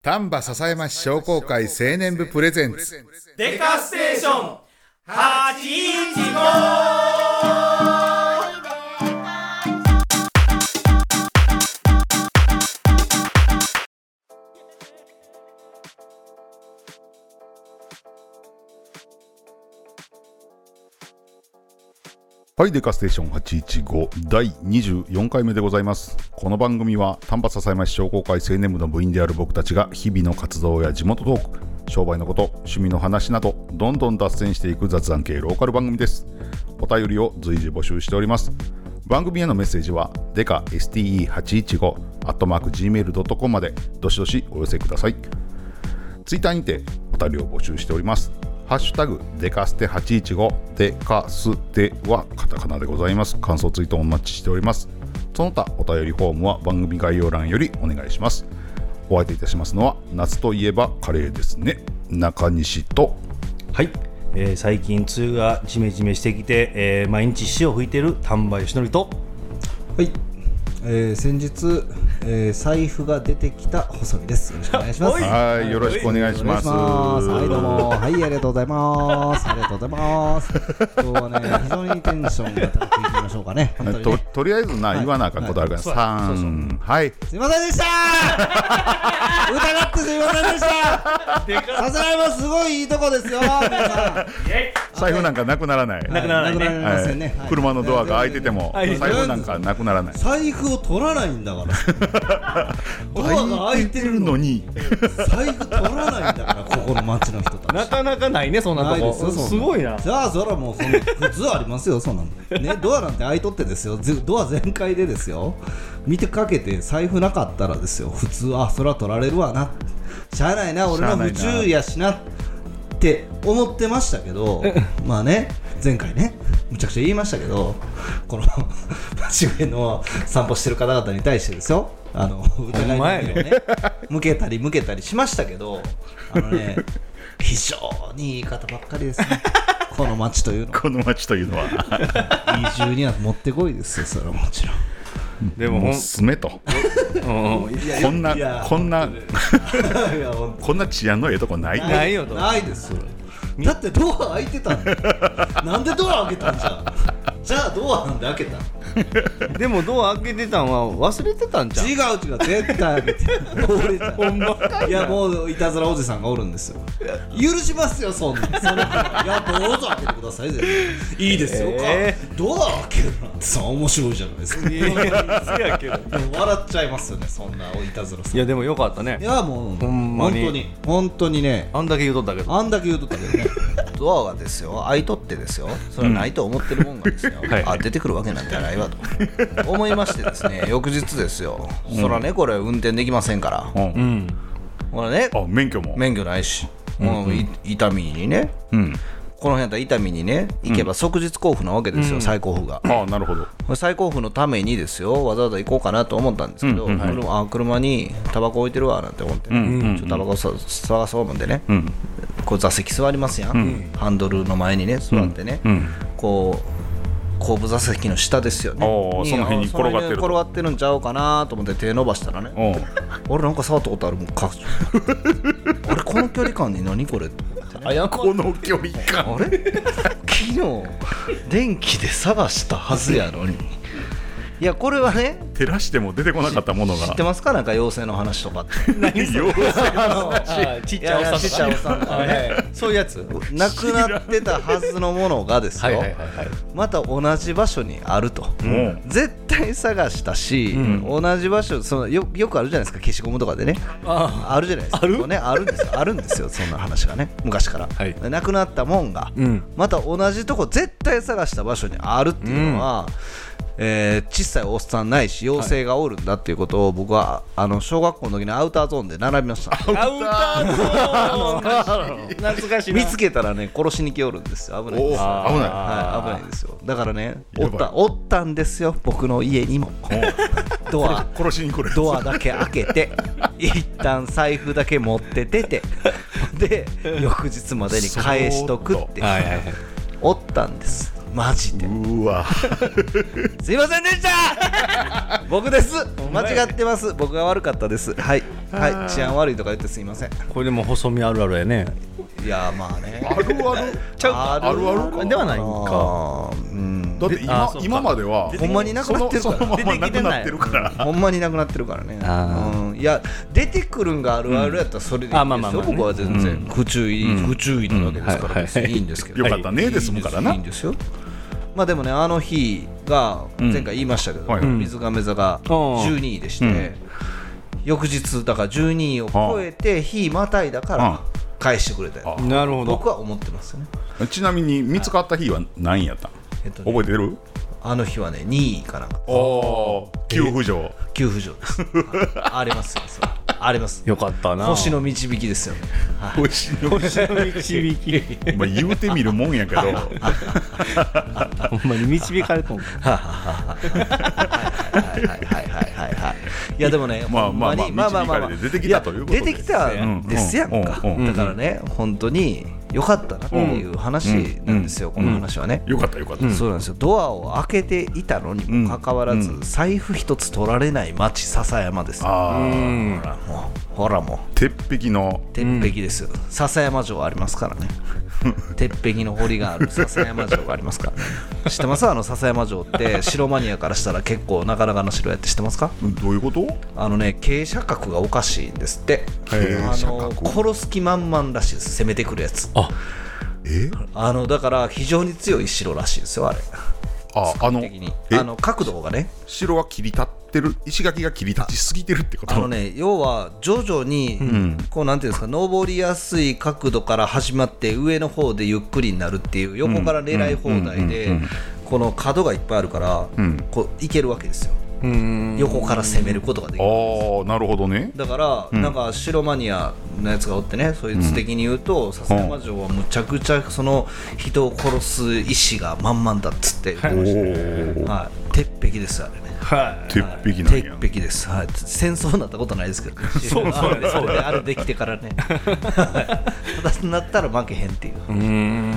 丹波篠山市商工会青年部プレゼンツデカステーション815。 はい、デカステーション815第24回目でございます。この番組は丹波篠山市商工会青年部の部員である僕たちが日々の活動や地元トーク、商売のこと、趣味の話などどんどん脱線していく雑談系ローカル番組です。お便りを随時募集しております。番組へのメッセージはデカ STE815@gmail.com までどしどしお寄せください。ツイッターにてお便りを募集しております。ハッシュタグデカステ815デカステはカタカナでございます。感想ツイートもお待ちしております。その他お便りフォームは番組概要欄よりお願いします。お相手いたしますのは夏といえばカレーですね、中西とはい、最近梅雨がジメジメしてきて、毎日潮を吹いている丹波義則とはい、先日、財布が出てきた細見です。よろしくお願いします。 はい、よろしくお願いします。 はい、どうも。はい、ありがとうございます。ありがとうございます。今日はね、非常にテンションが高くいきましょうかね。本当にねとりあえずな、言わなあかんことあるから、3、はい。 すいませんでした疑ってすいませんでしたさすがにもすごいいいとこですよ、皆さん。 財布なんかなくならない。 なくならないね。 ませんね。はい、 車のドアが開いてても、財布なんかなくならない。 財布を取らないんだからドアが開いてるのに財布取らないんだから、ここの町の人たちなかなかないね、そんなとこ。 ないですよ、 すごいな。 じゃあそらもうそんな普通ありますよ、そんなのね。ドアなんて開いとってですよ、ドア全開でですよ、見てかけて財布なかったらですよ、普通そら取られるわな、しゃあないな、俺の不注意やしなって思ってましたけどまあね、前回ねむちゃくちゃ言いましたけど、この町上の散歩してる方々に対してですよ、疑いの目をね向けたりしましたけど、非常にいい方ばっかりですねこの町というのは。 この町というのは移住にはもってこいですよ、それはもちろん。 でももう住めとこんな治安のええとこないないよと。 ないです、それ。だってドア開いてたんだなんでドア開けたんじゃあドアなんで開けたんでもドア開けてたんは忘れてたんじゃん。 違う絶対開けて俺じゃほんまかい。 いや、もういたずらおじさんがおるんですよ。許しますよ、そんな。いや、どうぞ開けてください。全然いいですよ、ドア開けるなんてさ、面白いじゃないですか。 いややけど笑っちゃいますよね、そんないたずらさん。 いやでもよかったね。 いや、もうほんまに本当にね、 あんだけ言うとったけどねドアがですよ、開いとってですよ、それはないと思ってるもんがですよ、 はい出てくるわけなんてないわと思いましてですね、翌日ですよ、そらね、これ運転できませんから、これね、 免許ないし、もう伊丹にね、この辺だったら伊丹にね行けば即日交付なわけですよ、再交付が。 なるほど。 再交付のためにですよ、わざわざ行こうかなと思ったんですけど、車にタバコ置いてるわなんて思って、タバコ探そうもんでね、こう座席座りますやん、ハンドルの前にね座ってね、こう後部座席の下ですよね、 その辺に転がってるんちゃうかなと思って手伸ばしたらね、俺なんか触ったことあるもんかあれ、この距離感に何これってこの距離感、 あれ昨日電気で探したはずやのにいや、これはね、 照らしても出てこなかったものが。 知ってますか、なんか妖精の話とかって妖精の話ちっちゃいおっさんとかね、そういうやつ。 なくなってたはずのものがですよ、また同じ場所にあると、絶対探したし、同じ場所、よくあるじゃないですか、消しゴムとかでね、あるじゃないですか、あるんですよそんな話がね、昔から、なくなったもんが、また同じとこ絶対探した場所にあるっていうのは、小さいおっさんないし妖精がおるんだっていうことを僕は小学校の時にアウターゾーンで習いました。 アウターゾーン懐かしいな。 見つけたらね、殺しに来おるんですよ。危ないですよ。危ないですよ。だからね、おったんですよ、僕の家にも。ドア殺しに来る。 ドアだけ開けて一旦財布だけ持って出てで翌日までに返しとくっておったんです、マジで。 うわすいませんでした僕です、間違ってます、僕が悪かったです。はい、 はい治安悪いとか言ってすいません。 これでも細身あるあるやね。 いやまあねあるあるちゃうかあるあるかではないんか。 うんだってそうか今まではほんまになくなってるからそのままなくなってるからほんまになくなってるからね。 あうんいや出てくるんがあるあるやったらそれでいいですよ。 あまあまあまあね僕は全然不注意なわけですから別にいいんですけど。 よかったねで済むからないいんですよ。まあでもねあの日が前回言いましたけど、 はい水亀座が12位でして、翌日だから12位を超えて日またいだから返してくれたよ。 なるほど。 僕は思ってますよね。 ちなみに見つかった日は何位やったん、覚えてる？ あの日はね2位かなんか急浮上急浮上ですありますよそれあります。 よかったな。 星の導きですよね。 星の導き。 まあ言うてみるもんやけどほんまに導かれとんか。 いやでもね、 まあまあまあほんに導かれて出てきたということで出てきたんですやんか。だからね、本当に良かったなっていう話なんですよ、この話はね。 よかったよかった、 そうなんですよ。ドアを開けていたのにもかかわらず、財布一つ取られない町笹山ですよ。ほらもう鉄壁の鉄壁ですよ。笹山城ありますからね。鉄壁の堀がある笹山城がありますからね。知ってます？笹山城って城マニアからしたら結構なかなかの城やって知ってますか？ どういうこと？ 傾斜角がおかしいんですって。殺す気満々らしいです。攻めてくるやつ。だから非常に強い城らしいですよあれ。的に角度がね、 城は切り立ってる、石垣が切り立ちすぎてるってこと？ 要は徐々にこうなんていうんですか、登りやすい角度から始まって上の方でゆっくりになるっていう、横から狙い放題でこの角がいっぱいあるからこう行けるわけですよ。横から攻めることができる。 なるほどね。 だからなんか城マニアのやつがおってね、そいつ的に言うと笹山城はむちゃくちゃその人を殺す意志が満々だっつって言ってましたね。鉄壁ですあれね。 鉄壁なんや。 鉄壁です。戦争になったことないですけどね。そうあれできてからね。ただなったら負けへんっていう。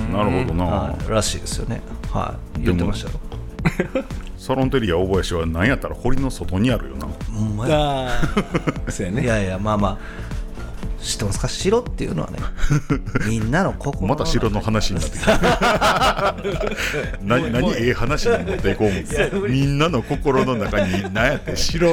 なるほどな。 らしいですよね。言ってましたよ。 サロンテリア大林は何やったら堀の外にあるよな。 そうやね。 いやいやまあまあ知ってますか？城っていうのはね、みんなの心のまた城の話になってきた。何話に持っていこう。みんなの心の中に何やって城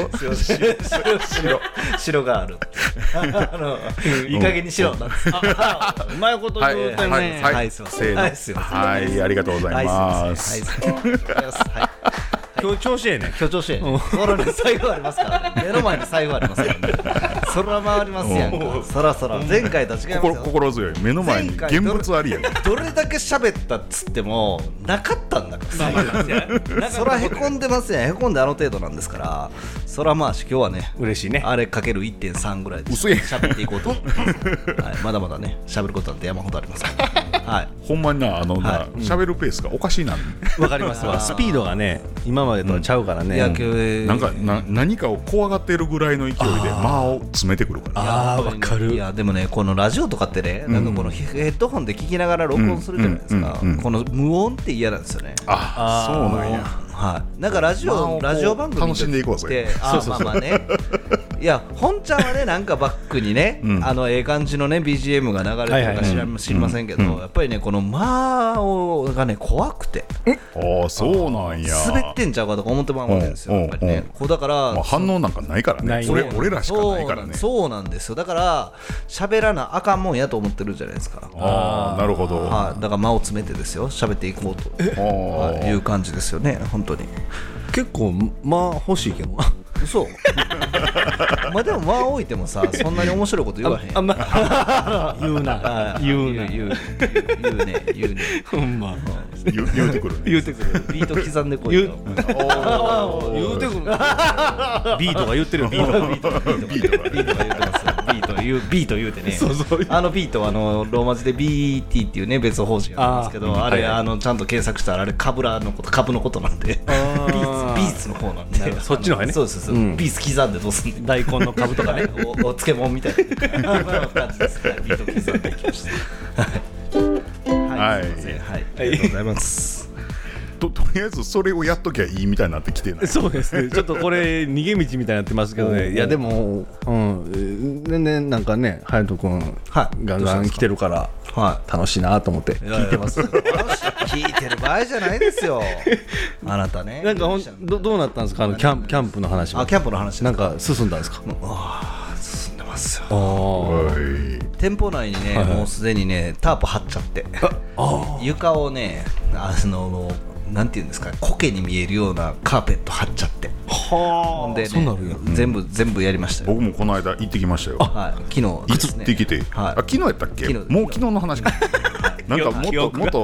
がある。いい加減にしろ。 うまいこと言うてね。 はいすいません。 はい、ありがとうございます。 今日調子ええね。 今日調子ええね。そらね財布ありますからね。目の前に財布ありますからね。そら回りますやんか。そらそら前回と違いますよ。 心強い。目の前に現物ありやん。 どれだけ喋ったっつってもなかったんだからそらへこんでますやん。へこんで程度なんですから、そらまあ今日はね嬉しいね。 あれかける 1.3 ぐらいで喋っていこうと思います。まだまだね喋ることなんて山ほどありますからほんまにな喋るペースがおかしいな。 わかりますわ。スピードがね今までとはちゃうからね。 なんか何かを怖がってるぐらいの勢いで間を詰めてくるから。 わかる。 いやでもねこのラジオとかってね、なんかこのヘッドホンで聞きながら録音するじゃないですか。この無音って嫌なんですよね。 そうなんや。 なんかラジオ番組楽しんでいこうぜ。 まあまあね。いや本ちゃんはねなんかバックにねええ感じのね BGM が流れてるか知りませんけど、やっぱりねこの間がね怖くて。 そうなんや。 滑ってんちゃうかとか思ってまうわけですよ。やっぱりね。だから反応なんかないからね。俺らしかないからね。 そうなんですよ。だから喋らなあかんもんやと思ってるじゃないですか。 なるほど。 だから間を詰めてですよ喋っていこうという感じですよね本当に。 結構欲しいけどな。 そうまあでも置いてもさそんなに面白いこと言わへん。 言うな言うねほんま言うてくるビート刻んでこいよ。 言うてくる。ビートが言ってるよ。ビートが言ってますよ。ビート言うてね。ビートはローマ字で BT っていうね別法人なんですけど、あれちゃんと検索したらあれ株のことなんでビーツの方なんで。そっちの方ね。 そうビーツ刻んでどうすんねん。大根の株とかねお漬物みたいな感じです。ビート刻んでいきました。はい、ありがとうございます。 とりあえずそれをやっときゃいいみたいになってきてない。 そうですね。ちょっとこれ逃げ道みたいになってますけどね。いやでも、全然なんかね、隼人君ガンガン来てるから楽しいなと思って聞いてます。 聞いてる場合じゃないですよ。あなたね。 なんかどうなったんですか、キャンプの話は。 キャンプの話なんか進んだんですか。 進んでますよ。店舗内にね、もうすでにねタープ張っちゃって、床をねなんていうんですか、苔に見えるようなカーペット張っちゃって、ほんでね、全部やりましたよ。 僕もこの間行ってきましたよ。 昨日いつ行ってきて、昨日やったっけ。もう昨日の話か。なんかもっと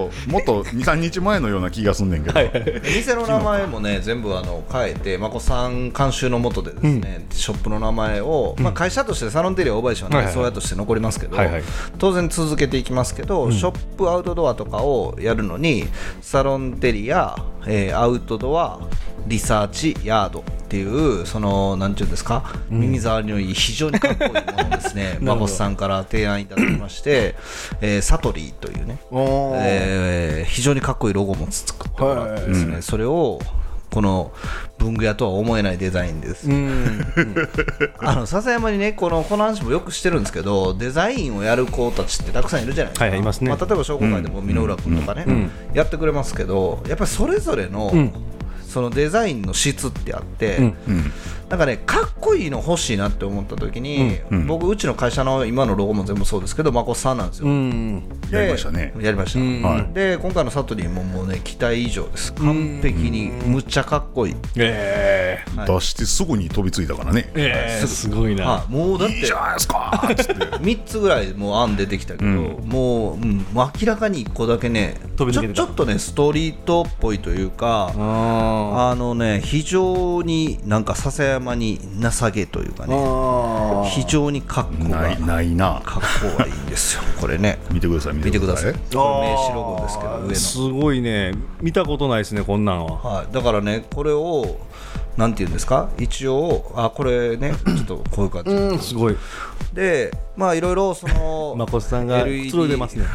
2、3日前のような気がすんねんけど、 店の名前もね全部変えて、まこさん監修のもとでですね、ショップの名前を、会社としてサロンテリア大林はね、そうやとして残りますけど、当然続けていきますけど、ショップアウトドアとかをやるのにサロンテリア、アウトドアリサーチヤードっていう、そのなんていうんですか、耳障りのいい非常にかっこいいものですね、マコスさんから提案いただきまして、サトリーというね、非常にかっこいいロゴも作ってもらってですね、それをこの文具屋とは思えないデザインです。笹山にねこの話もよくしてるんですけど、デザインをやる子たちってたくさんいるじゃないですか。 いますね。 例えば商工会でも箕浦君とかね、やってくれますけど、やっぱりそれぞれの、そのデザインの質ってあって、なんかねかっこいいの欲しいなって思った時に、僕うちの会社の今のロゴも全部そうですけど、まこさんなんですよ。 やりましたね。 やりました。で今回のサトリーももうね期待以上です。完璧にむっちゃかっこいい。 出してすぐに飛びついたからね。 すごいな。 もうだっていいじゃないですかつって 3つぐらいもう案出てきたけど、もう明らかに1個だけねちょっとねストリートっぽいというか、非常になんか笹山に情けというかね、非常にかっこがないな。 かっこがいいんですよ。これね見てください。 見てください。これ名刺ロゴですけど、上のすごいね。見たことないですねこんなんは。 だからねこれをなんていうんですか、一応これねちょっとこういう感じ、 すごいでいろいろそのまこさんがくつろいでますね。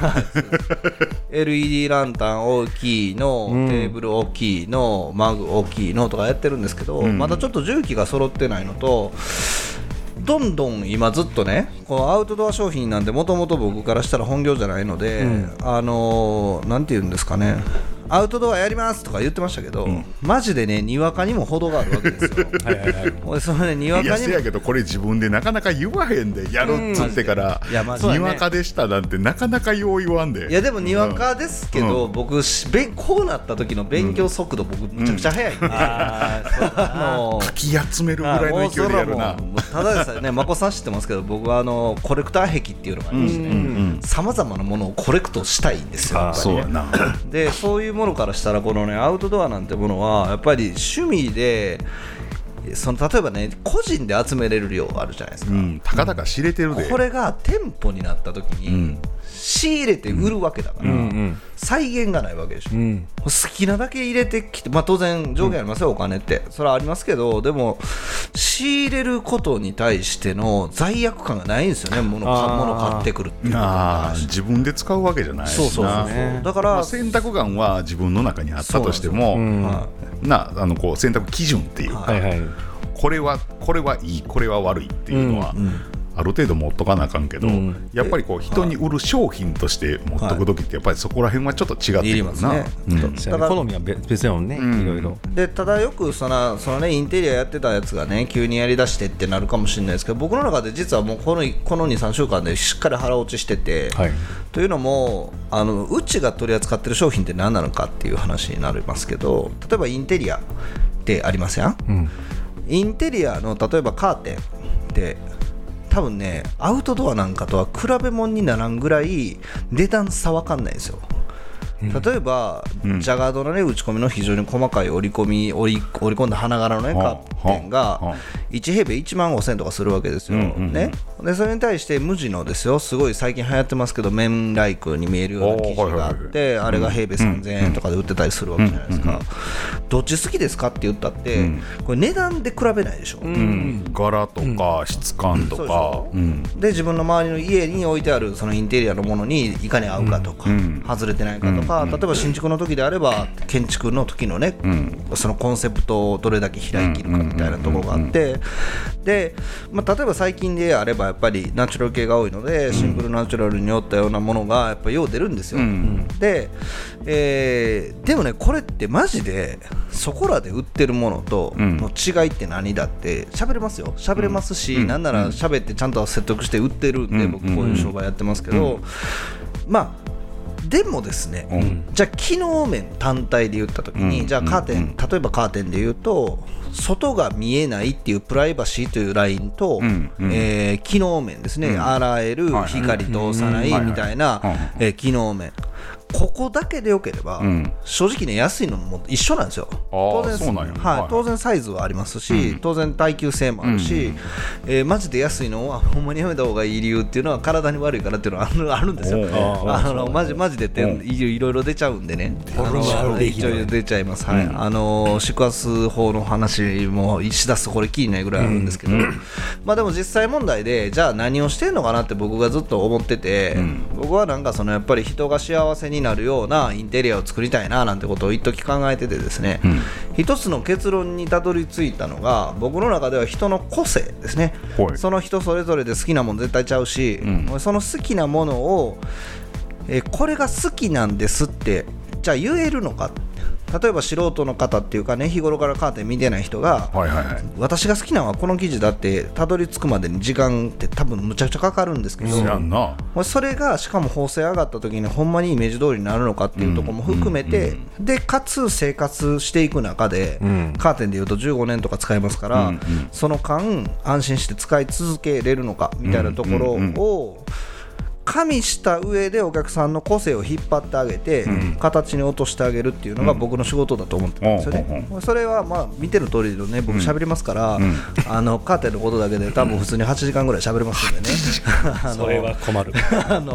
LED ランタン大きいの、テーブル大きいの、マグ大きいのとかやってるんですけど、まだちょっと重機が揃ってないのと、どんどん今ずっとねこのアウトドア商品なんでもともと僕からしたら本業じゃないので、なんていうんですかね、アウトドアやりますとか言ってましたけど、マジでねにわかにも程があるわけですよ。そのねにわかにも、いやせやけどこれ自分でなかなか言わへんで、やるっつってから、にわかでしたなんてなかなかよう言わんで。 いやでもにわかですけど、僕こうなった時の勉強速度、僕むちゃくちゃ速いんで、 かき集めるぐらいの勢いでやるな。 ただでさえね、まこさん知ってますけど、僕はコレクター癖っていうのがありましてね、さまざまなものをコレクトしたいんですよ。やっぱりね。そうやな。でそういうものからしたらこのねアウトドアなんてものはやっぱり趣味で、例えばね個人で集めれる量あるじゃないですか。 たかだか知れてるで。 これが店舗になった時に、仕入れて売るわけだから、再現がないわけでしょ。好きなだけ入れてきて、当然上限ありますよ、お金ってそれはありますけど、でも仕入れることに対しての罪悪感がないんですよね。物買ってくるっていう自分で使うわけじゃないしな。 そうだから、 選択眼は自分の中にあったとしても、こう選択基準っていうか、これはいい、これは悪いっていうのは、ある程度持っとかなあかんけど、やっぱりこう人に売る商品として持っとくときってやっぱりそこら辺はちょっと違ってくるな。 だから好みは別やもんね、いろいろ。 でただよくそのねインテリアやってたやつがね急にやりだしてってなるかもしれないですけど、僕の中で実はもうこの 2,3 週間でしっかり腹落ちしてて、というのもうちが取り扱ってる商品って何なのかっていう話になりますけど、例えばインテリアってありますやん。インテリアの例えばカーテンって多分ねアウトドアなんかとは比べ物にならんぐらい値段差分かんないんですよ。例えば、ジャガードのね打ち込みの非常に細かい折り込んだ花柄のねカーテンが1平米1万5000とかするわけですよ、ね。でそれに対して無地のですよ、すごい最近流行ってますけどメンライクに見えるような生地があって、あれが平米3000円とかで売ってたりするわけじゃないですか。どっち好きですかって言ったって、これ値段で比べないでしょ。 柄とか質感とか、 で自分の周りの家に置いてあるそのインテリアのものにいかに合うかとか、外れてないかとかか、例えば新築の時であれば建築の時のね、そのコンセプトをどれだけ開ききるかみたいなところがあって、で、例えば最近であればやっぱりナチュラル系が多いので、シンプルナチュラルによったようなものがやっぱよう出るんですよ。で、でもね、これってマジでそこらで売ってるものとの違いって何だって喋れますよ。喋れますし、なんなら喋ってちゃんと説得して売ってるんで、僕こういう商売やってますけど、でもですね、じゃあ機能面単体で言った時に、じゃあカーテン、例えばカーテンで言うと外が見えないっていうプライバシーというラインと、機能面ですね、洗える、光通さないみたいな機能面、ここだけでよければ、正直ね、安いのも一緒なんですよ。当然サイズはありますし、当然耐久性もあるし、マジで安いのはほんまにやめた方がいい理由っていうのは体に悪いからっていうのはあるんですよ。マジでっていろいろ出ちゃうんでね、一応出ちゃいます。宿泊法の話もしだすとこれきりないぐらいあるんですけど、でも実際問題でじゃあ何をしてんのかなって僕がずっと思ってて、僕はなんかそのやっぱり人が幸せになるようなインテリアを作りたいななんてことを一時考えててですね、一つの結論にたどり着いたのが、僕の中では人の個性ですね。その人それぞれで好きなもの絶対ちゃうし、その好きなものを、これが好きなんですってじゃあ言えるのか。例えば素人の方っていうかね、日頃からカーテン見てない人が、私が好きなのはこの生地だってたどり着くまでに時間って多分むちゃくちゃかかるんですけど、それがしかも縫製上がった時にほんまにイメージ通りになるのかっていうところも含めて、でかつ生活していく中で、カーテンでいうと15年とか使えますから、その間安心して使い続けれるのかみたいなところを加味した上でお客さんの個性を引っ張ってあげて、形に落としてあげるっていうのが僕の仕事だと思ってるんですよね。それは見ての通りでね、僕喋りますから、カーテンのことだけで多分普通に8時間ぐらい喋れますんでね。 それは困る。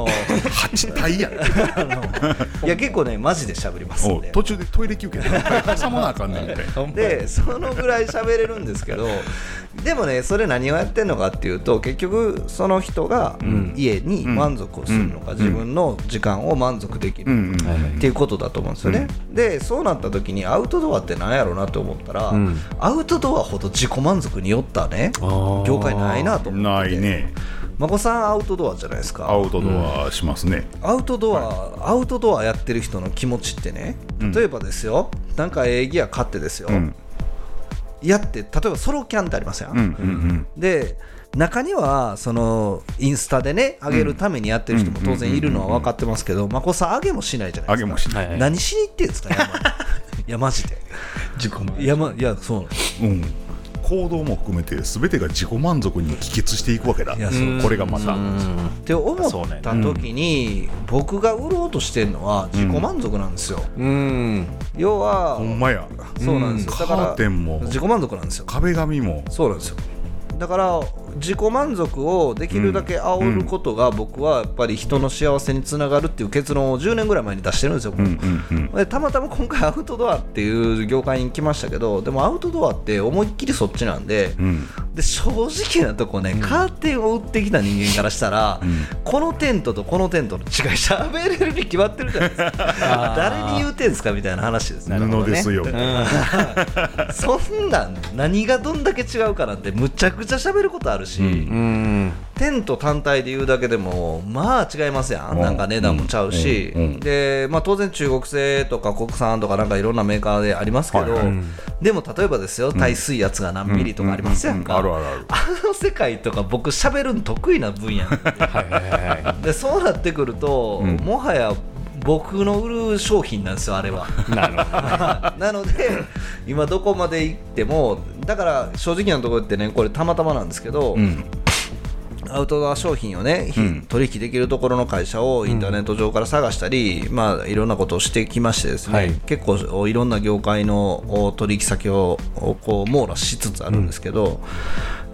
8体やいや結構ねマジで喋りますんで、 途中でトイレ休憩で挟まなあかんねんみたいな。 でそのぐらい喋れるんですけど、でもねそれ何をやってんのかっていうと、結局その人が家に満足をするのか、自分の時間を満足できるのかっていうことだと思うんですよね。でそうなった時にアウトドアって何やろうなと思ったら、アウトドアほど自己満足によったね業界ないなと思ってて。ないね。まこさんアウトドアじゃないですか。 アウトドアしますね。 アウトドアやってる人の気持ちってね、例えばですよ、なんかギア買ってですよ、やって例えばソロキャンってありますよ、で中にはそのインスタでね上げるためにやってる人も当然いるのは分かってますけど、まこさん上げもしないじゃないですか。 上げもしない、 何しに行ってんですか山に。いやマジで自己満足。 いやそうなんです、 行動も含めて全てが自己満足に帰結していくわけだ。これがまたって思った時に、僕が売ろうとしてるのは自己満足なんですよ。要はほんまや。 そうなんですよ。だからカーテンも自己満足なんですよ。 壁紙もそうなんですよ。だから自己満足をできるだけ煽ることが、僕はやっぱり人の幸せにつながるっていう結論を10年ぐらい前に出してるんですよ。でたまたま今回アウトドアっていう業界に来ましたけど、でもアウトドアって思いっきりそっちなんで、で正直なとこね、カーテンを売ってきた人間からしたら、このテントとこのテントの違い喋れるに決まってるじゃないですか。誰に言うてんすかみたいな話ですね。 布ですよ、 そんなん何がどんだけ違うかなんてむちゃくちゃ喋ることあるし、テント単体で言うだけでもまあ違いますやん。なんか値段もちゃうし、で当然中国製とか国産とかなんかいろんなメーカーでありますけど、でも例えばですよ、耐水圧が何ミリとかありますやんか。あの世界とか僕喋るの得意な分野なんで、そうなってくると、もはや僕の売る商品なんですよ、あれは。なので今どこまで行っても、だから正直なところってね、これたまたまなんですけど、アウトドア商品をね、取引できるところの会社をインターネット上から探したり、いろんなことをしてきましてですね、結構いろんな業界の取引先をこう網羅しつつあるんですけど、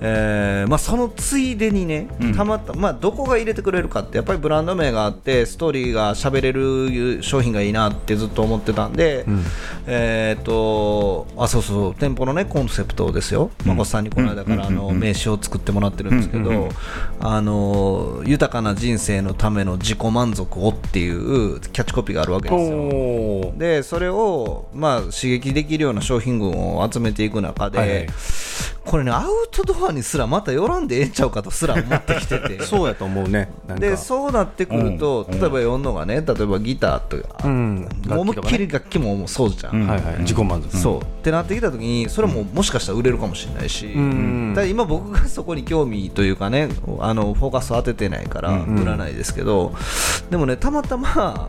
そのついでにね、たまたまどこが入れてくれるかってやっぱりブランド名があってストーリーが喋れる商品がいいなってずっと思ってたんで、そう店舗のねコンセプトですよ。まこさんにこの間から名刺を作ってもらってるんですけど、豊かな人生のための自己満足をっていうキャッチコピーがあるわけですよ。でそれを刺激できるような商品群を集めていく中で、これねアウトドアにすらまた寄らんでええんちゃうかとすら思ってきててそうやと思うね。 でそうなってくると、例えば読んのがね、例えばギターとか、思いっきり楽器もそうじゃん、 自己満足そうってなってきた時にそれももしかしたら売れるかもしれないし、ただ今僕がそこに興味というかねフォーカスを当ててないから売らないですけど、でもねたまたま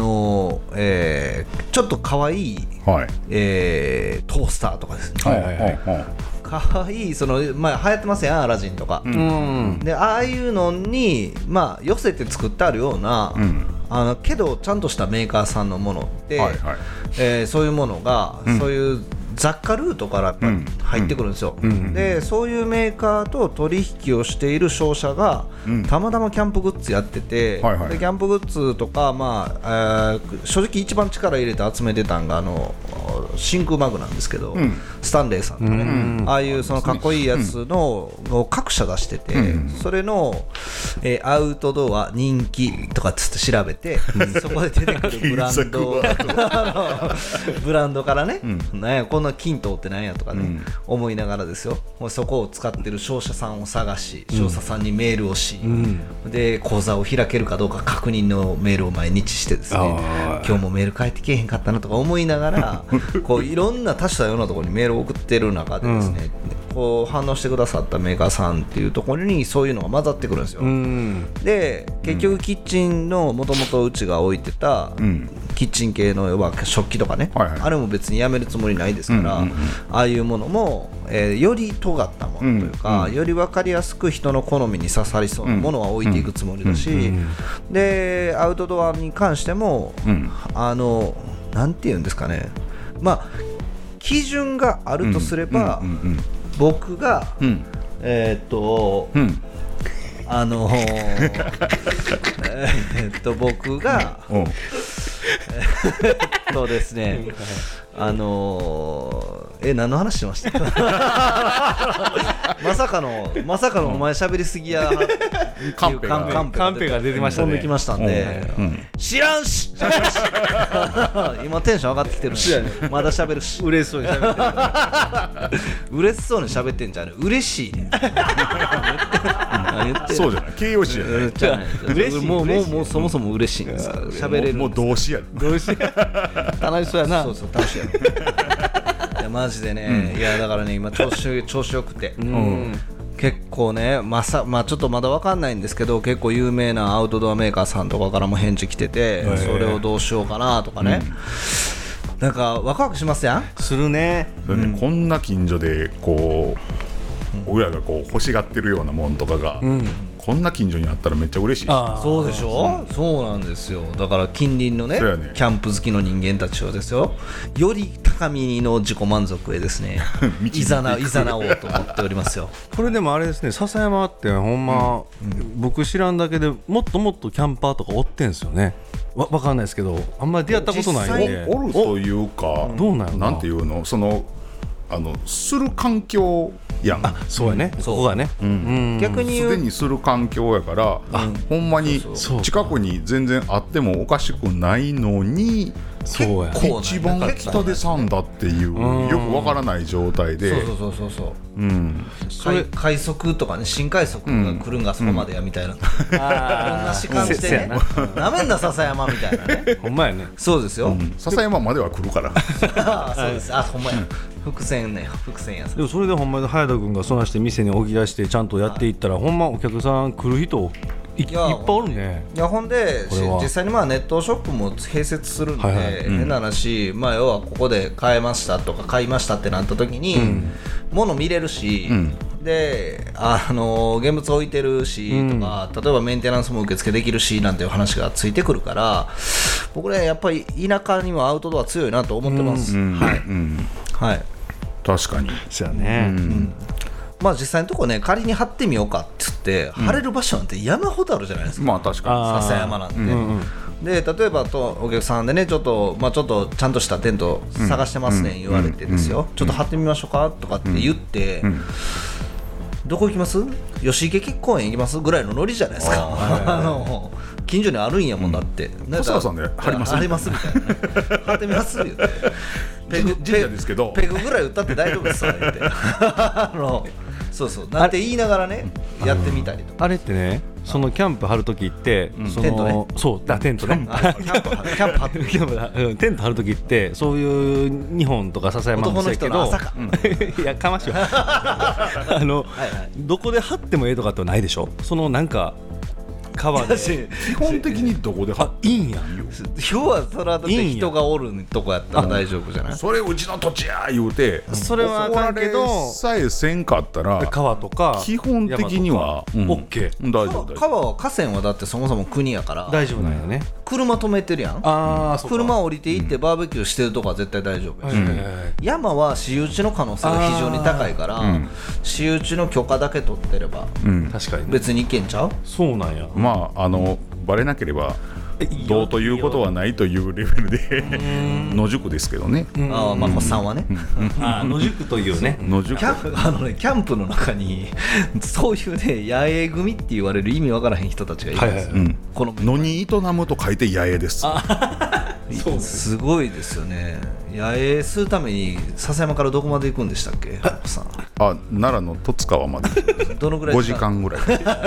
ちょっと可愛いトースターとかですね、かわいい流行ってますやんアラジンとか、でああいうのに寄せて作ってあるような、けどちゃんとしたメーカーさんのもので、そういうものが、そういう雑貨ルートからやっぱり入ってくるんですよ、でそういうメーカーと取引をしている商社が、たまたまキャンプグッズやってて、でキャンプグッズとか、正直一番力入れて集めてたんが真空マグなんですけど、スタンレーさんとかね、ああいうそのかっこいいやつの、各社出してて、それの、アウトドア人気とかつって調べて、そこで出てくるブランドブランドからね、こんな金刀ってなんやとかね、思いながらですよ、そこを使ってる商社さんを探し、商社さんにメールをし、で口座を開けるかどうか確認のメールを毎日してですね、今日もメール返ってけえへんかったなとか思いながらこういろんな多種多様なところにメールを送ってる中でですね、こう反応してくださったメーカーさんっていうところにそういうのが混ざってくるんですよ。で結局キッチンのもともとうちが置いてたキッチン系の食器とかね、あれも別にやめるつもりないですから、ああいうものも、より尖ったものというか、より分かりやすく人の好みに刺さりそうなものは置いていくつもりだし、でアウトドアに関しても、なんていうんですかね、基準があるとすれば、僕が、僕がですね、何の話してましたまさかのお前喋りすぎやカンペが出てましたね。 飛んできましたんで、知らんし今テンション上がってきてるし、まだ喋るし、 嬉しそうに喋ってる嬉しそうに喋ってんじゃん、嬉しいねそうじゃない、形容詞じゃない嬉しい、もうそもそも嬉しいんですから喋れる。 もう動詞や楽しそうやな。 そう楽しいやいやマジでね、いやだからね今調子よくて、結構ねちょっとまだ分かんないんですけど、結構有名なアウトドアメーカーさんとかからも返事来てて、それをどうしようかなとかね、なんかワクワクしますやん。 するね。 こんな近所でこう、親がこう欲しがってるようなもんとかが、こんな近所にあったらめっちゃ嬉しい。 そうでしょ、そうなんですよ。だから近隣のねキャンプ好きの人間たちをですよ、より高みの自己満足へですねいざなおうと思っておりますよこれでもあれですね、笹山ってほんま、僕知らんだけでもっともっとキャンパーとかおってんすよね。わかんないですけど、あんまり出会ったことないんで。 おるというか、 どうなの、 なんていうの、する環境やん。 そうやね、そこがね、 逆にすでにする環境やから、ほんまに近くに全然あってもおかしくないのに、 そうや一番人でさんだっていう、よくわからない状態で、 快速とかね、新快速が来るんがそこまでやみたいな、こんなし感じでね、なめんな笹山みたいなねほんまやね。 そうですよ、 笹山までは来るからそうです、ほんまや、伏線やでもそれでほんまに早田君がそなして店に置き出してちゃんとやっていったら、ほんまお客さん来る人いっぱいおるね。 いやほんで実際にネットショップも併設するんで、変な話、要はここで買えましたとか買いましたってなった時に、物見れるし、で現物置いてるしとか、例えばメンテナンスも受付できるしなんていう話がついてくるから、僕ねやっぱり田舎にはアウトドア強いなと思ってます。はい、 確かにそうやね。 まあ実際のとこね仮に張ってみようかって言って、張れる場所なんて山ほどあるじゃないですか。 まあ確か笹山なんで、で例えばとお客さんでねちょっとちゃんとしたテント探してますね言われてですよ、ちょっと張ってみましょうかとかって言って、どこ行きます吉池公園行きますぐらいのノリじゃないですか。近所にあるんやもんだって、 春日さんで張ります張りますみたいな、張ってみます言って神社ですけどペグぐらい打ったって大丈夫ですわ言ってそうそうなんて言いながらねやってみたりとか。 あれってね、そのキャンプ張るときって、 テントね、 そうだテントね、 キャンプ張ってテント張るときってそういう日本とか笹山もそうやけど、 男の人の朝かいやかましいわどこで張ってもええとかってないでしょ。そのなんか川で基本的にどこで張っていいんや。 今日はそれはだって人がおるとこやったら大丈夫じゃない。 それうちの土地や言うてそれはあかんけどさえせんかったら川とか基本的にはオッケー大丈夫。 川は河川はだってそもそも国やから大丈夫なんよね。 車止めてるやん。車降りていってバーベキューしてるとこは絶対大丈夫やし、山は私有地の可能性が非常に高いから私有地の許可だけ取ってれば確かに別にいけんちゃう。 そうなんや。 まあバレなければどうということはないというレベルで野宿ですけどね。 まこさんはね野宿というね野宿キャンプの中にそういうね野営組って言われる意味わからへん人たちがいるんですよ。この野に営むと書いて野営です。 すごいですよね。野営するために笹山からどこまで行くんでしたっけさん。 奈良の十津川までどのぐらい 5時間ぐらい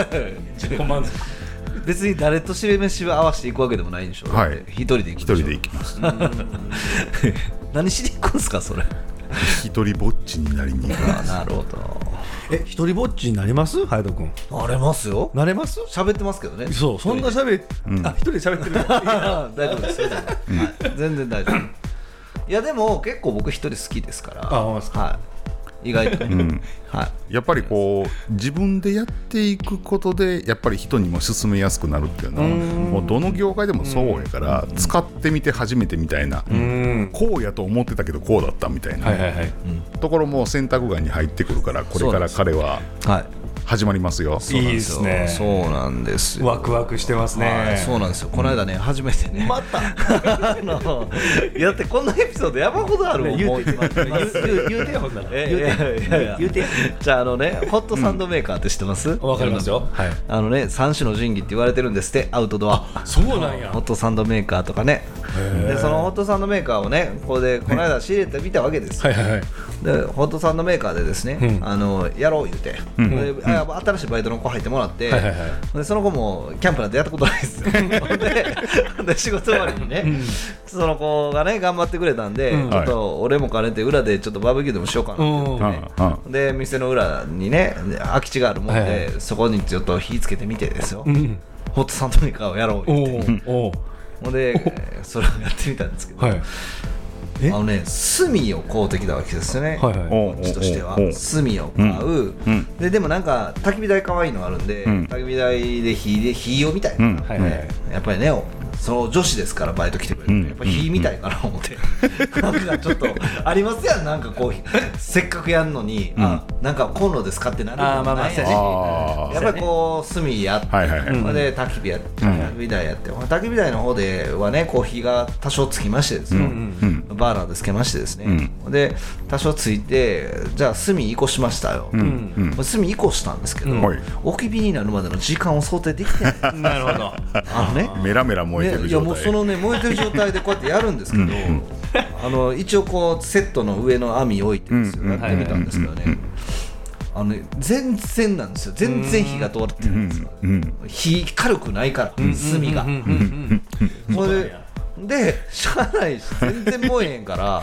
別に誰とし飯を合わせていくわけでもないんでしょ。 はい一人で行くでしょ。 一人で行きます何しに行くんすかそれ。 一人ぼっちになりに行く。 なるほど。 一人ぼっちになります？隼人君なれますよ。 なれます？ 喋ってますけどね。 そんな喋一人で喋ってる大丈夫ですよ全然大丈夫。いやでも結構僕一人好きですから。意外とね、 やっぱりこう自分でやっていくことでやっぱり人にも勧めやすくなるっていうのはもうどの業界でもそうやから使ってみて初めてみたいなこうやと思ってたけどこうだったみたいなところも選択外に入ってくるからこれから彼は始まりますよ。 いいですね。 そうなんですよ。 ワクワクしてますね。 そうなんですよ。この間ね初めてねまたいやだってこんなエピソード山ほどあるもん。言うてよほんなら言うてじゃあホットサンドメーカーって知ってます？ わかりますよ。 三種の神器って言われてるんですってアウトドア。 そうなんや。 ホットサンドメーカーとかね。でそのホットサンドメーカーをねこの間仕入れてみたわけですよ。でホットサンドメーカーでですねやろう言うて新しいバイトの子入ってもらって、でその子もキャンプなんてやったことないですよで仕事終わりにね、その子がね頑張ってくれたんで、ちょっと俺も兼ねて裏でちょっとバーベキューでもしようかなって言ってね、で店の裏にね空き地があるもんで、そこにちょっと火つけてみてですよ、ホットサンドメーカーをやろう言ってほんでそれをやってみたんですけど、炭を買うてきたわけですよね、こっちとしては炭を買う、でもなんか焚き火台可愛いのあるんで、焚き火台で火を見たいな、やっぱりねその女子ですからバイト来てくれる、やっぱり火見たいかな思ってなんかちょっとありますやん、なんかこうせっかくやんのに、なんかコンロで使ってなるのもないやし、やっぱりこう炭やって、で焚き火やって焚き火台やって焚き火台の方ではねこう火が多少つきましてですよ、バーナーでつけましてですね、で多少ついてじゃあ炭移行しましたよ、炭移行したんですけど、置き火になるまでの時間を想定できてないなるほどメラメラ燃えてる状態、 いやもうそのね燃えてる状態でこうやってやるんですけど一応こうセットの上の網置いてですよ、やってみたんですけどね、全然なんですよ、全然火が通ってるんですよ、火軽くないから炭が、それでしゃあないし全然燃えへんから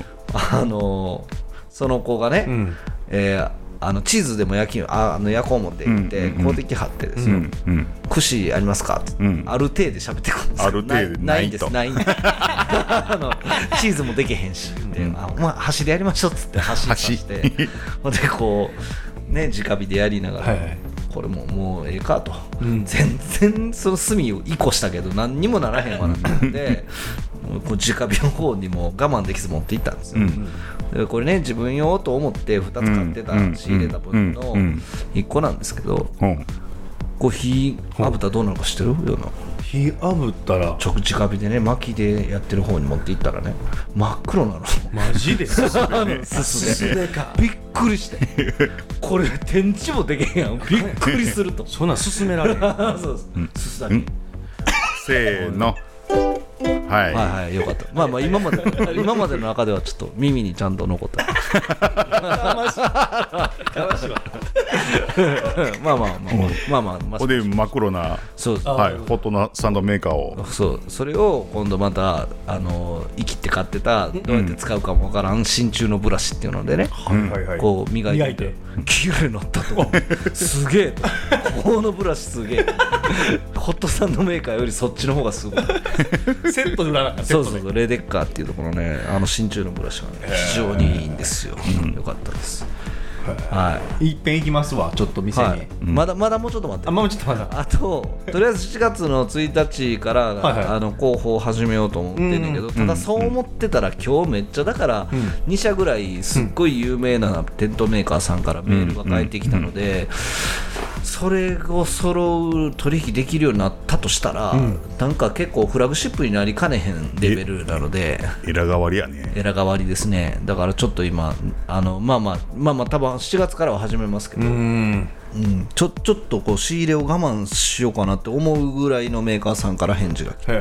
その子がね、チーズでも焼こう思って言って公的貼ってですよ、串ありますかって、ある程度喋ってくるんですよ、 ある程度ないとないんですチーズもできへんしって箸でやりましょうっつって箸さしてでこうね直火でやりながら、これもうええかと、全然その炭を移行したけど何にもならへんわなってこう直火の方にも我慢できず持っていったんですよ、でこれね自分用と思って2つ買ってた、仕入れた分の1個なんですけど、こう火あぶったらどうなるか知ってるような。 火あぶったら直火でね薪でやってる方に持っていったらね真っ黒なの。 マジですすでかびっくりしてこれ天地もでけへんやん、びっくりするとそんなん進められへんそうです、すすだけせーのはいはい、よかった。まあまあ今までの中ではちょっと耳にちゃんと残った。まあここで真黒な、 そうです、 ホットなサンドメーカーを、 それを今度また生きって買ってたどうやって使うかもわからん真鍮のブラシっていうのでね、こう磨いてきれいになったと。すげえと、このブラシすげえ。ホットサンドメーカーよりそっちの方がすごい。 セットで売らなかった。 そうレデッカーっていうところね、真鍮のブラシがね非常にいいんですよ。よかったです。はい。 いっぺん行きますわ、ちょっと店に。 まだもうちょっと待って。 もうちょっとまだ。 あとりあえず7月の1日から広報を始めようと思ってんねんけど、ただそう思ってたら今日めっちゃだから2社ぐらいすっごい有名なテントメーカーさんからメールが返ってきたので、それを揃う取引できるようになったとしたら、なんか結構フラグシップになりかねへんレベルなので、 エラ代わりやね。 エラ代わりですね。だからちょっと今まあ多分7月からは始めますけど、ちょっとこう仕入れを我慢しようかなって思うぐらいのメーカーさんから返事が来て、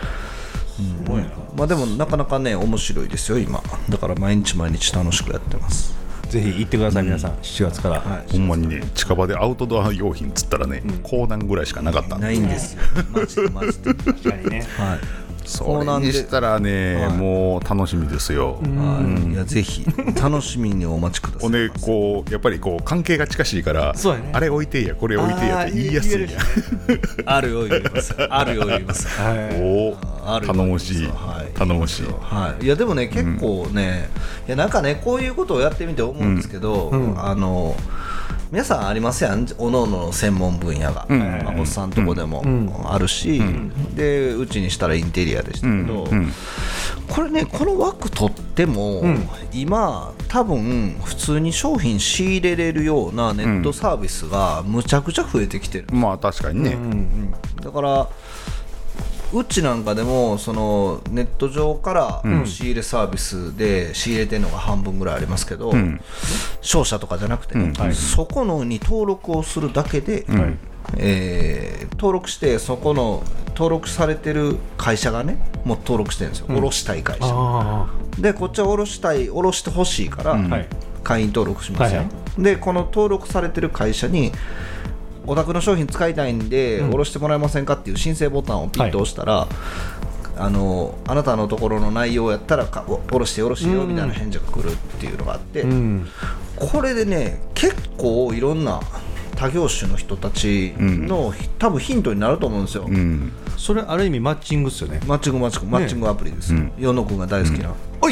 まあでもなかなかね面白いですよ今。だから毎日楽しくやってます。 ぜひ行ってください、皆さん。7月から、 ほんまにね、近場でアウトドア用品っつったらね、コーナンぐらいしかなかった。 ないんですよ、マジで確かにね。 それにしたらね、もう楽しみですよ。 いやぜひ楽しみにお待ちください。 ほんでこうやっぱりこう関係が近しいから、あれ置いてやこれ置いてやって言いやすいやん。 あるよ言いますあるよ言います。 おお頼もしい頼もしい。 いやでもね結構ね、いやなんかねこういうことをやってみて思うんですけど、皆さんありますやん、おのおのの専門分野が、おっさんとこでもあるし、でうちにしたらインテリアでしたけど、これねこの枠取っても、今多分普通に商品仕入れれるようなネットサービスがむちゃくちゃ増えてきてる。 まあ確かにね、 だからうちなんかでもそのネット上から仕入れサービスで仕入れてるのが半分ぐらいありますけど、商社とかじゃなくてね、そこのに登録をするだけで、登録してそこの登録されてる会社がねもう登録してるんですよ、卸したい会社で、こっちは卸してほしいから、会員登録しますよ、でこの登録されてる会社にお宅の商品使いたいんで、下ろしてもらえませんかっていう申請ボタンをピッと押したら、あなたのところの内容やったら下ろしてよろしいよみたいな返事が来るっていうのがあって、これでね結構いろんな他業種の人たちの、多分ヒントになると思うんですよ、 それある意味マッチングっすよね。 マッチングアプリです、与野君が大好きな、おい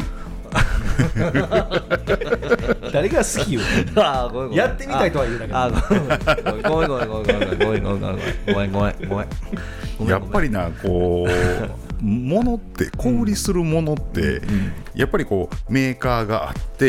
誰が好きよやってみたいとは言うだけど、 ごめんやっぱりなこう物って小売りするものって、やっぱりこうメーカーがあって、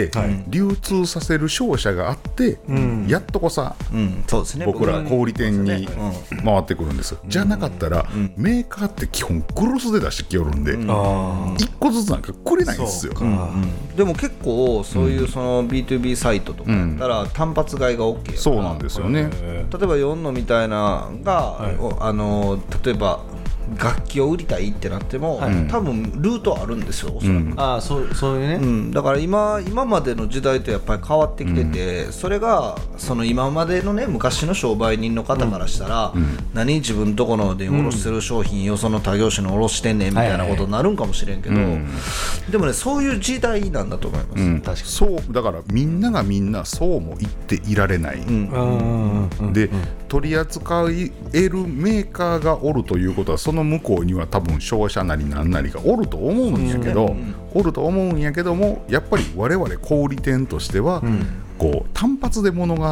流通させる商社があって、やっとこさ、 そうですね、 僕ら小売店に回ってくるんです、じゃなかったら、メーカーって基本グロスで出してきよるんで、1個ずつなんかくれないんですよ。 でも結構そういうその B2B サイトとかやったら単発買いが OK やから、 そうなんですよね。 例えば4のみたいなが、例えば楽器を売りたいってなっても、多分ルートあるんですよ、おそらく。 そういうね、 だから今までの時代とやっぱり変わってきてて、それがその今までのね昔の商売人の方からしたら、何自分とこので卸してる商品よその他業種の卸してんねんみたいなことになるんかもしれんけど、でもねそういう時代なんだと思います、 そうだからみんながみんなそうも言っていられない、で取り扱えるメーカーがおるということはその向こうには多分商社なりなんなりがおると思うんやけど、もやっぱり我々小売店としては、こう単発で物が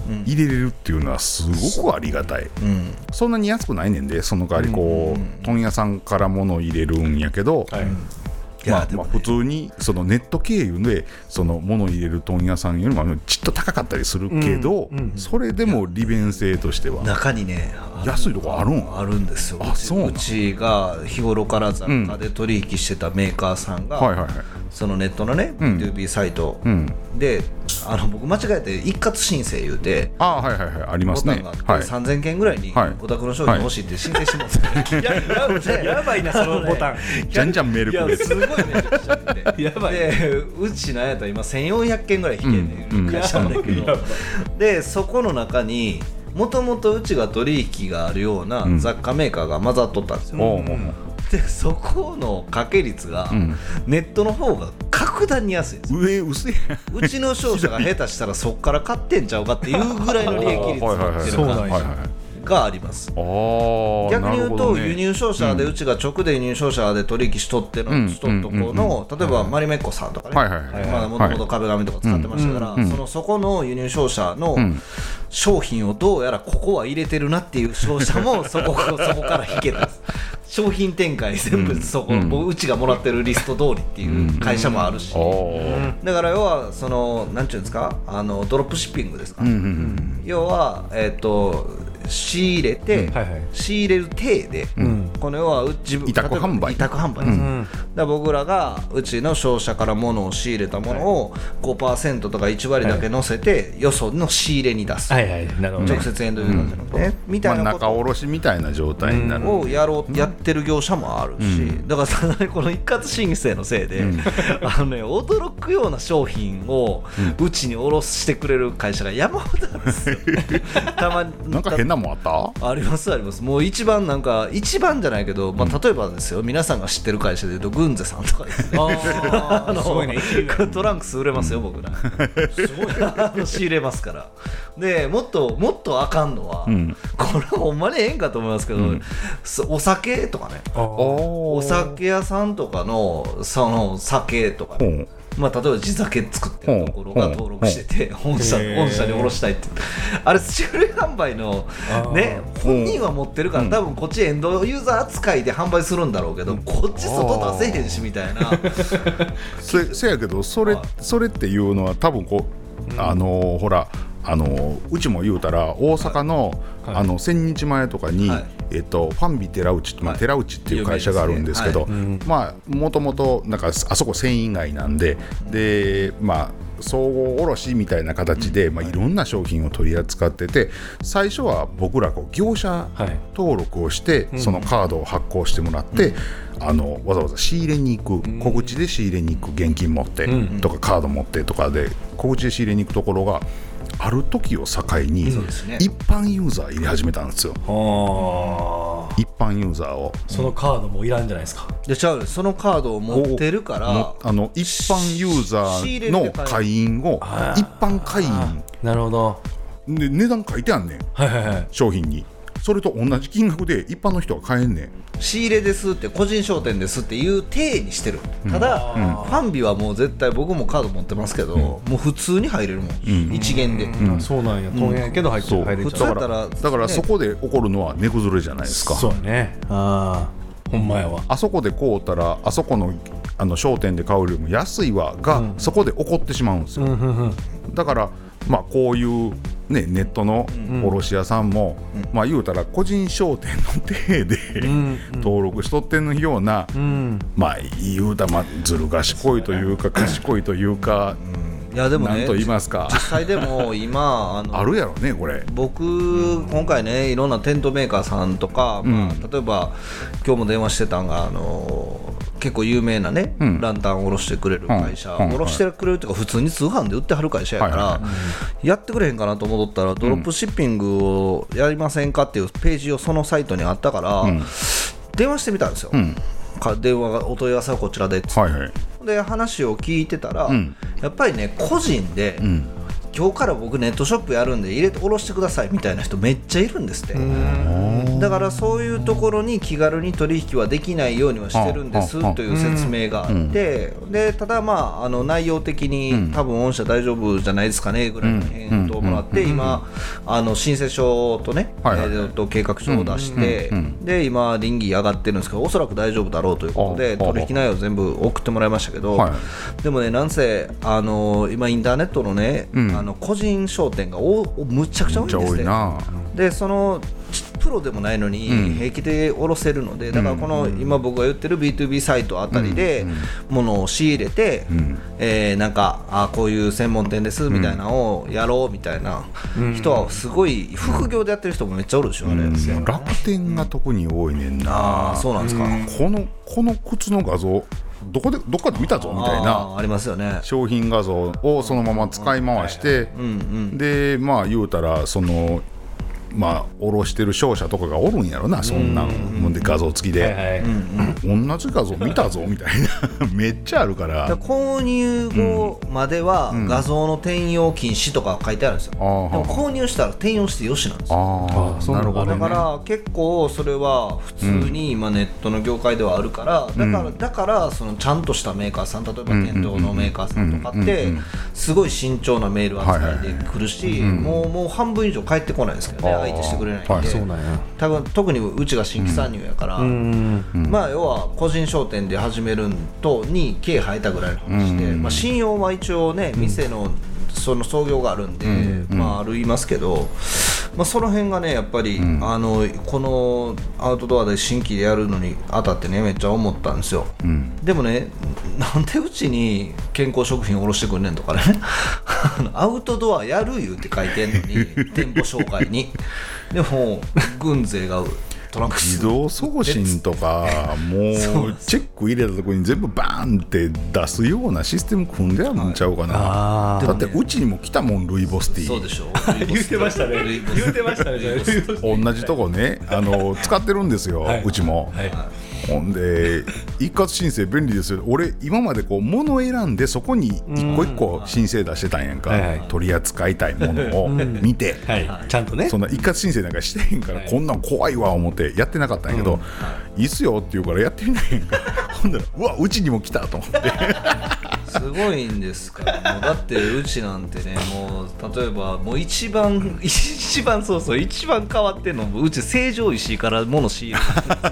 入れれるっていうのはすごくありがたい、そんなに安くないねんで、その代わりこう、問屋さんから物を入れるんやけど、まあ普通にそのネット経由でその物を入れる問屋さんよりもちっと高かったりするけど、それでも利便性としては中にね安いとこあるんですよ。 そううちが日頃から雑貨で取引してたメーカーさんが、そのネットのね B2B サイトで、僕間違えて一括申請言うてありますね、 ボタンがあって3000件ぐらいにお宅の商品欲しいって申請してますね。 やばいなそのボタン。 じゃんじゃんメールくれすごいめちゃくちゃってやばいで、うちなんやったら今1400件ぐらい引けんねん会社なんだけど、でそこの中にもともとうちが取引があるような雑貨メーカーが混ざっとったんですよ、でそこの掛け率がネットの方が格段に安いんですよ。うちの商社が下手したらそこから買ってんちゃうかっていうぐらいの利益率になってる感じがあります。逆に言うと輸入商社でうちが直で輸入商社で取引しとってのしとっとこの例えばマリメッコさんとかね、もともと壁紙とか使ってましたから、そこの輸入商社の商品をどうやらここは入れてるなっていう商社もそこから引けたんです。商品展開全部うちがもらってるリスト通りっていう会社もあるし、だから要はそのなんていうんですか、ドロップシッピングですか、要は仕入れて、仕入れる体で、この要は自分委託販売です、だから僕らがうちの商社から物を仕入れたものを 5% とか1割だけ乗せて、よその仕入れに出す、直接エンドユーザーじゃなくて、みたいなこと中卸みたいな状態になるをやってる業者もあるし、だからさらにこの一括申請のせいで、驚くような商品をうちに卸してくれる会社が山ほどあるんですよ。たまになんか変なもんあった？ ありますあります。もう一番じゃないけど、例えばですよ、皆さんが知ってる会社でいうとグンゼさんとかですね。すごいね。トランクス売れますよ、僕ら。すごい仕入れますから。でもっとあかんのは、これほんまにええんかと思いますけど、お酒とかね、お酒屋さんとかのその酒とかね、例えば地酒作ってるところが登録してて、本社に卸したいってあれ種類販売のね、本人は持ってるから多分こっちエンドユーザー扱いで販売するんだろうけど、こっち外出せへんしみたいな。 せやけどそれっていうのは多分こうほらうちも言うたら大阪の千日前とかに、ファンビ寺内、寺内っていう会社があるんですけど、もともとなんかあそこ繊維街なんで、総合卸みたいな形で、いろんな商品を取り扱ってて、最初は僕ら業者登録をして、そのカードを発行してもらって、わざわざ仕入れに行く、小口で仕入れに行く、現金持ってとかカード持ってとかで小口で仕入れに行くところがある時を境に、一般ユーザー入れ始めたんですよ。一般ユーザーを、 そのカードもいらんじゃないですか。 でそのカードを持ってるから一般ユーザーの会員を一般会員、 なるほど。 で値段書いてあんねん、商品に。それと同じ金額で一般の人が買えんねん。 仕入れですって個人商店ですっていう体にしてる。ただ、ファンビはもう絶対、僕もカード持ってますけど、もう普通に入れるもん、一元で。 そうなんや、問屋やけど入れちゃう。 普通だったらだからそこで起こるのは値崩れじゃないですか。 そうね。ほんまやわ。 あそこで買うたらあそこの商店で買うよりも安いわが、そこで起こってしまうんですよ。だからこういうネットの卸屋さんも、言うたら個人商店の体で登録しとってんのような、言うたらずる賢いというか賢いというか、 いやでもね、 なんと言いますか、 実際でも今あるやろねこれ。 僕、今回ね、いろんなテントメーカーさんとか、例えば今日も電話してたんが結構有名なね、ランタンを卸してくれる会社、卸してくれるというか普通に通販で売ってはる会社やから、やってくれへんかなと思ったら、ドロップシッピングをやりませんかっていうページをそのサイトにあったから、電話してみたんですよ。電話がお問い合わせはこちらでっつって、で話を聞いてたら、やっぱりね個人で今日から僕ネットショップやるんで入れて下ろしてくださいみたいな人めっちゃいるんですって。だからそういうところに気軽に取引はできないようにはしてるんですという説明があって、でただまあ内容的に多分御社大丈夫じゃないですかねぐらいの返答をもらって、今申請書とね、計画書を出して、で今倫理上がってるんですけど、おそらく大丈夫だろうということで取引内容全部送ってもらいましたけど、でもね、なんせ今インターネットのね、個人商店がむちゃくちゃ多いんですね。でそのプロでもないのに平気で下ろせるので、だからこの今僕が言ってる B2B サイトあたりで物を仕入れて、なんかこういう専門店ですみたいなのをやろうみたいな人はすごい副業でやってる人もめっちゃおるでしょ、あれ。 楽天が特に多いねんな。 そうなんですか。 この靴の画像どっかで見たぞみたいなありますよね。 商品画像をそのまま使い回して、でまあ言うたらそのまあ卸してる商社とかがおるんやろな、そんなんもんで画像付きで、同じ画像見たぞみたいなめっちゃあるから。 購入後までは画像の転用禁止とか書いてあるんですよ。でも購入したら転用してよしなんですよ。 なるほどね。 だから結構それは普通に今ネットの業界ではあるから、だからそのちゃんとしたメーカーさん、例えば店頭のメーカーさんとかってすごい慎重なメール扱いで来るし、もう半分以上返ってこないですけどね、相手してくれないんで。 そうなんや。 多分特にうちが新規参入やから、まあ要は個人商店で始めるんとに毛生えたぐらいの話で、まあ信用は一応ね、店のその創業があるんで、まあありますけど、まあその辺がねやっぱり、このアウトドアで新規でやるのにあたってねめっちゃ思ったんですよ。でもね、なんでうちに健康食品おろしてくんねんとかねアウトドアやる言うて書いてんのに店舗紹介にでも軍勢がトランクス自動送信とかもうチェック入れたところに全部バーンって出すようなシステム組んであるんちゃうかな。だってうちにも来たもん、ルイボスティー。 そうでしょ言ってましたね。言ってましたね。 同じとこね使ってるんですよ、うちも。ほんで一括申請便利ですよ。俺今までこう物を選んでそこに一個一個申請出してたんやんか、取り扱いたいものを見て、 ちゃんとね。 そんな一括申請なんかしてへんから、こんなん怖いわ思ってやってなかったんやけど、いいっすよって言うからやってみないやんかほんだらうわうちにも来たと思ってすごいんですから。もうだってうちなんてね、もう例えばもう一番そうそう一番変わってんのうち成城石井から物仕入れ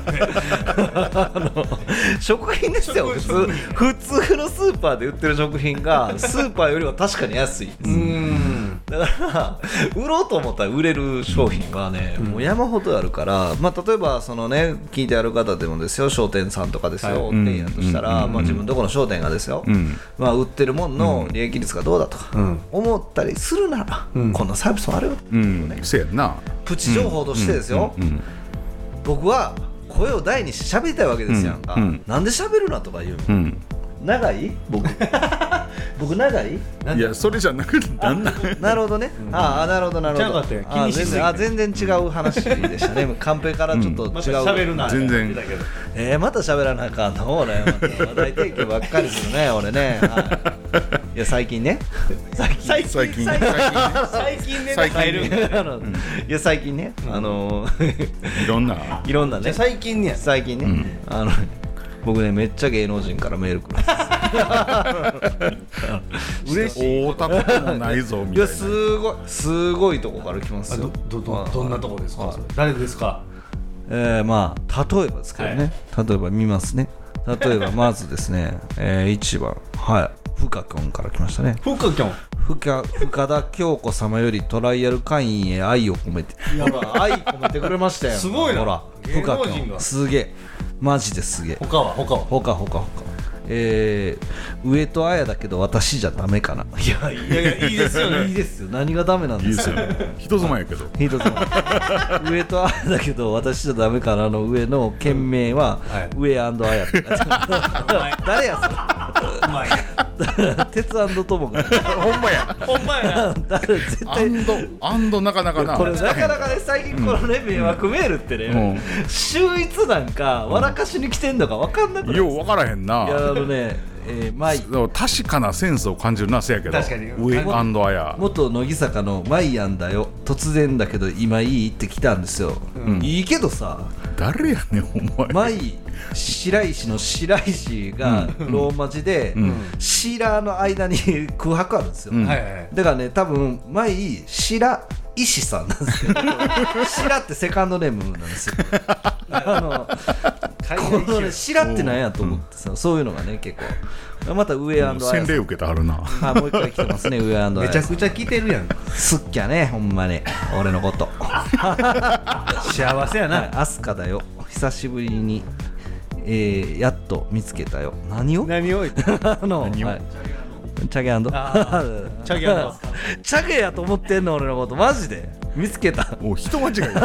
食品ですよ。普通のスーパーで売ってる食品がスーパーよりは確かに安いです。だから売ろうと思ったら売れる商品はね、もう山ほどあるから、まあ、例えばそのね聞いてある方でもですよ、商店さんとかですよ、店やとしたら、まあ、自分どこの商店がですよ、まあ、売ってるものの利益率がどうだとか思ったりするなら、こんなサービスもあるよっていうね、 せやな。 プチ情報としてですよ、僕は声を大にして喋りたいわけですやんか、なんで喋るなとか言うの、長い僕長いいやそれじゃなくてなるほどね、なるほどなるほど、全然違う話でしたねカンペからちょっと違う、 喋るな全然また喋らなあかんの俺、また話題提供ばっかりするね俺ね、いや最近ね最近ねいや最近ねいろんなね最近ね僕ねめっちゃ芸能人からメール来る嬉しい。会うたこともないぞみたいな。 いやすごいとこから来ますよ。 どんなとこですか。誰ですか。 まあ例えばですけどね、例えば見ますね。例えばまずですね、1番ふかきょんから来ましたね。 ふかきょん深田恭子様よりトライアル会員へ愛を込めて、やばい愛込めてくれましたよ。すごいな。ほら芸能人がすげえ、マジですげえ。 他は上戸彩だけど私じゃダメかな。いやいいですよね。いいですよ。何がダメなんですか。 人妻やけど。 上戸彩だけど私じゃダメかなの上の件名は上&彩って誰やそれ。鉄&トモがほんまや絶対アンドなかなかなこれなかなかね最近このね迷惑メールってね秀逸なんか笑かしに来てんのか分かんなくない。 よう分からへんな。 いやマイだから確かなセンスを感じるな。せやけど確かに上アヤ元乃木坂のマイアンだよ、突然だけど今いいって来たんですよ、いいけどさ、 誰やねんお前。 マイ白石の白石がローマ字で、シーラーの間に空白あるんですよ、 はいはいだからね多分マイ白石さんなんですよ白ってセカンドネームなんですよこのね白ってなんやと思ってさ、そういうのがね結構また上アンドアヤ洗礼受けてはるな。 もう一回来てますね上アンドアヤめちゃくちゃ来てるやん。 すっきゃねほんまに俺のこと幸せやな。 アスカだよ久しぶりに、やっと見つけたよ。何を何をはい、チャゲアンドチャゲアンドチャゲやと思ってんの俺のことマジで見つけた。 もう人間違いです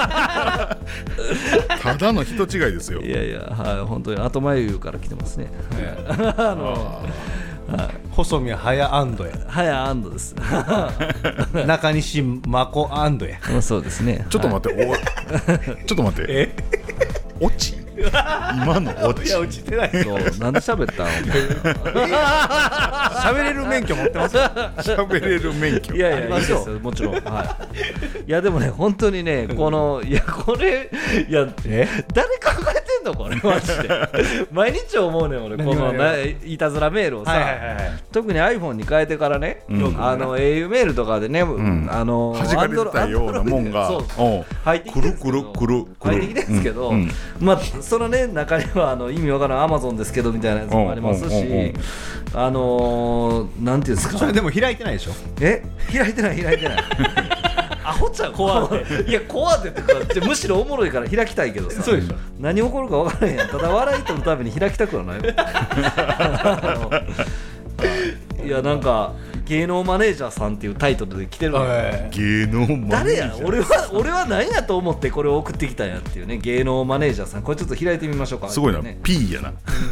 ただの人違いですよ。 いやいや、はい、本当に後眉から来てますね。 細見早アンドや。 早アンドです中西真子アンドや。 そうですね。 ちょっと待って、ちょっと待って、オチ今のオチ。 いや落ちてない。 そうなんで喋ったの喋れる免許持ってます。 喋れる免許。 いやいやいいですよもちろん、はい、いやでもね本当にねこのいやこれいや誰考えてんのこれマジで毎日思うねん俺このいたずらメールをさ、特に iPhone に変えてからね、au メールとかでね、 弾かれてたようなもんが入ってきてるんですけど、まあそのね中には意味わからん Amazon ですけどみたいなやつもありますし、なんていうんですか。 それでも開いてないでしょ。 開いてないアホちゃん怖っていや怖ってってかむしろおもろいから開きたいけどさ、 そうでしょ。 何起こるか分からへんやん。ただ笑い取るために開きたくはないいやなんか芸能マネージャーさんっていうタイトルで来てるの芸能マネージャー誰や俺は何やと思ってこれを送ってきたんやっていうね。芸能マネージャーさんこれちょっと開いてみましょうか。 すごいな、 ね、 P やな。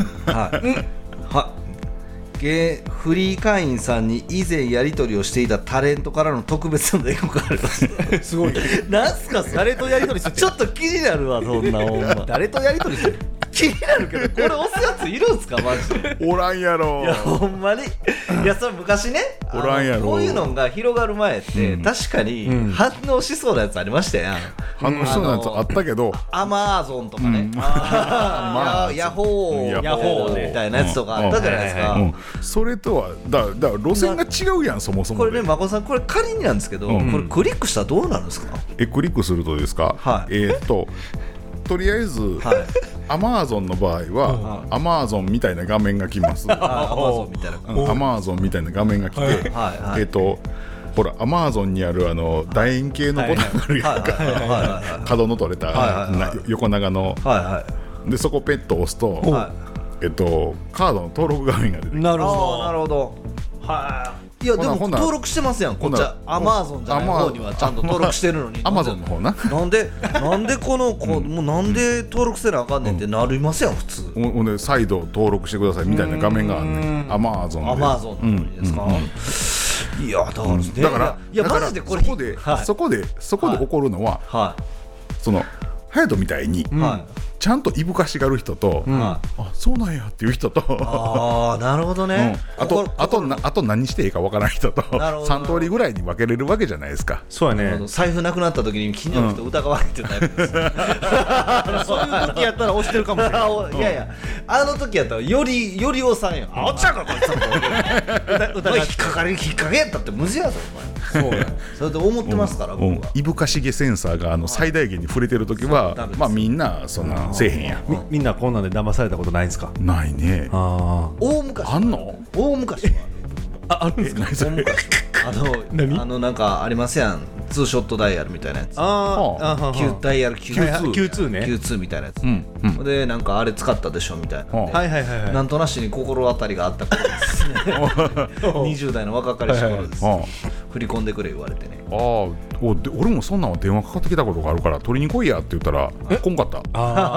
フリー会員さんに以前やり取りをしていたタレントからの特別な電話がありますすごい。 なんすか誰とやり取りしてちょっと気になるわそんなほんま誰とやり取りしてる。 気になるけどこれ押すやついるんすかマジで。 おらんやろ。 いやほんまにいやそれ昔ねおらんやろ。 こういうのが広がる前って、確かに反応しそうなやつありましたやん。 反応しそうなやつあったけど、 アマゾンとかね、ヤホーみたいなやつとかあったじゃないですか。 それとはだ路線が違うやんそもそもで。 これねまこさんこれ仮になんですけど、これクリックしたらどうなるんですか。 クリックするとですか、とりあえず、アマゾンの場合は、アマゾンみたいな画面が来ます。 アマゾンみたいなアマゾンみたいな画面が来て、ほらアマゾンにある楕円形のボタンがあるやんか、角の取れた横長の、でそこペット押すと、カードの登録画面が出てくる。 なるほどなるほど。いやでも登録してますやんこっちは。アマゾンじゃない方にはちゃんと登録してるのにアマゾンの方な。 なんでこのもうなんで登録せなあかんねんってなりますやん普通。 ほんで再度登録してくださいみたいな画面があるねん。アマゾンで。 アマゾンのですか。いやだからいやマジでこれそこで起こるのは、その隼人みたいにちゃんといぶかしがる人と、あそうなんやっていう人と、 なるほどね、 あと何していいかわからない人と3通りぐらいに分けれるわけじゃないですか。 そうやね。 財布なくなった時に近所の人疑われてるタイプですそういう時やったら押してるかもしれない。 いやいやあの時やったらよりおさんよ。あっちゃうかこいつ引っ掛けやったって無事やぞお前。そうやそれで思ってますから僕は。 いぶかしげセンサーが最大限に触れてる時はまあみんなそんなせえへんや。 みんなこんなんで騙されたことないんですか。 ないね。 大昔あんの。 大昔はあるんですか。 なんかありますやんツーショットダイヤルみたいなやつ。ダイヤル Q2 ね。Q2 みたいなやつでなんかあれ使ったでしょみたいな。なんとなしに心当たりがあった頃ですね。20代の若かりし頃です。振り込んでくれ言われてね。 俺もそんなんは電話かかってきたことがあるから取りに来いやって言ったら来んかった。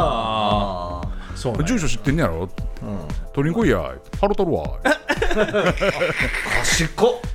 住所知ってんねやろ、取りに来いや、払うとるわ。 賢っ。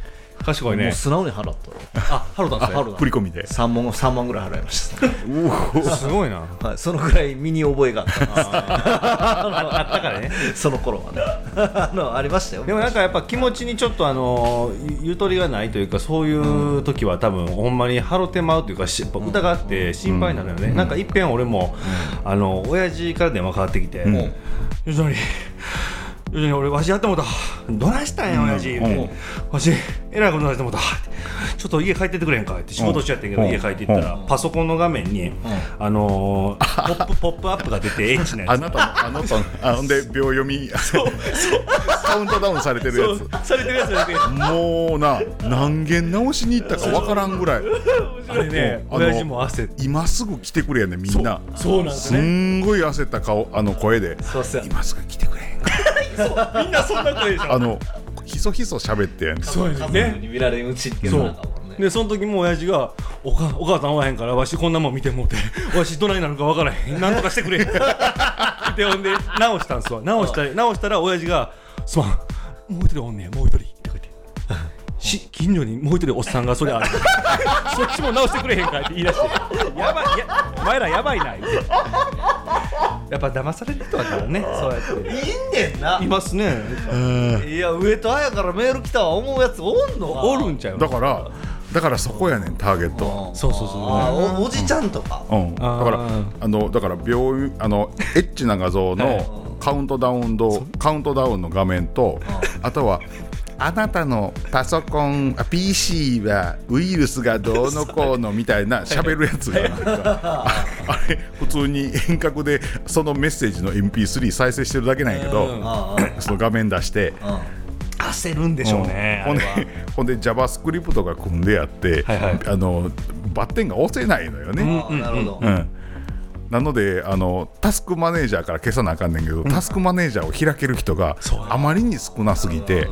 賢いね。 もう素直に払ったらあ、払ったんですね。 振り込みで 3万ぐらい払いましたすごいな。 はい、そのぐらい身に覚えがあったんですあったからね。 その頃はねありましたよ。 でもなんかやっぱ気持ちにちょっとゆとりがないというか、そういう時は多分ほんまに払ってまうというか、やっぱ疑って心配になるよね。なんかいっぺん俺も親父から電話かかってきて、ゆとり俺わしやってもうた、どないしたんや親父、わしえらいことになってもうた、ちょっと家帰ってってくれへんかって、仕事しちゃってんけど家帰っていったらパソコンの画面にポップアップが出てエッチなやつ、 あなたほんで秒読みカウントダウンされてるやつされてるやつだけもうな何件直しに行ったかわからんぐらいあれね、親父も焦って今すぐ来てくれやねみんな。 そうなんですすね。 んごい焦った顔声でそうっすよ今すぐ来てくれへんかみんなそんな声でしょ。 ひそひそ喋ってやんそうや家ね族に見られんうちっていうそうのがもんね。 でその時も親父がお母さんおらへんからわしこんなもん見てもうてわしどないなるかわからへん、なんとかしてくれでほんで直したんすわ。直したら親父がすまん、もう一人おんねん、もう一人って言って近所にもう一人おっさんがそれあるそっちも直してくれへんかって言い出してやばい、お前らやばいなってやっぱ騙される人だからね、そうやっていいんねんな。 いますね。 いや上戸彩からメール来たわ思うやつおんのか。 おるんちゃう。 だからそこやねんターゲット。 そうおじちゃんとか。 だから病院エッチな画像のカウントダウンの画面と、あとはあなたのパソコン PC はウイルスがどうのこうのみたいな喋るやつがあれ普通に遠隔でそのメッセージの MP3 再生してるだけなんやけど、その画面出して焦るんでしょうね。 ほんで JavaScript が組んでやって、バッテンが押せないのよね。 なるほど。 なのでタスクマネージャーから消さなあかんねんけど、タスクマネージャーを開ける人があまりに少なすぎて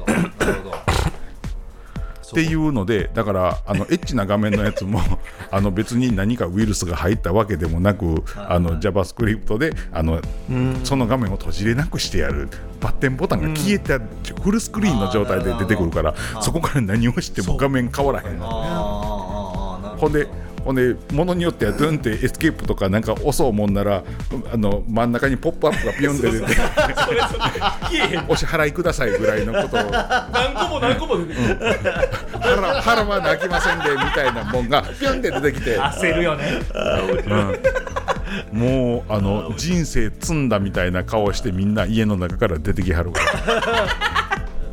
っていうので、だからエッチな画面のやつも別に何かウイルスが入ったわけでもなくJavaScript でその画面を閉じれなくしてやる、バッテンボタンが消えたフルスクリーンの状態で出てくるから、そこから何をしても画面変わらへん。ほんで物によってはドゥンってエスケープとかなんか押そうもんなら真ん中にポップアップがピヨンって出てお支払いくださいぐらいのことを何個も出てきて腹は泣きませんでみたいなもんがピヨンって出てきて焦るよね。 もう人生積んだみたいな顔してみんな家の中から出てきはるから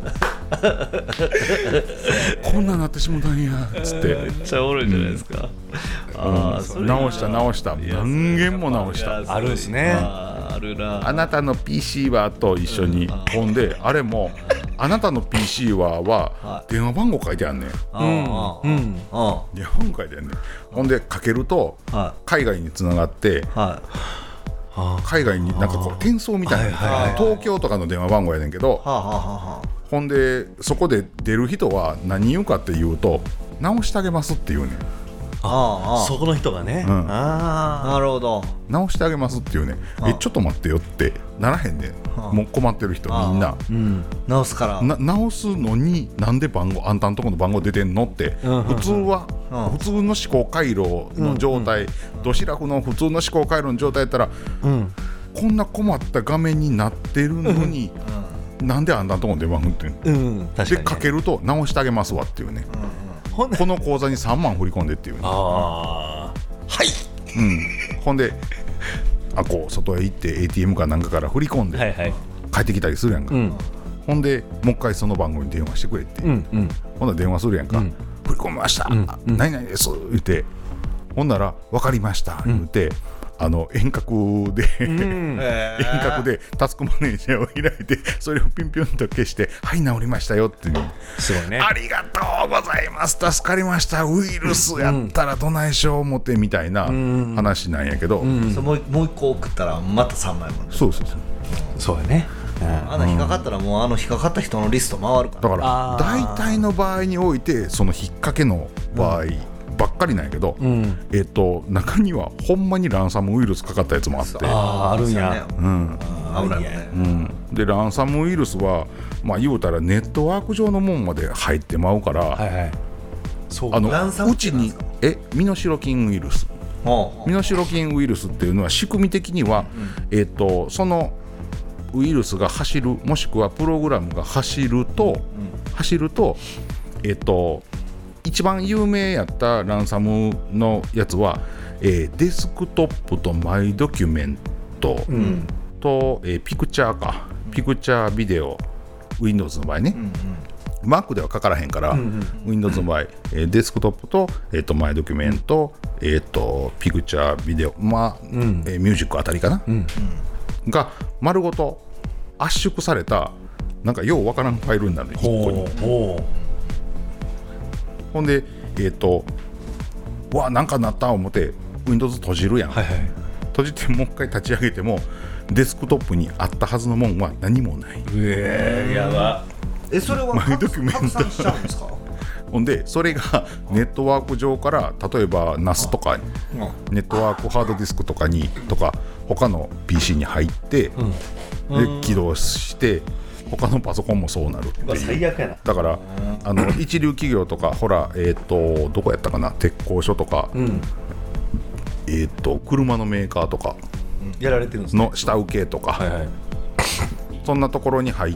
こんななってしもたんやっつってめっちゃおるんじゃないですか。 直した何件も直した。 あるんですね。 あるな。 あなたの PC はと一緒にほんであれもあなたの PC は電話番号書いてあんねん。電話番号書いてあんねん。ほんでかけると海外につながって海外になんかこう転送みたいな東京とかの電話番号やねんけど、ほんでそこで出る人は何言うかって言うと直してあげますって言うねん。 そこの人がね。 なるほど。 直してあげますって言うねん。ちょっと待ってよってならへんねん。もう困ってる人みんな直すから直すのになんであんたんとこの番号出てんのって普通は普通の思考回路の状態、ドシラフの普通の思考回路の状態やったらこんな困った画面になってるのになんであんたんとこの電話振ってんのでかけると直してあげますわっていうね。この口座に3万振り込んでっていうね。はい、ほんでこう外へ行って ATM かなんかから振り込んで帰ってきたりするやんか。ほんでもう一回その番号に電話してくれって、ほんなら電話するやんか。振り込みました、何々です言ってほんなら分かりました言って遠隔でタスクマネージャーを開いてそれをピンピンと消してはい治りましたよっていう。 すごいね。 ありがとうございます助かりましたウイルスやったらどないしよう思ってみたいな話なんやけど、 もう一個送ったらまた3枚も。 そうやね。 引っかかったらもう引っかかった人のリスト回るから。 だから大体の場合においてその引っ掛けの場合ばっかりなんやけど、中にはほんまにランサムウイルスかかったやつもあってあるんや。 危ないね。 でランサムウイルスはまあ言うたらネットワーク上のもんまで入ってまうから、 はいはい、そうランサムうちに身代金ウイルス身代金ウイルスっていうのは仕組み的には、そのウイルスが走るもしくはプログラムが走ると、一番有名やったランサムのやつは、デスクトップとマイドキュメントと、ピクチャービデオ Windows の場合ね、Mac ではかからへんから、Windows の場合、デスクトップと、マイドキュメント、ピクチャービデオ、ミュージックあたりかな、が丸ごと圧縮されたなんかようわからんファイルになる1個に。ほんでわなんかなった思って Windows 閉じるやん、閉じてもう一回立ち上げてもデスクトップにあったはずのもんは何もない。 やば。 それは拡散しちゃうんですか？ ほんでそれがネットワーク上から例えば NAS とかネットワークハードディスクとかにとか他の PC に入って、で起動して他のパソコンもそうなるっていう。 最悪やな。 だから一流企業とかほらどこやったかな鉄工所とか、車のメーカーとかやられてるんですねの下請けとか、そんなところに入って、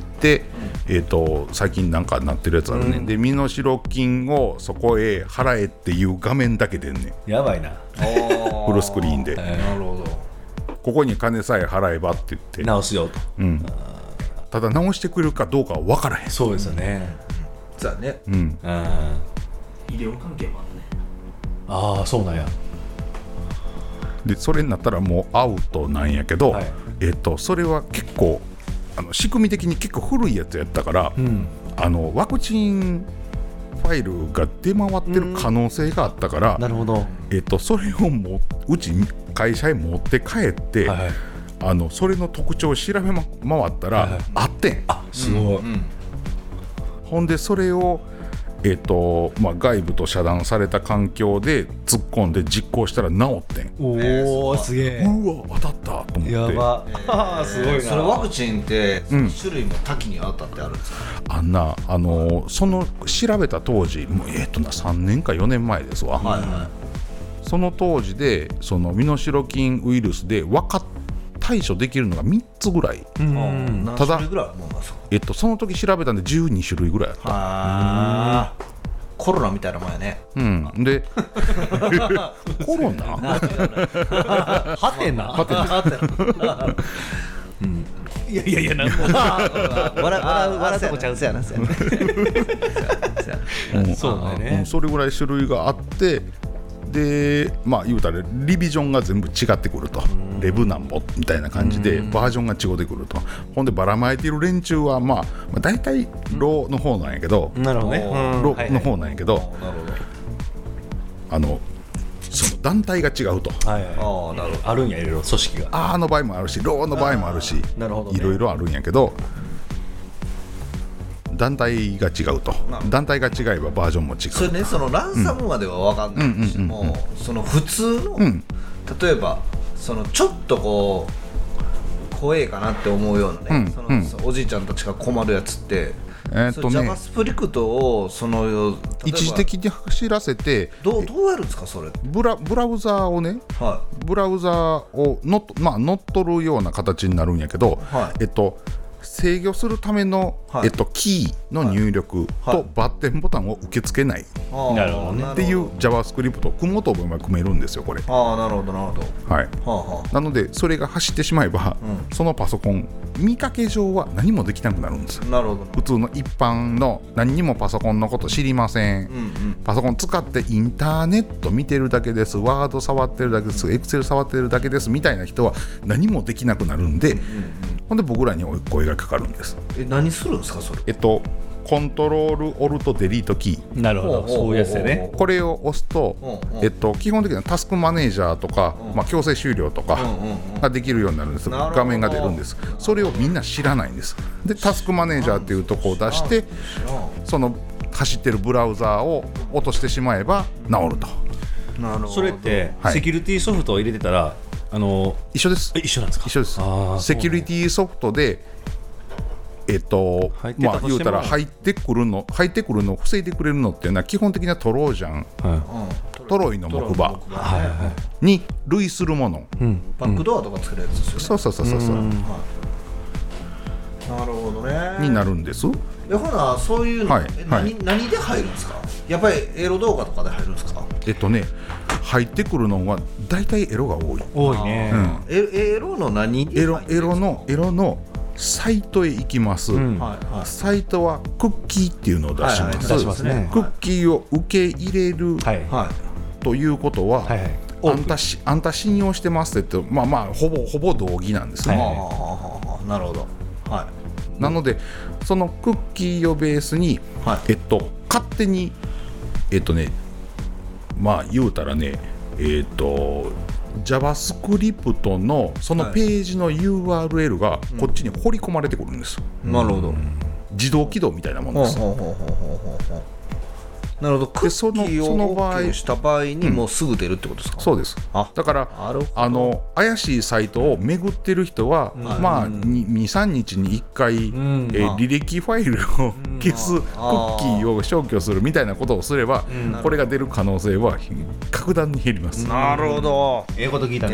最近なんかなってるやつあるね、で身代金をそこへ払えっていう画面だけでんねん、 やばいな。 フルスクリーンで、 なるほど。 ここに金さえ払えばって言って直すよと。 ただ直してくれるかどうかは分からへん。 そうですよね。 そうだね。 医療関係もあるね。 ああそうなんや。 でそれになったらもうアウトなんやけど、それは結構仕組み的に結構古いやつやったから、ワクチンファイルが出回ってる可能性があったから、 なるほど。 それをうち会社へ持って帰って、それの特徴を調べ回ったら、あってん。 すごい。 ほんでそれを外部と遮断された環境で突っ込んで実行したら治ってん。 おおすげえ。 うわ当たったと思って。 やば。すごいな。 それワクチンって種類も多岐にあったってあるんですか？ その調べた当時もう3年か4年前ですわ、その当時でその身代金ウイルスで対処できるのが3つぐらい、 何種類ぐらいあるもんなんですか？ その時調べたんで12種類ぐらいあった。 コロナみたいなもんやね。 でコロナはてな。いやなんも笑うとこちゃうせやな。 そうだね。 それぐらい種類があって、で言うたらリビジョンが全部違ってくると、レブなんぼみたいな感じでバージョンが違ってくると。ほんでばらまいている連中は大体ローの方なんやけど、 なるほどね。 ローの方なんやけど、その団体が違うと。 あるんや、いろいろ組織が。 の場合もあるしローの場合もあるし、 なるほどね。 いろいろあるんやけど、団体が違うと。団体が違えばバージョンも違う。 それね、そのランサムまでは分かんないにしても、その普通の、例えばそのちょっとこう怖えかなって思うようなね、おじいちゃんたちが困るやつって、JavaScript を一時的に走らせてどうやるんですかそれ？ ブラウザーをね、ブラウザーを乗っ取るような形になるんやけど、制御するための、キーの入力とバッテンボタンを受け付けないなるほどねっていう JavaScript を組もうと思えば組めるんですよこれ。 なるほどなるほど。 なのでそれが走ってしまえば、そのパソコン見かけ上は何もできなくなるんですよ。 なるほど。 普通の一般の何にもパソコンのこと知りません、パソコン使ってインターネット見てるだけです、ワード触ってるだけです、エクセル触ってるだけですみたいな人は何もできなくなるんで、ほんで僕らに声がかかるんです。 何するんですかそれ？ コントロールオルトデリートキー、 なるほど、そういうやつでね。 これを押すと、基本的にはタスクマネージャーとか、強制終了とかができるようになるんです。画面が出るんです。それをみんな知らないんです。でタスクマネージャーっていうとこを出して、その走ってるブラウザーを落としてしまえば治ると。 それってセキュリティソフトを入れてたら一緒です。 一緒なんですか。 一緒ですあ。 セキュリティソフトでまあ言うたら入ってくるのを防いでくれるのっていうのは基本的なトロージャン、トロイの木馬に類するもの、 バックドアとか作るやつですよね。 そう、 なるほどね。 になるんです。 ほなそういうの、何で入るんですか。やっぱりエロ動画とかで入るんですか。 入ってくるのは大体エロが多い。 多いね。 エロの何にエロのサイトへ行きます、サイトはクッキーっていうのを出します、 出しますね。 クッキーを受け入れる、ということは、あんた信用してますって言って、まあほぼ同義なんですね、 なるほど。 なのでそのクッキーをベースに、勝手にまあ言うたらねJavaScript のそのページの URL がこっちに掘り込まれてくるんです、 なるほど。 自動起動みたいなものです。 なるほど。クッキーを OK した場合にもうすぐ出るってことですか。 そうです。だから怪しいサイトを巡ってる人は、まあ 2,3 日に1回、履歴ファイルを消す、クッキーを消去するみたいなことをすれば、これが出る可能性は格段に減ります。 なるほど。 英語と聞いた。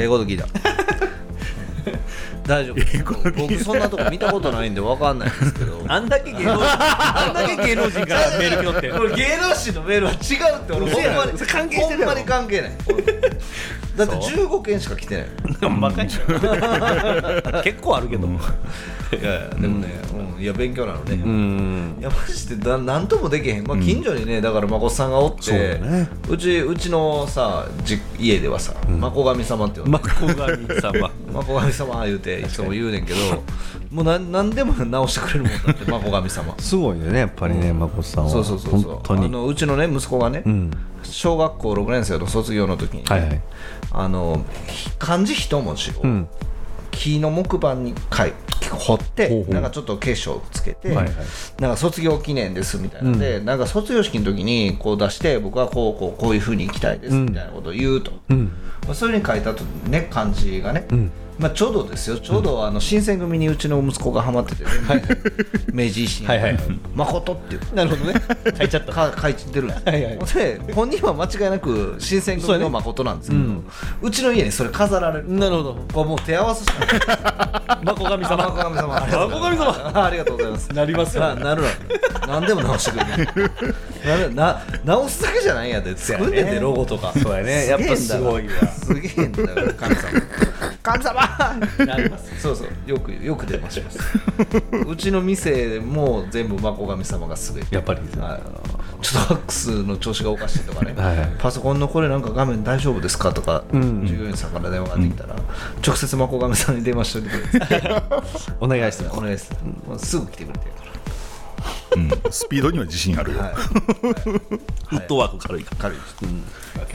大丈夫。僕そんなとこ見たことないんで分かんないんですけど。 あんだけ芸能人からメール来よって。 これ芸能人のメールは違うって俺ほんまに関係してる。ほんまに関係ない。だって15件しか来てない。 バカに結構あるけど。 いやでもね、いや勉強なのね。いやマジでなんともできへん。まあ近所にね、だからまこさんがおって、うちのさ家ではさ、まこ神様って呼んで。 まこ神様言うていつも言うねんけど、もう何でも直してくれるもんだってまこ神様。 すごいねやっぱりね、まこさんは。 そう本当にうちのね息子がね、小学校6年生の卒業の時にね、漢字一文字を木の木板に彫ってなんかちょっと結晶をつけて、なんか卒業記念ですみたいなので、なんか卒業式の時にこう出して、僕はこういう風に行きたいですみたいなことを言うと、それに書いたとね漢字がね、まあちょうどですよ、ちょうど新選組にうちの息子がハマっててね、明治維新誠っていうなるほどね、書いちゃった書いてるんですで、本人は間違いなく新選組の誠なんですけど、うちの家にそれ飾られる。 なるほど。 これもう手合わせしたまこ神様ありがとうございます。 なりますよ。 なる何でも直してくれる。直すだけじゃないんやで、作んねんでロゴとか。 そうやね、やっぱすごいわ。 すげえんだから神様なります。そうよく出まします。うちの店も全部まこ神様がすべて。 やっぱりちょっとファックスの調子がおかしいとかね、パソコンのこれなんか画面大丈夫ですかとか、従業員さんから電話ができたら、直接まこ神さんに電話しておいてくれてお願いします。 お願いします。すぐ来てくれてるから。 スピードには自信あるよ。 フットワーク軽いから。 軽いです。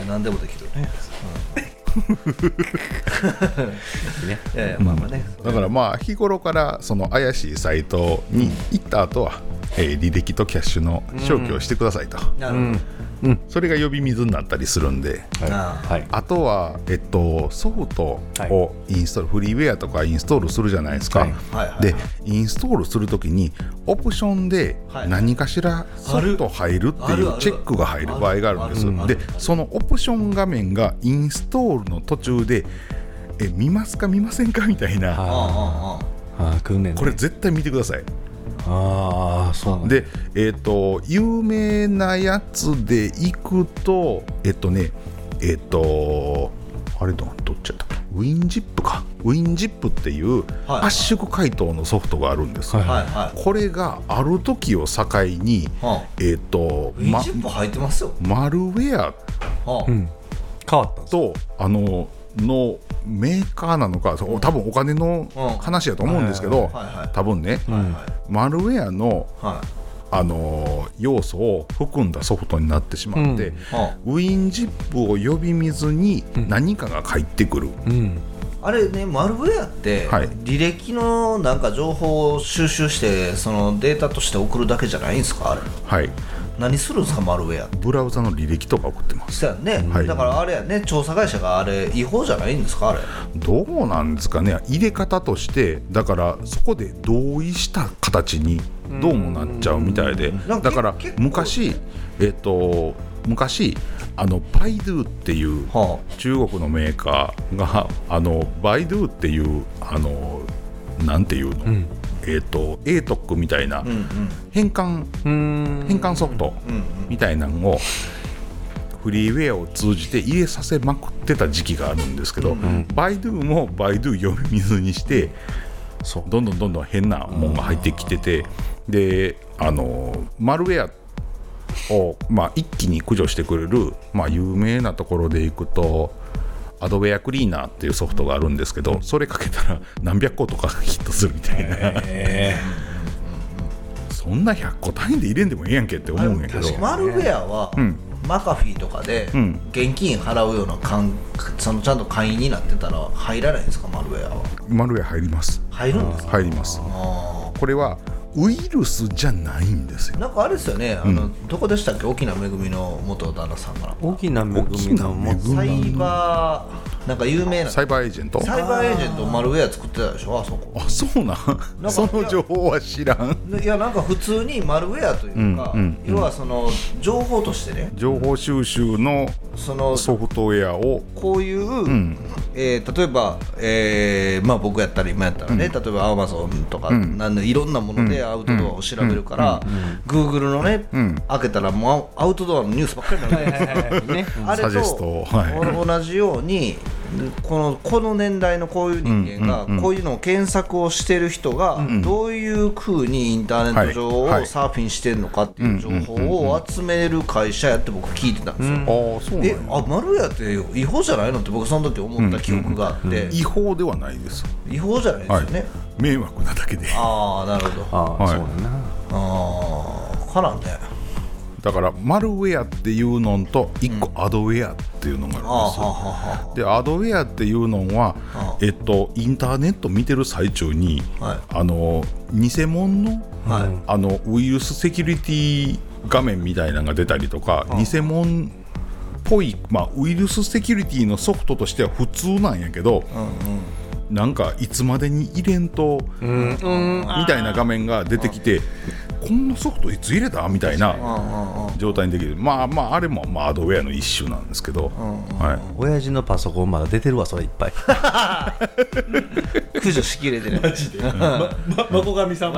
何でもできるね。 だからまあ日頃からその怪しいサイトに行った後は、履歴とキャッシュの消去をしてくださいと、それが呼び水になったりするんで、あとは、ソフトをインストール、フリーウェアとかインストールするじゃないですか、でインストールするときにオプションで何かしらソフト入るっていうチェックが入る場合があるんです。でそのオプション画面がインストールの途中で見ますか見ませんかみたいな、これ絶対見てください。 そうで、有名なやつでいくとあれどっちやったか、ウィンジップか、ウィンジップっていう圧縮解凍のソフトがあるんです、これがある時を境に、 ウィンジップ入ってますよ。 マルウェア変わったんですとのメーカーなのか、多分お金の話やと思うんですけど、多分ね、マルウェアの要素を含んだソフトになってしまって、ウィンジップを呼び水に何かが返ってくる、 あれね、マルウェアってはい履歴のなんか情報を収集してそのデータとして送るだけじゃないんですか？あれはい何するんですかマルウェアって。 ブラウザの履歴とか送ってます。 そうやんね、 はいだからあれやね、調査会社があれ違法じゃないんですか？あれどうなんですかね、入れ方としてだからそこで同意した形にどうもなっちゃうみたいで、 なんかだから結構昔バイドゥっていうは中国のメーカーがバイドゥっていうなんていうの、ATOC みたいな変換ソフトみたいなのをフリーウェアを通じて入れさせまくってた時期があるんですけど、バイドゥもバイドゥ読み水にしてどんどん変なものが入ってきてて、でマルウェアを、一気に駆除してくれる、有名なところでいくとアドウェアクリーナーっていうソフトがあるんですけど、それかけたら何百個とかヒットするみたいな、そんな100個単位で入れんでもええやんけって思うんやけど、 マルウェアは、マカフィーとかで現金払うようなそのちゃんと会員になってたら入らないんですか？マルウェアはマルウェア入ります。 入るんですか？ 入ります。これはウイルスじゃないんですよ。 なんかあれですよね、どこでしたっけ、沖縄めぐみの元旦那さんから大きな恵みのもサイバーなんか有名なサイバーエージェント。 サイバーエージェントマルウェア作ってたでしょ、あそこ。 あ、そうなんかその情報は知らん。 いやなんか普通にマルウェアというか、要はその情報としてね、 情報収集のそのソフトウェアをこういう、例えば、僕やったら今やったらね、例えば Amazon とか、いろんなものでアウトドアを調べるから、Google のね、開けたらもうアウトドアのニュースばっかりになるじゃないですか。あれサジェスト、 と同じようにこの年代のこういう人間がこういうのを検索をしてる人がどういう風にインターネット上をサーフィンしてるのかっていう情報を集める会社やって僕聞いてたんですよ。 ああ、そうなんや。 マルウェアって違法じゃないのって僕その時思った記憶があって、 違法ではないです。 違法じゃないですよね。 迷惑なだけで。 ああ、なるほど。 そうだな。 からね。 だからマルウェアっていうのと1個アドウェアっていうのがあるんですよ。でアドウェアっていうのは、インターネット見てる最中に、偽物の、ウイルスセキュリティ画面みたいなのが出たりとか、偽物っぽい、ウイルスセキュリティのソフトとしては普通なんやけど、なんかいつまでに入れんとみたいな画面が出てきて、こんなソフトいつ入れたみたいな状態にできる。あれもアドウェアの一種なんですけど、 親父のパソコンまだ出てるわ、それいっぱい。 駆除しきれてる。マジで。 孫神様。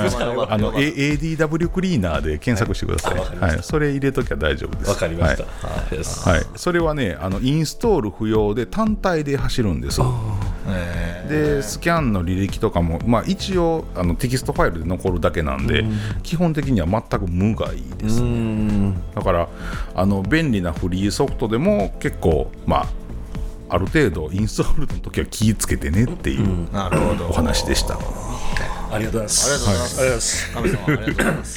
ADW クリーナーで検索してください。それ入れときゃ大丈夫です。 わかりました。 それはね、インストール不要で単体で走るんです。でスキャンの履歴とかも、一応テキストファイルで残るだけなんで、基本的には全く無害ですね。だから便利なフリーソフトでも結構ある程度インストールの時は気をつけてねっていうお話でした。 ありがとうございます。 ありがとうございます。神様ありがとうございます。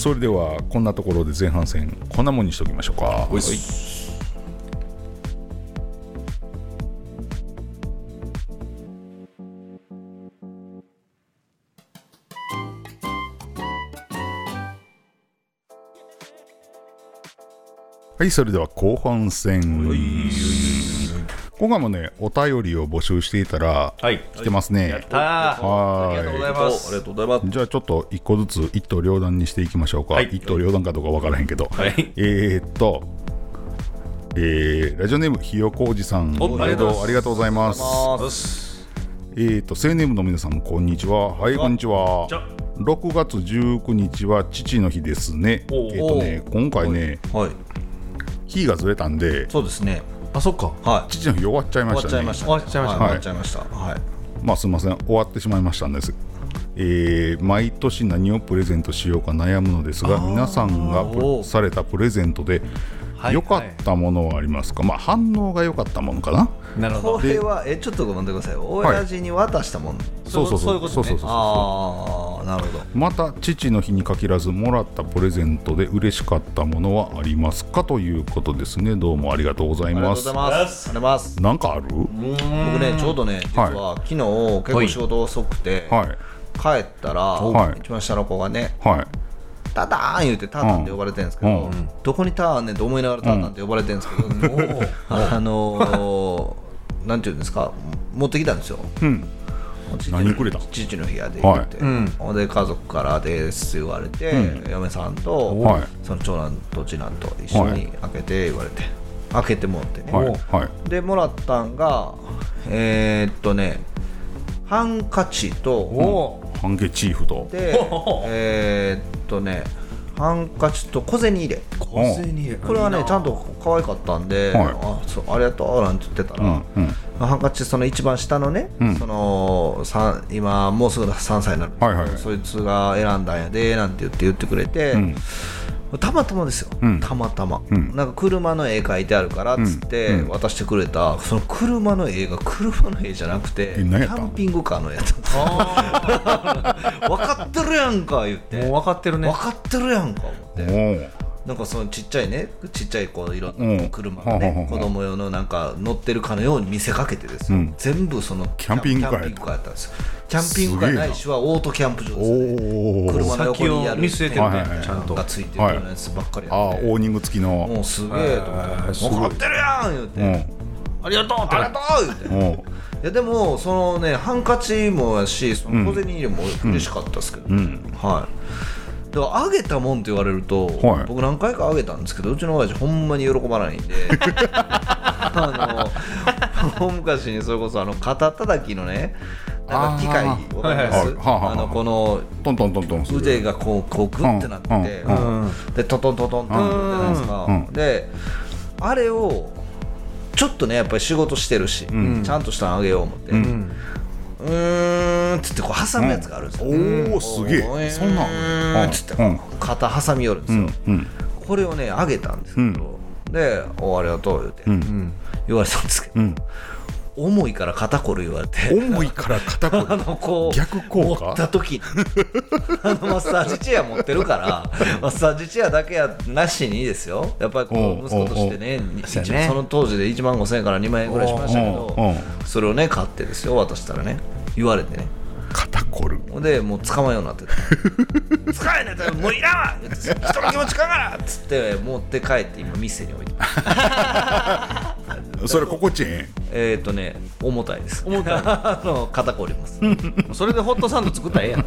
それではこんなところで前半戦こんなもんにしときましょうか。はい、それでは後半戦。今回もね、お便りを募集していたら、来てますね。 ありがとうございます。 ありがとうございます。 じゃあちょっと一個ずつ一刀両断にしていきましょうか。一刀両断かどうか分からへんけど。ラジオネームひよこおじさん、ありがとうございます。青年部の皆さん、こんにちは。はい、こんにちは。6月19日は父の日ですね。今回ね、日がずれたんで、 そうですね。 あ、そっか。 父の日終わっちゃいましたね。 終わっちゃいました。 すみません、終わってしまいましたんです。毎年何をプレゼントしようか悩むのですが、皆さんがされたプレゼントで良かったものはありますか？反応が良かったものかな。 なるほど。 これはちょっとごめんなさい。親父に渡したもの。 そういうことね。 ああ、 なるほど。 また父の日に限らずもらったプレゼントで嬉しかったものはありますかということですね。どうもありがとうございます。 ありがとうございます。ありがとうございます。 なんかある？ 僕ねちょうどね実は昨日結構仕事遅くて、 はい、 帰ったら、 はい、 一番下の子がね、 はい、 タターン言うてタータンって呼ばれてるんですけど、どこにターンねんって思いながらタータンって呼ばれてるんですけど、なんていうんですか、持ってきたんですよ。 何くれた？ 父の日やで言って、ほんで家族からです言われて、嫁さんと、その長男と次男と一緒に開けて言われて、開けてもらってね、でもらったんがハンカチと、 ハンケチーフとでハンカチと小銭入れ。これはねちゃんと可愛かったんで、ありがとうなんて言ってたら、ハンカチその一番下のね、その今もうすぐ3歳になるんですけど、そいつが選んだんやでなんて言ってくれて、たまたまですよ、たまたま、なんか車の絵描いてあるからっつって渡してくれた、その車の絵が車の絵じゃなくてキャンピングカーのやつ。分かってるやんか言って。 もう分かってるね。 分かってるやんか思って。なんかそのちっちゃいこういろんな車がね、子供用のなんか乗ってるかのように見せかけてですよ、全部そのキャンピングカーやったんですよ。キャンピングカーないしはオートキャンプ場ですね。車の横にやる見据えてるね、 ちゃんとがついてるようなやつばっかりやって、 オーニング付きの、 もうすげえと思って、分かってるやん言って、ありがとうってありがとう言って。いやでもそのねハンカチもやし、その小銭入れも嬉しかったですけど、はい。だからあげたもんって言われると、僕何回かあげたんですけど、うちの親父ほんまに喜ばないんで大昔にそれこそ肩叩きのね、なんか機械わかります？このトントントントン腕がこうグッてなって、でトトントトンってなってないですか。であれをちょっとねやっぱり仕事してるし、ちゃんとしたのあげよう思って、つってこう挟むやつがあるんですよ。 おおすげえ。そんなんつって肩挟み寄るんですよ。これをねあげたんですけど、でありがとう言って言われたんですけど、重いから肩こる言われて。 重いから肩こるこう逆効果持った時にマッサージチェア持ってるからマッサージチェアだけやなしにですよ、やっぱりこう息子としてね、その当時で1万5,000円から2万円ぐらいしましたけど、それをね買ってですよ渡したらね言われてね、 肩こるでもう捕まえようになってた使えねえともういらんわ人の気持ち考えなっつって持って帰って今店に置いてそれ心地いい？ 重たいです。 重たい肩こりますそれでホットサンド作ったらええやん。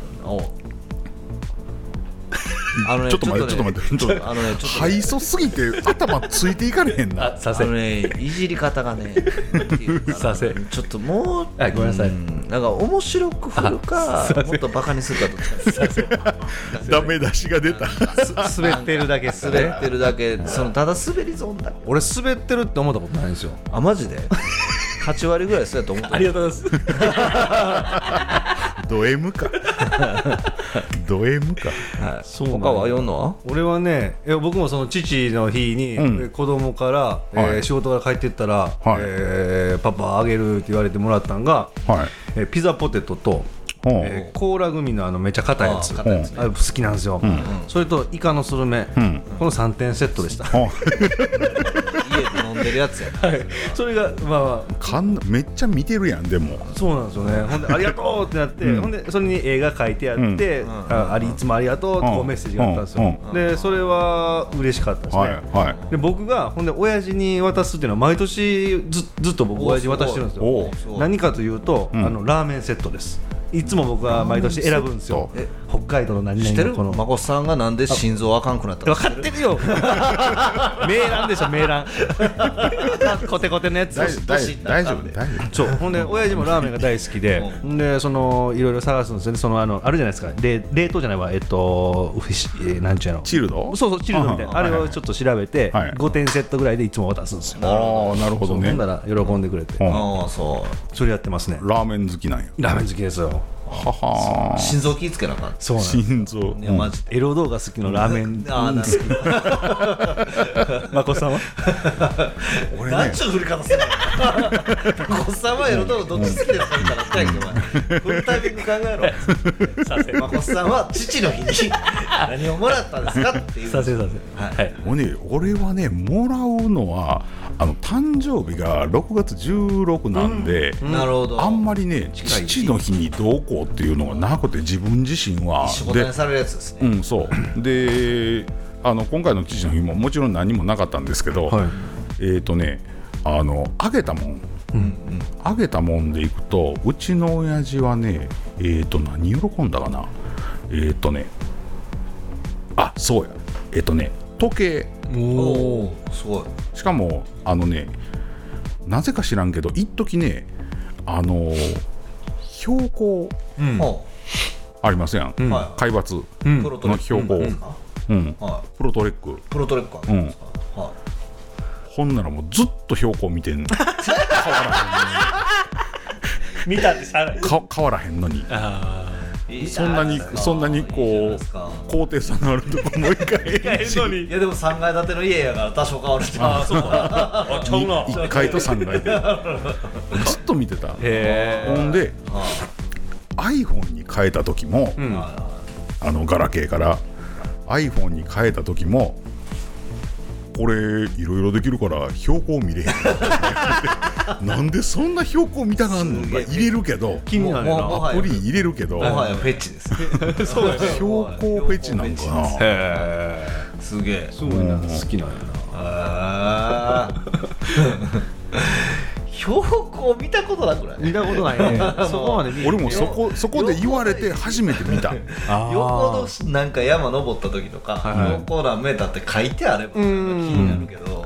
ちょっと待ってハソすぎて頭ついていかれへんな。 いじり方がねさせちょっともうごめんなさい、 なんか面白く振るかもっとバカにするかどっちかダメ出しが出た。 滑ってるだけ滑ってるだけ、そのただ滑り損だ。 俺滑ってるって思ったことないんですよ。 あマジで8割ぐらいそうやと思ってありがとうございますド M かド M か。 他は読んのは？ 俺はね僕もその父の日に子供から仕事から帰ってったらパパあげるって言われてもらったんがピザポテトとコーラグミのめっちゃ硬いやつ好きなんですよ。それとイカのスルメ、この3点セットでした。 家で飲んでるやつや。 それがめっちゃ見てるやん。でもそうなんですよね。ほんでありがとうってなって、ほんでそれに絵が描いてあって、いつもありがとうってこうメッセージがあったんですよ。でそれは嬉しかったですね。で僕がほんで親父に渡すっていうのは毎年ずっと僕親父に渡してるんですよ。何かというとラーメンセットです。いつも僕は毎年選ぶんですよ。北海道の何々のこのまこさんがなんで心臓あかんくなったか分かってるよ名蘭でしょ名蘭コテコテのやつ。 大丈夫そうほんで親父もラーメンが大好きで、でそのいろいろ探すんですよね。そのあるじゃないですか、冷凍じゃないわなんちゅうやろ、 チルド。 そうチルドみたいなあれをちょっと調べて5点セットぐらいでいつも渡すんですよ。 ああなるほどね。 ほんだら喜んでくれて、それやってますね。 ラーメン好きなんや。 ラーメン好きですよ。 はは心臓気ぃつけなあかん。 そうなん心臓マジでエロ動画好きのラーメン好き。まこさんは俺ね何ちゅう振り方するのおっさんはエロ動画どっち好きですかみたいなったやんけお前フルタイミング考えろさせまこっさんは父の日に何をもらったんですかっていうさせはいもうね、俺はねもらうのは誕生日が6月16なんで、 なるほどあんまりね父の日にどうこうっていうのがなくて自分自身は一緒ことにされるやつですねそうで今回の父の日ももちろん何もなかったんですけど、 はいあげたもん、あげたもんでいくとうちの親父はね何喜んだかなそうや時計おおすごいしかもなぜか知らんけど一時ね標高ありますやん、 は海抜プロトレックの標高、 ですかはプロトレックプロトレックあるんですかはいほんならもうずっと標高見てんの変わ見たってさ変わらへんのにそんなにこう高低差のあるとこもう一回いやでも3階建ての家やから多少変わるってあそうかあちゃうな 1階と3階でずっと見てた。ほんで iPhone に変えた時も、ガラケーから iPhone に変えた時もこれいろいろできるから標高見れへんなんでそんな標高見たがんのか入れるけど気になるなアプリ入れるけどもはやフェチですそうやね標高フェチなんかな。 へすげええすごいな好きなんやな標高見たことなくない見たことないねそこまで見俺もそこで言われて初めて見た。 横のなんか山登った時とか標高何メーターって書いてあれば気になるけど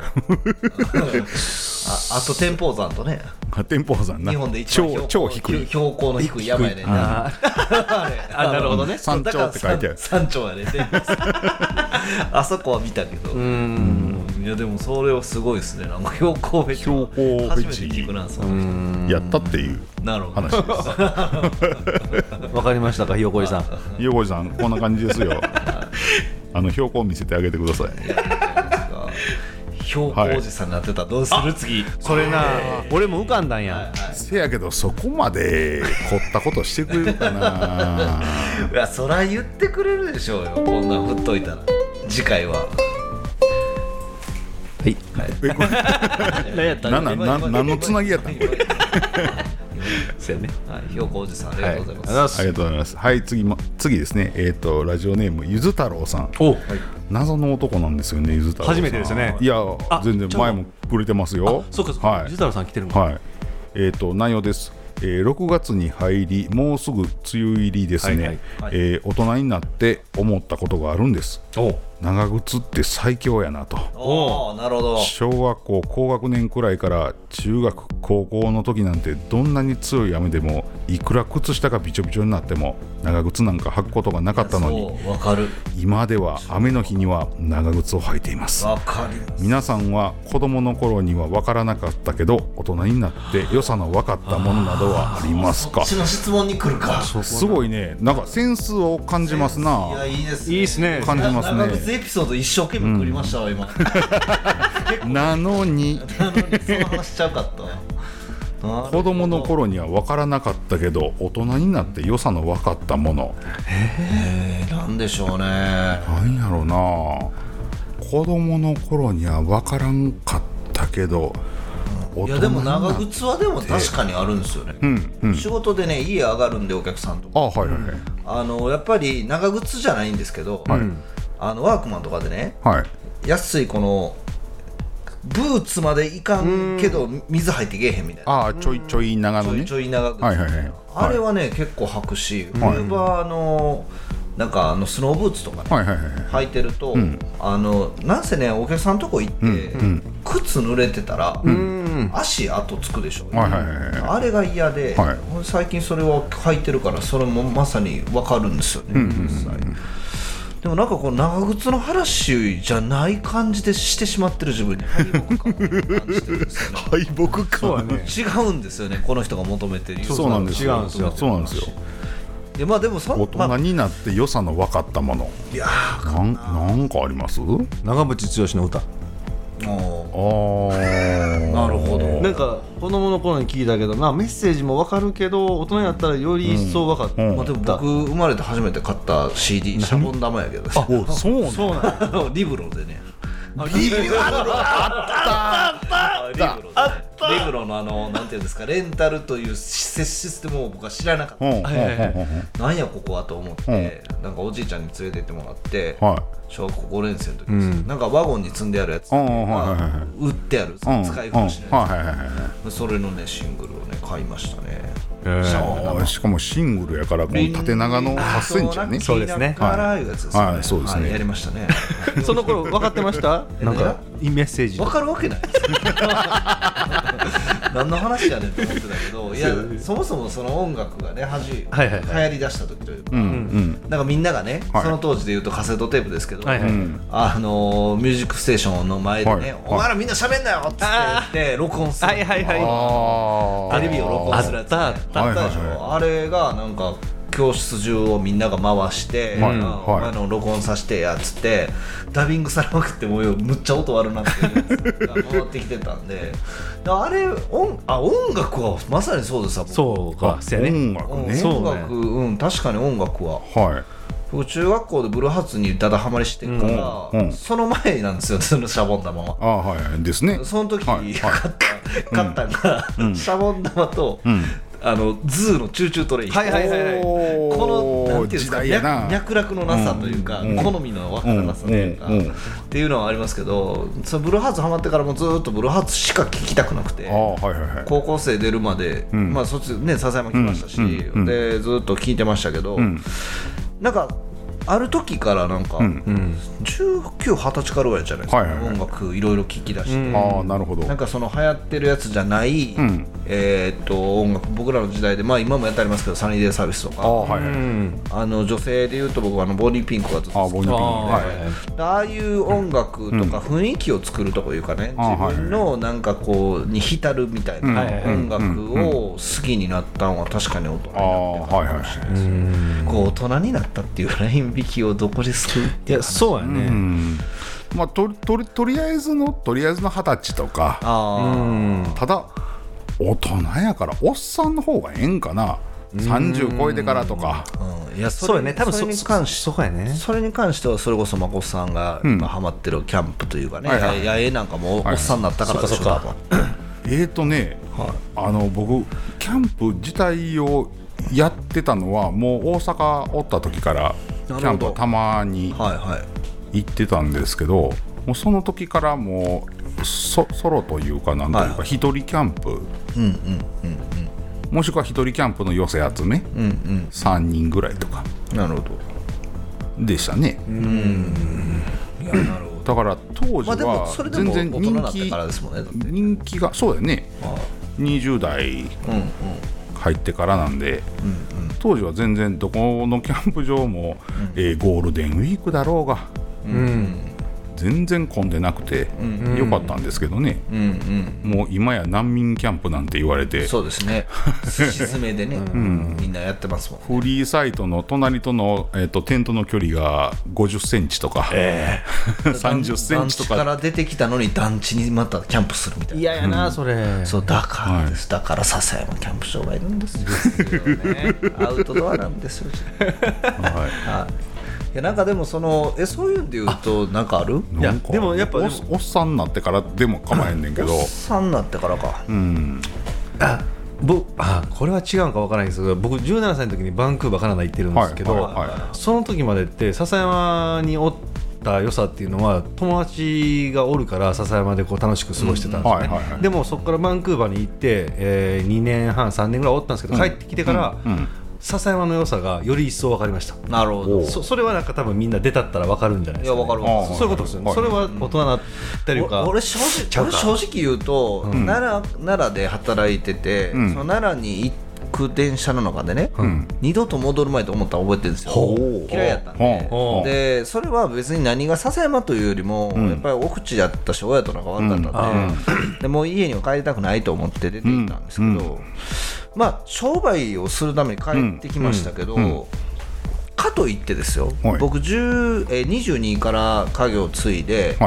あと天保山とね天保山な日本で一番超低い標高の低い山やねんなあなるほどね山頂って書いてある。 山頂やねんあそこは見たけどいやでもそれはすごいですねなんか標高フェチ標高フェチ初めて聞くなそのやったっていうなるほど話ですわかりましたかひよこりさん横井さんこんな感じですよ標高見せてあげてください。 標高おじさんになってたらどうする次それな俺も浮かんだんやせやけどそこまで凝ったことしてくれるかな。 いやそら言ってくれるでしょうよこんなん振っといたら次回ははい何やった何のつなぎやったんこれ。 そうやね標高おじさんありがとうございます、 ありがとうございます。はい次ですねラジオネームゆず太郎さん。 お謎の男なんですよねゆず太郎さん。 初めてですねいや全然前もくれてますよ。 そうかはいゆず太郎さん来てるんかはい内容です。6月に入りもうすぐ梅雨入りですね。大人になって思ったことがあるんです。長靴って最強やなと。 おーなるほど小学校高学年くらいから中学高校の時なんてどんなに強い雨でもいくら靴下がびちょびちょになっても長靴なんか履くことがなかったのにそうわかる今では雨の日には長靴を履いています。 わかります皆さんは子供の頃には分からなかったけど大人になって良さの分かったものなどはありますか。 こっちの質問に来るかすごいねなんかセンスを感じますな。 いやいいですいいっすね感じますね長靴エピソード一生懸命繰りましたわ、今なのになのにその話しちゃうかった子供の頃には分からなかったけど大人になって良さの分かったものなんでしょうねなんやろうな。子供の頃には分からんかったけどいやでも長靴はでも確かにあるんですよね、仕事でね家上がるんでお客さんとかはいはいはいやっぱり長靴じゃないんですけど、ワークマンとかでねはい安いこのブーツまでいかんけど水入ってけえへんみたいなちょい長のねちょい長靴、 はいはいはいあれはね結構履くし冬場なんかスノーブーツとかね、 はいはいはい履いてると、なんせねお客さんのとこ行って、靴濡れてたら、足跡つくでしょ、 はいはいはいあれが嫌で、最近それを履いてるからそれもまさに分かるんですよね、実際でもなんかこの長靴の話じゃない感じでしてしまってる自分に敗北感を感じてるんですよね敗北感違うんですよねこの人が求めてるそうなんですよそうなんですよ。 でまあでも大人になって良さの分かったものいやなんかあります？ 長渕剛の歌なるほど。 なんか子供の頃に聞いたけど、まあ、メッセージも分かるけど大人になったらより一層分かった、 まあ、でも僕生まれて初めて買った CD シャボン玉やけど、 おそうなんそうなんだリブロでね、 リブロのなんていうんですか、レンタルというシステムを僕は知らなかった。なんやここはと思って、なんかおじいちゃんに連れて行ってもらって、小学校5年生の時です、なんかワゴンに積んであるやつが売ってある使い古しのやつ、それのねシングルをね買いましたね。 しかもシングルやからこの縦長の8センチやね。 そうですね。 はい、いうやつですね。 そうですね。 やりましたね。 その頃分かってました？なんかメッセージ。 分かるわけない。何の話やねんと思ってたけど、いやそもそもその音楽がね流行りだした時というか、なんかみんながね、その当時でいうとカセットテープですけど、ミュージックステーションの前でね、お前らみんな喋んなよって言って録音する。テレビを録音するやつあったでしょ。あれがなんか教室中をみんなが回して、お前の録音させてやっつってダビングされまくってもうむっちゃ音悪なってるやつが回ってきてたんで、あれ音楽はまさにそうですわ。 そうか、 音楽ね。 音楽、確かに音楽は。僕中学校でブルーハーツにダダハマりしてるから、その前なんですよ、そのシャボン玉は。 ですね。 その時に買ったのがシャボン玉とズーのチューチュートレイン。このなんていうんですか、脈絡のなさというか、好みの分からなさというかっていうのはありますけど、そのブルーハーツハマってからもずっとブルーハーツしか聴きたくなくて、高校生出るまで、まあそっちね笹山来ましたし、でずっと聴いてましたけど、なんかある時からなんか19、20歳からぐらいじゃないですか、音楽いろいろ聴き出して、 なるほど。 なんかその流行ってるやつじゃない音楽、僕らの時代で、まあ今もやってありますけどサニーデイサービスとか、女性でいうと僕はボニーピンクがずっと好きで、ああいう音楽とか雰囲気を作るとこいうかね、自分のなんかこうに浸るみたいな音楽を好きになったのは確かに大人になってからかもしれないです。こう大人になったっていうライン引きをどこでする？ いや、そうやね。 まあとりあえずの20歳とか、ただ大人やからおっさんの方がええんかな。30超えてからとか。 いやそうやね。多分それに関してはそれこそまこさんが今ハマってるキャンプというかね、野営なんかもおっさんになったからでしょ。僕キャンプ自体をやってたのはもう大阪おった時からキャンプはたまに行ってたんですけど、もうその時からもうソロというかなんというか一人キャンプ、もしくは一人キャンプの寄せ集め、3人ぐらいとかでしたね。いや、なるほど。 だから当時は全然人気がそうだよね。20代入ってからなんで、当時は全然どこのキャンプ場も、ゴールデンウィークだろうが、全然混んでなくてよかったんですけどね。もう今や難民キャンプなんて言われて、 そうですね、すし詰めでね、みんなやってますもんね。 フリーサイトの隣との、テントの距離が50センチとか、30センチとか、 団地から出てきたのに団地にまたキャンプするみたいな。 嫌やな、それ。 そうだからです、だから笹山キャンプ場がいるんですよ。アウトドアなんですよ。いや、なんかでもそういうんで言うとなんかある？ いや、でもやっぱおっさんになってからでも構えんねんけど、 おっさんになってからか。 これは違うんか分からないんですけど、僕17歳の時にバンクーバーカナダ行ってるんですけど、その時までって笹山におった良さっていうのは友達がおるから笹山でこう楽しく過ごしてたんですよね。でもそこからバンクーバーに行って、2年半3年ぐらいおったんですけど、帰ってきてから笹山の良さがより一層分かりました。 なるほど。 それはなんか多分みんな出たったら分かるんじゃないですか、ね。いや、分かる。そういうことですよね。それは大人になってるか。 俺正直言うと、奈良で働いてて、その奈良に行く電車の中でね、二度と戻る前と思ったら覚えてるんですよ。嫌いやったんで。でそれは別に何が笹山というよりも、やっぱり奥地やったし親と仲悪かったんで、でもう家には帰りたくないと思って出て行ったんですけど、まあ商売をするために帰ってきましたけど、かといってですよ、僕22から家業を継いで、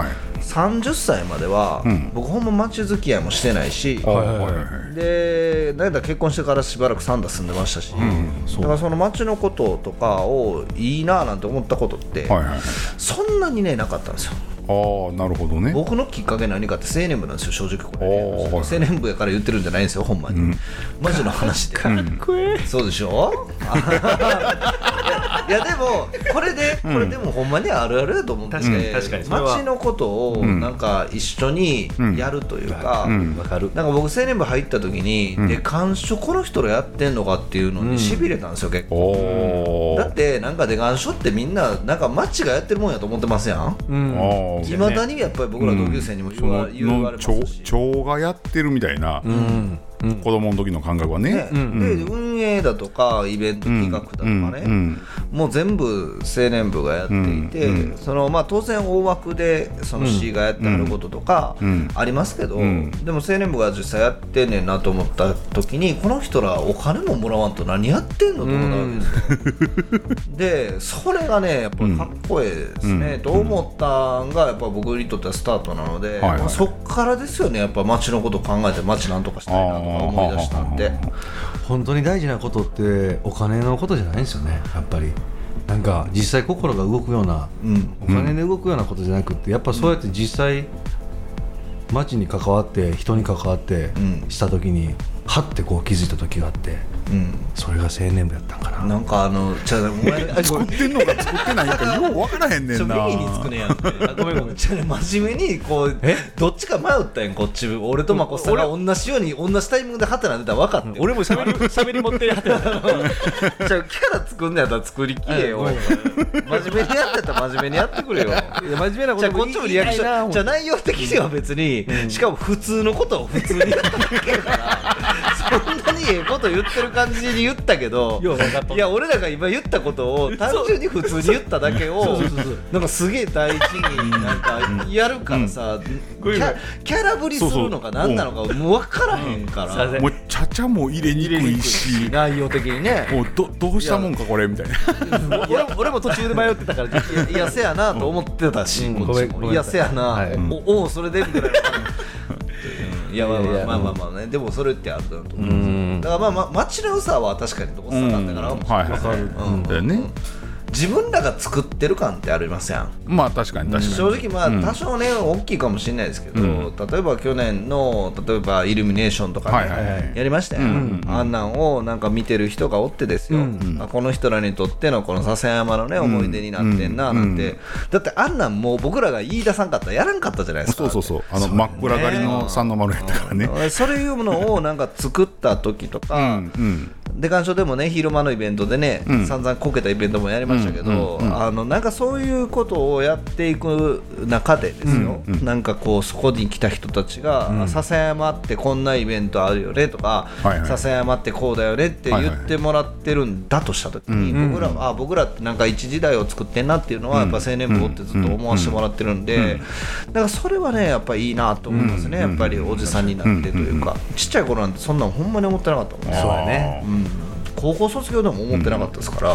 30歳までは、僕ほんま街付き合いもしてないし、でだいたい結婚してからしばらくサンダ住んでましたし、だからその街のこととかをいいななんて思ったことって、そんなにねなかったんですよ。 ああ、なるほどね。 僕のきっかけ何かって青年部なんですよ、正直これ、青年部やから言ってるんじゃないんですよ、ほんまに、マジの話で。かっこいい。そうでしょいやでもこれでもほんまにあるあるだと思って、街のことをなんか一緒にやるというか、なんか僕青年部入った時に、で鑑賞この人らやってんのかっていうのにしびれたんですよ、結構。だってなんかで鑑賞ってみんななんか街がやってるもんやと思ってますやん。いまだにやっぱり僕ら同級生にも言われますし、 町がやってるみたいな、子供の時の感覚はね。 で運営だとかイベント企画だとかね、もう全部青年部がやっていて、その当然大枠でその市がやってあることとかありますけど、でも青年部が実際やってんねんなと思った時に、この人らお金ももらわんと何やってんのと思ったわけですよ。でそれがねやっぱかっこいいですね、と思ったんがやっぱ僕にとってはスタートなので、そっからですよね、やっぱ街のことを考えて街なんとかしたいなとか思い出したんで。 本当に大事なことってお金のことじゃないんですよね、やっぱり。なんか実際心が動くような、お金で動くようなことじゃなくて、やっぱそうやって実際街に関わって人に関わってした時に、はってこう気づいた時があって、それが青年部やったんかな。 なんかじゃあお前作ってんのか作ってないのかよう分からへんねんな。 右につくねやんって。ごめん真面目にこうどっちか迷ったやん、こっち。俺とマコさんが同じように同じタイミングでハテナ出たら分かって。 俺もしゃべり持ってハテナ。 じゃあキャラ作んのやったら作りきれよ。真面目にやってたら真面目にやってくれよ。 真面目なことじゃあこっちもリアクション。じゃあ内容的には別に、しかも普通のことを普通にやってるからそんなにええこと言ってる感じに言ったけど、いや俺らが今言ったことを単純に普通に言っただけをなんかすげえ大事になんかやるからさ、キャラぶりするのか何なのかもう分からへんから、 もうちゃちゃも入れにくいし、 内容的にね、 もうどうしたもんかこれみたいな。 俺も途中で迷ってたから、 いやせやなと思ってたし、こっちもいやせやな、おおそれでみたいな。いやまあね、でもそれってあるだろうと思うんですよ。だから街の良さは確かにどこ下がったから分かる。だよね。自分らが作ってる感ってありますやん。 まあ確かに正直多少ね大きいかもしれないですけど、例えば去年のイルミネーションとかねやりましたよ。あんなんをなんか見てる人がおってですよ、この人らにとってのこの笹山のね思い出になってんななんて。だってあんなんもう僕らが言い出さんかったらやらんかったじゃないですか。 そう真っ暗がりの三の丸やったからね。 そういうものをなんか作った時とかで、鑑賞でもね昼間のイベントでね、散々こけたイベントもやりましたけど、なんかそういうことをやっていく中でですよ、なんかこうそこに来た人たちが、笹山ってこんなイベントあるよねとか、笹山ってこうだよねって言ってもらってるんだとした時に、僕らってなんか一時代を作ってんなっていうのはやっぱ青年部ってずっと思わせてもらってるんで、だからそれはねやっぱいいなと思いますね。やっぱりおじさんになってというか、ちっちゃい頃なんてそんなのほんまに思ってなかったもんね。そうやね。高校卒業でも思ってなかったですから。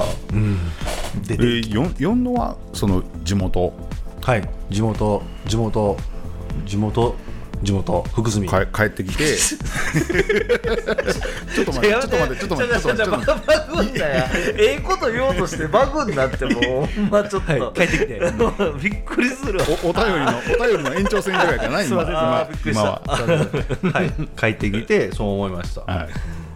4のはその地元、 はい地元福住帰ってきてちょっと待ってバグんだよ。ええこと言おうとしてバグになってもほんまちょっと帰ってきてびっくりする。 お便りの延長線上やからない今は。 帰ってきてそう思いました。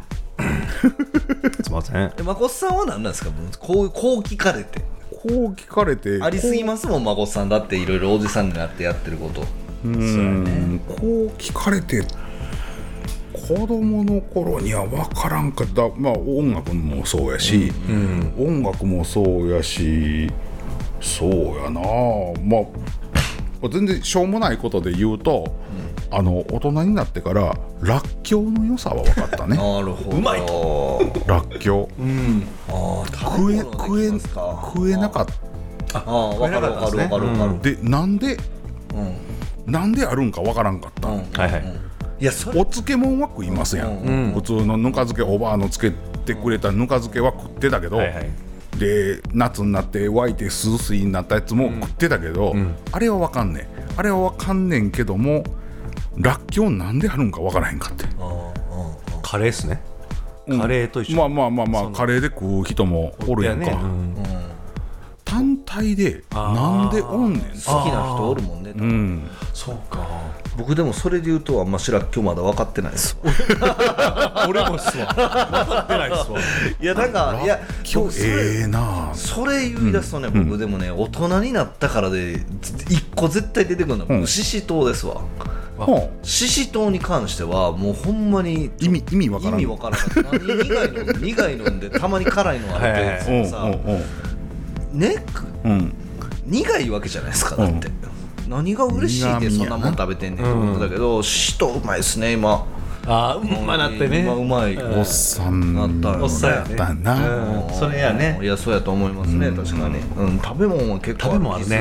すいません。 まこっさんは何なんですか。こう聞かれてありすぎますもん、まこっさんだっていろいろおじさんになってやってること。 こう聞かれて子供の頃には分からんかった。音楽もそうやし、音楽もそうやし、そうやな。全然しょうもないことで言うと、大人になってかららっきょうの良さは分かったね。 なるほど。うまいらっきょう、食えなかった。 分かる。 でなんであるんか分からんかった。いやお漬物は食いますやん、普通のぬか漬け、おばあのつけてくれたぬか漬けは食ってたけど、で夏になって沸いて涼しいになったやつも食ってたけど、あれは分かんねえ。 あれはわかんねんけども、らっきょうなんであるんかわからへんかって。 カレーっすね。カレーと一緒。 まあカレーで食う人もおるやんか、単体でなんでおんねん。 好きな人おるもんね。 そうか。 僕でもそれで言うとあんましらっきょうまだ分かってないですわ。 俺もっすわ。分かってないっすわ。 いやなんか、いや今日なそれ言い出すとね、僕でもね、大人になったからで一個絶対出てくるのは僕ししとうですわ。ししとうに関してはもうほんまに意味わからん。 意味わからなかった。苦いのんでたまに辛いのあるってさ、ね、苦いわけじゃないですか。だって何が嬉しいってそんなもん食べてんねんってことだけど、ししとううまいっすね今。 うまなってね。 うまい。 おっさんやったな。 それやね。 いやそうやと思いますね、確かに。食べ物は結構ある気する。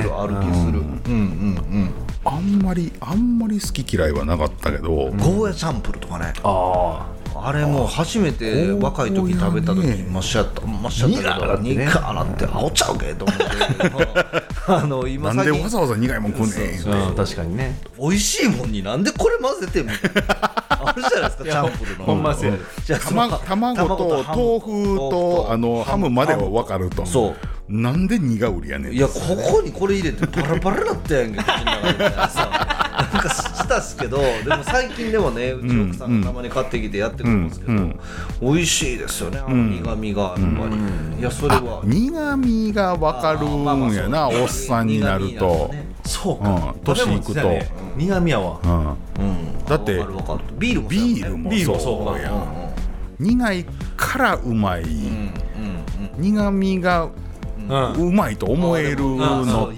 あんまり好き嫌いはなかったけど、 ゴーヤチャンプルとかね。あれもう初めて若い時食べた時マッシャったけど、ニカーなってあおっちゃうけと思って今なんでわざわざ苦いもん食うねん。 確かにね。 美味しいもんになんでこれ混ぜてんのあるじゃないですか、チャンプルの。 ほんまっすよ。 卵と豆腐とハムまでは分かると。 そうなんで苦売りやねん。 いやここにこれ入れてパラパラなったやんけ口の中でなんかしたっすけど、でも最近でもね、うち奥さんがたまに買ってきてやってくるんですけど、美味しいですよね、苦みがやっぱり。いやそれは苦みが分かるんやな、おっさんになると。 そうか。 年いくと苦みやわ。 だってビールもそうやん。苦いからうまい。苦みがうまいと思えるのって、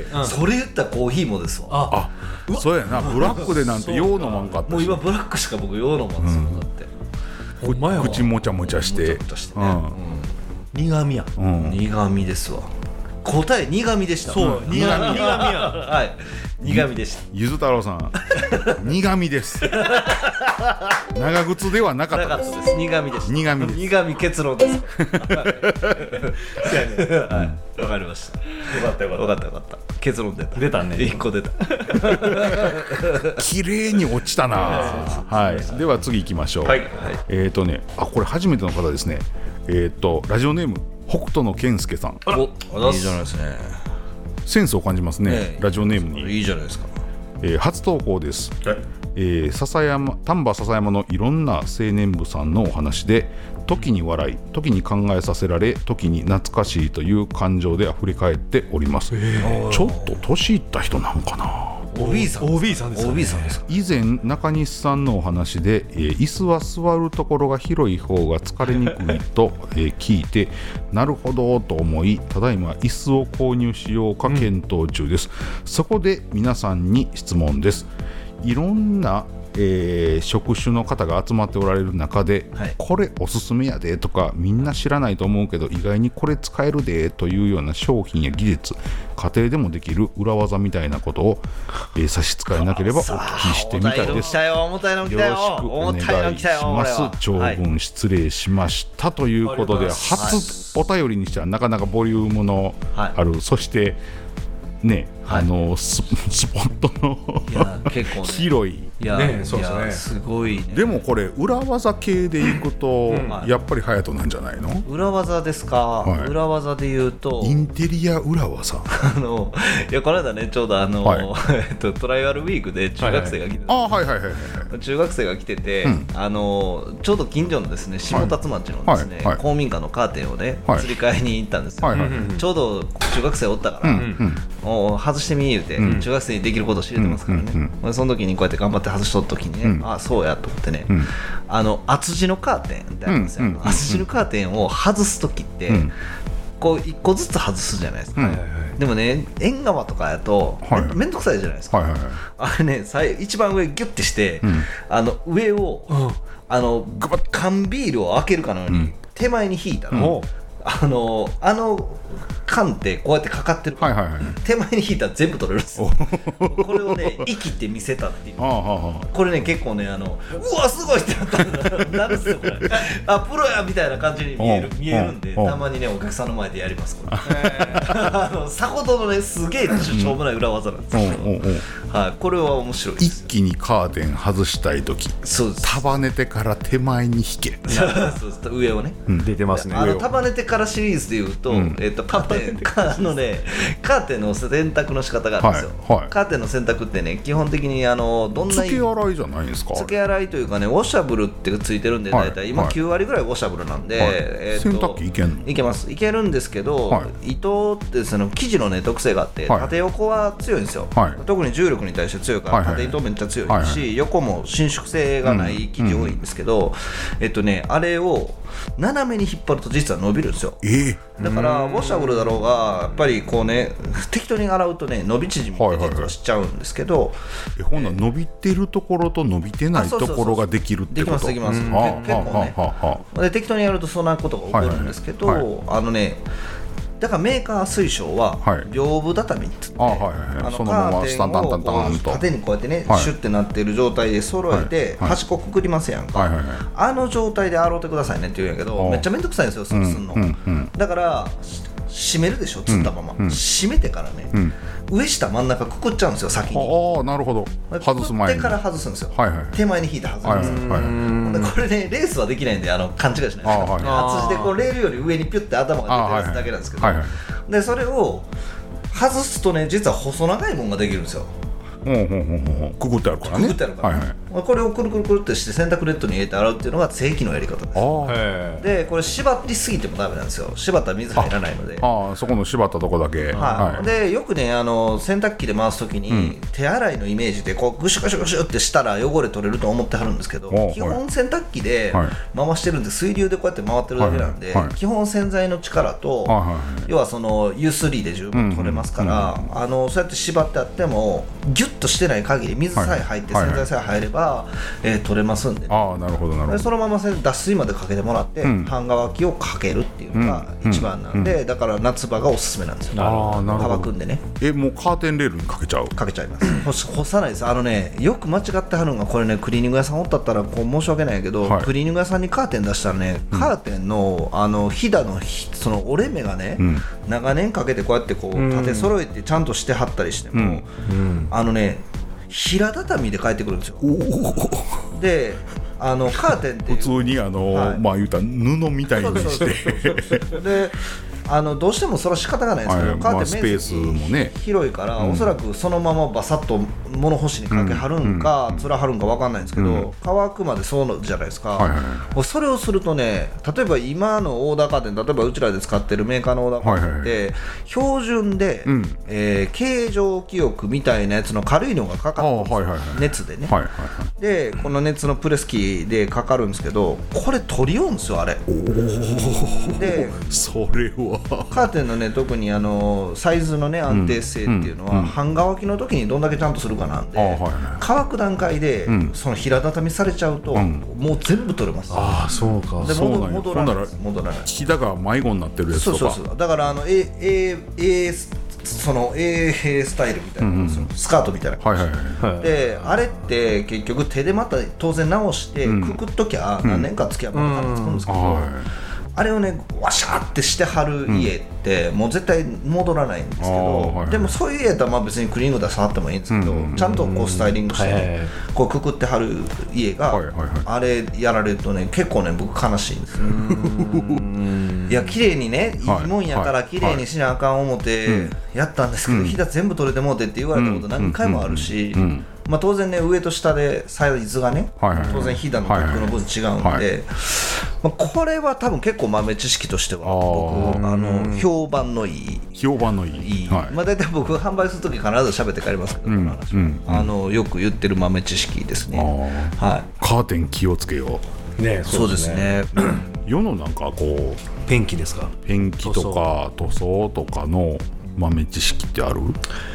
それ言ったらコーヒーもですわ。 そうやな、ブラックでなんてよう飲まんかったし。 もう今ブラックしか僕よう飲まんですもん。だって口もちゃもちゃして苦みや。 苦みですわ。答え苦みでした。 そう、苦みや。 はい、苦みでした。 ゆず太郎さん、苦みです。長靴ではなかったです。 苦みでした。 苦みです。 苦み結論です。はい、わかりました。よかった。結論出た。 出たね。 1個出た。 綺麗に落ちたな。はい。では次行きましょう。これ初めての方ですね。ラジオネーム北斗の健介さん。 いいじゃないですね。 センスを感じますね。ラジオネームに。 いいじゃないですか。 初投稿です。丹波篠山のいろんな青年部さんのお話で、時に笑い、時に考えさせられ、時に懐かしいという感情であふれ返っております。ちょっと年いった人なんかな。 OB さんです。 以前中西さんのお話で、椅子は座るところが広い方が疲れにくいと、聞いて、なるほどと思い、ただいま椅子を購入しようか検討中です。そこで皆さんに質問です。いろんな、職種の方が集まっておられる中で、これおすすめやでとか、みんな知らないと思うけど意外にこれ使えるでというような商品や技術、家庭でもできる裏技みたいなことを、差し支えなければお聞きしてみたいです。よろしくお願いします。長文失礼しましたということで、初お便りにしてはなかなかボリュームのある、そしてね、スポットの結構、ね、広い、 そうですね、 すごいね。 でもこれ裏技系でいくと、やっぱり隼人なんじゃないの？ 裏技ですか、裏技で言うとインテリア裏技。 いやこの間ね、ちょうどトライアルウィークで中学生が来てて、中学生が来てて、ちょうど近所のですね、下辰町のですね、公民館のカーテンをね、釣り替えに行ったんですよ。ちょうど中学生おったから、外してみ言うて、中学生にできることを知れてますからね。その時にこうやって頑張って外しとった時にね、あ、そうやと思ってね、厚地のカーテンってあるんですよ。厚地のカーテンを外す時って、こう一個ずつ外すじゃないですか。でもね、縁側とかやとめんどくさいじゃないですか。あれね、一番上ギュッてして、上を缶ビールを開けるかのように手前に引いたら、 缶ってこうやってかかってるから、 はいはいはい、 手前に引いたら全部取れるんですよこれをね生きて見せたっていう。これね結構ねうわすごいってなるんですよこれあプロやみたいな感じに見えるんで、たまにねお客さんの前でやりますこれさほどのねすげえしょうもない裏技なんですけど、はい、これは面白いです。 一気にカーテン外したいとき、束ねてから手前に引けそうです上をね、 出てますね。 束ねてからシリーズでいうと、カーテンの洗濯の仕方があるんですよ、はいはい、カーテンの洗濯ってね基本的にどんな付け洗いじゃないんですか。 付け洗いというかねウォッシャブルってついてるんで、大体今9割ぐらいウォッシャブルなんで、 はい洗濯機いけんの？ いけます。いけるんですけど、はい、糸ってその生地のね特性があって、はい、縦横は強いんですよ、はい、特に重力に対して強いから、縦糸めっちゃ強いし、横も伸縮性がない生地多いんですけど、あれを斜めに引っ張ると実は伸びるんですよ、だからウォッシャブルだろうがやっぱりこうね適当に洗うとね伸び縮みって実はしちゃうんですけど、 ほんなら伸びてるところと伸びてないところができるってこと？ できます。結構ねで適当にやるとそんなことが起こるんですけど、だからメーカー推奨は屏風畳って言って、 そのままスタンタンタンタンと縦にこうやってね、シュッてなってる状態で揃えて、端っこくくりますやんか、あの状態で洗ってくださいねって言うんやけど、めっちゃめんどくさいんですよすぐすんの、だから締めるでしょ、つったまま、締めてからね、上下真ん中くくっちゃうんですよ先に。 なるほど。外す前にくくってから外すんですよ、手前に引いて外すんですよ、これねレースはできないんで勘違いしないですから、厚地でこうレールより上にピュッて頭が出てるやつだけなんですけど、でそれを外すとね実は細長いものができるんですよ。 くくってあるからね。 これをくるくるくるってして洗濯ネットに入れて洗うっていうのが正規のやり方です。でこれ縛りすぎてもダメなんですよ。縛ったら水入らないので。 そこの縛ったとこだけ。 でよくね洗濯機で回すときに、手洗いのイメージでこうグシュグシュグシュってしたら汚れ取れると思ってはるんですけど、基本洗濯機で回してるんで、水流でこうやって回ってるだけなんで、基本洗剤の力と、要はその湯すりで十分取れますから、そうやって縛ってあってもギュッとしてない限り水さえ入って洗剤さえ入れば取れますんで、 なるほどなるほど。 そのまま脱水までかけてもらって、半乾きをかけるっていうのが一番なんで、だから夏場がおすすめなんですよ。乾くんでね。 もうカーテンレールにかけちゃう？かけちゃいます。干さないです。よく間違ってはるのがこれね、クリーニング屋さんおったったら申し訳ないけど、クリーニング屋さんにカーテン出したらね、カーテンのひだのその折れ目がね、長年かけてこうやってこう縦揃えてちゃんとしてはったりしても、平畳で帰ってくるんですよ。でカーテンって普通にまあ言うたら布みたいにしてでどうしてもそれは仕方がないんですけど、カーテン面積広いから、おそらくそのままバサッと物干しにかけはるんか、つらはるんか分かんないんですけど、乾くまでそうじゃないですか。それをするとね、例えば今のオーダーカーテン、例えばうちらで使ってるメーカーのオーダーカーテンって標準で形状記憶みたいなやつの軽いのがかかってるんですよ、熱でね。でこの熱のプレス機でかかるんですけど、これ取りようんですよあれ。でそれはカーテンのね、特にサイズのね安定性っていうのは、半乾きの時にどんだけちゃんとするかなんで、乾く段階でその平畳みされちゃうと、もう全部取れます。 そうか。 で戻らない。 ひだが迷子になってるやつとか。 そうだからその A スタイルみたいな、スカートみたいな感じで、あれって結局手でまた当然直してくくっときゃ何年かつきゃまたつくんですけど、あれをねワシャーってしてはる家ってもう絶対戻らないんですけど、でもそういう家だったらまあ別にクリーニングで触ってもいいんですけど、ちゃんとこうスタイリングしてね、こうくくってはる家があれやられるとね、結構ね僕悲しいんですよ。いや綺麗にね、いいもんやから綺麗にしなあかん思ってやったんですけど、ひだ全部取れてもうてって言われたこと何回もあるし、まあ当然ね上と下でサイズがね、当然ひだのテックの部分違うんで、これは多分結構豆知識としては僕評判のいい、まあ大体僕販売するとき必ず喋って帰りますけど、この話よく言ってる豆知識ですね。 カーテン気をつけようね。 そうですね。 世のなんかこうペンキですか、 ペンキとか塗装とかの豆知識ってある？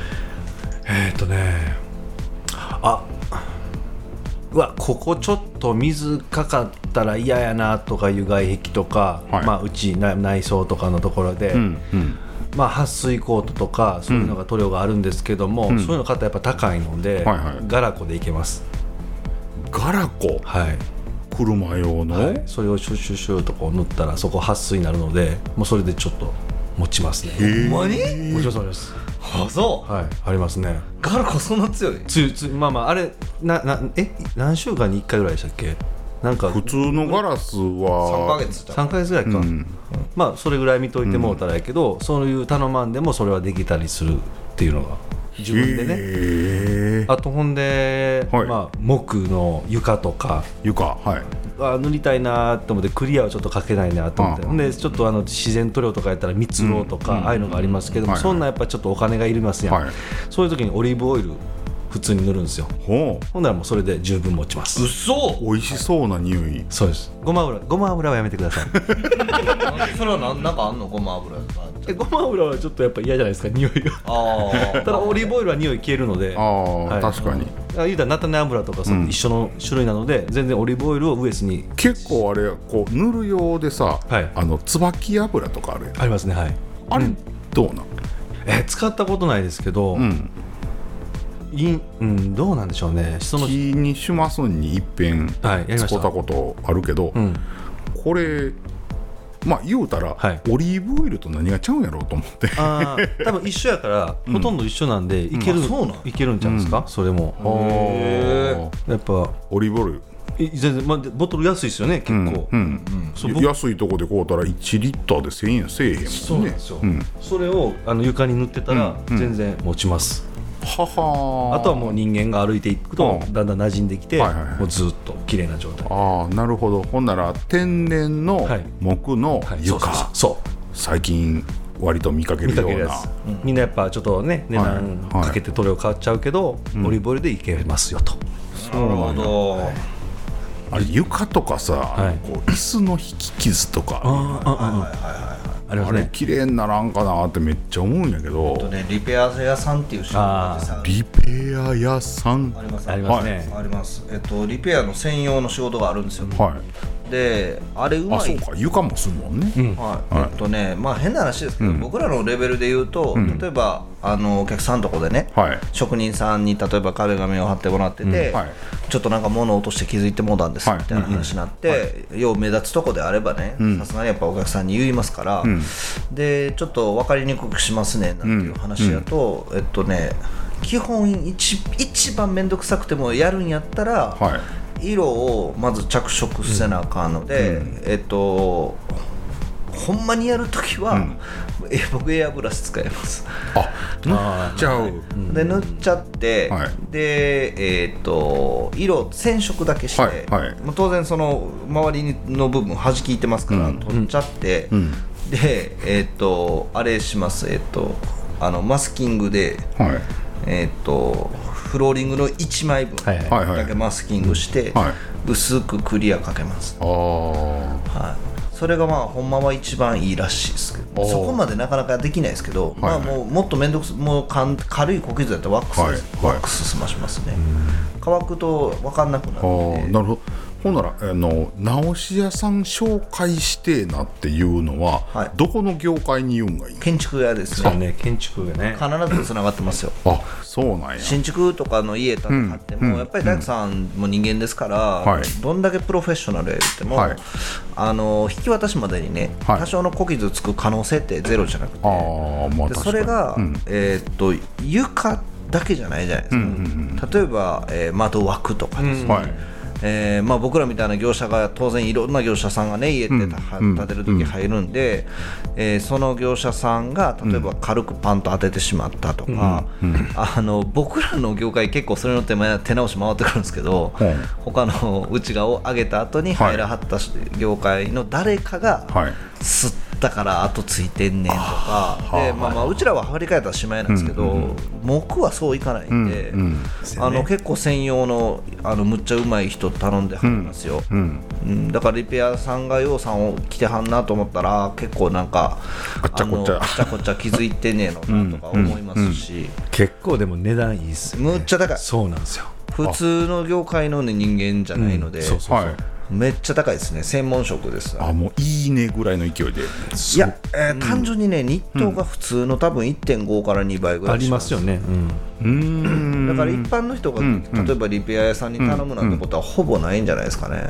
ここちょっと水かかったら嫌やなとかいう外壁とか、うち内装とかのところで、 まあ、撥水コートとかそういうのが塗料があるんですけども、そういうの買ったらやっぱ高いので、ガラコでいけます。 ガラコ、 はい、 車用の、 はい、それをシュッシュッシュッとこう塗ったらそこ撥水になるので、もうそれでちょっと持ちますね。 ほんまに？ もちろんそうです。 あ、そう。 はい、ありますね。 ガラコそんな強い？ まあまああれ何週間に1回ぐらいでしたっけ？なんか普通のガラスは 3ヶ月ぐらいか、まあそれぐらい見といてもうたらやけど、そういう頼まんでもそれはできたりするっていうのが自分でね。あとほんで、まあ、木の床とか塗りたいなと思ってクリアはちょっとかけないなと思って、ほんでちょっと自然塗料とかやったら蜜蝋とか、ああいうのがありますけども、そんなやっぱちょっとお金がいりますやん、そういう時にオリーブオイル普通に塗るんですよ。ほんならもうそれで十分持ちます。 嘘。 美味しそうな匂い。 そうです。ごま油はやめてください。 それはなんかあんの？ごま油ごま油はちょっとやっぱ嫌じゃないですか、匂いが。ただオリーブオイルは匂い消えるので、 確かに言うたら菜種油とか一緒の種類なので、全然オリーブオイルをウエスに結構あれこう塗る用でさ、椿油とかあるやん。 ありますね。はい。 あれどうなん？ 使ったことないですけど、どうなんでしょうね。 気にしますに一遍使ったことあるけど、これまあ言うたら、オリーブオイルと何がちゃうんやろうと思って。 多分一緒やからほとんど一緒なんでいけるんちゃうんですか、それも。やっぱオリーブオイル全然、ボトル安いですよね、結構。 安いとこで買うたら1リッターで1000円せえへんもんね。 そうなんですよ。それを床に塗ってたら全然持ちます。あとはもう人間が歩いていくとだんだん馴染んできて、もうずっと綺麗な状態。 なるほど。ほんなら天然の木の床、最近割と見かけるような、 みんなやっぱちょっとね値段かけて塗料変わっちゃうけど、オリーブオイルでいけますよと。 なるほど。 あれ床とかさ、こう椅子の引き傷とかあれ綺麗にならんかなってめっちゃ思うんやけど、 リペア屋さんっていう仕事があってさ、 リペア屋さんありますね。 あります。リペアの専用の仕事があるんですよ。で、あれうまい。 そうか、床もするもんね。 まあ変な話ですけど、僕らのレベルで言うと、例えばお客さんのとこでね、職人さんに例えば壁紙を貼ってもらってて、ちょっとなんか物を落として気づいてもうたんですみたいな話になって、よう目立つとこであればね、さすがにやっぱお客さんに言いますから、でちょっと分かりにくくしますねなんていう話だと、基本一番面倒くさくてもやるんやったら、色をまず着色せなあかんので、ほんまにやるときは、僕エアブラシ使います。 塗っちゃう。 で塗っちゃって、で色染色だけして、当然その周りの部分弾きいてますから取っちゃって、であれします。マスキングで、フローリングの1枚分だけマスキングして、薄くクリアかけます。それがまあほんまは一番いいらしいですけど、そこまでなかなかできないですけど、もっと面倒くさい、もう軽い小傷だったらワックス済ましますね。乾くと分かんなくなるので。 なるほど。ほんなら直し屋さん紹介してなっていうのは、どこの業界に言うんがいい？ 建築屋ですね。 建築屋ね。 必ずつながってますよ。 そうなんや。 新築とかの家建てても、やっぱり大工さんも人間ですから、どんだけプロフェッショナルやっても、引き渡しまでにね、多少の小傷つく可能性ってゼロじゃなくて、それが床だけじゃないじゃないですか。例えば窓枠とかですね。僕らみたいな業者が当然いろんな業者さんがね家って建てる時入るんで、その業者さんが例えば軽くパンと当ててしまったとか、僕らの業界結構それの手直し回ってくるんですけど、他のうちが上げた後に入らはった業界の誰かが吸ったから後ついてんねんとかで、うちらは張り替えたらしまいなんですけど、木はそういかないんで、結構専用のむっちゃうまい人頼んではりますよ。だからリペアさんがようさんを来てはんなと思ったら、結構なんかあっちゃこっちゃ気づいてねえのなとか思いますし、 結構でも値段いいっすよね。 むっちゃ高い。 そうなんですよ。 普通の業界の人間じゃないので、 めっちゃ高いですね。専門職です。 あ、もういいねぐらいの勢いで。 いや、単純にね、日当が普通の多分 1.5 から2倍ぐらいありますよね。 だから一般の人が例えばリペア屋さんに頼むなんてことはほぼないんじゃないですかね。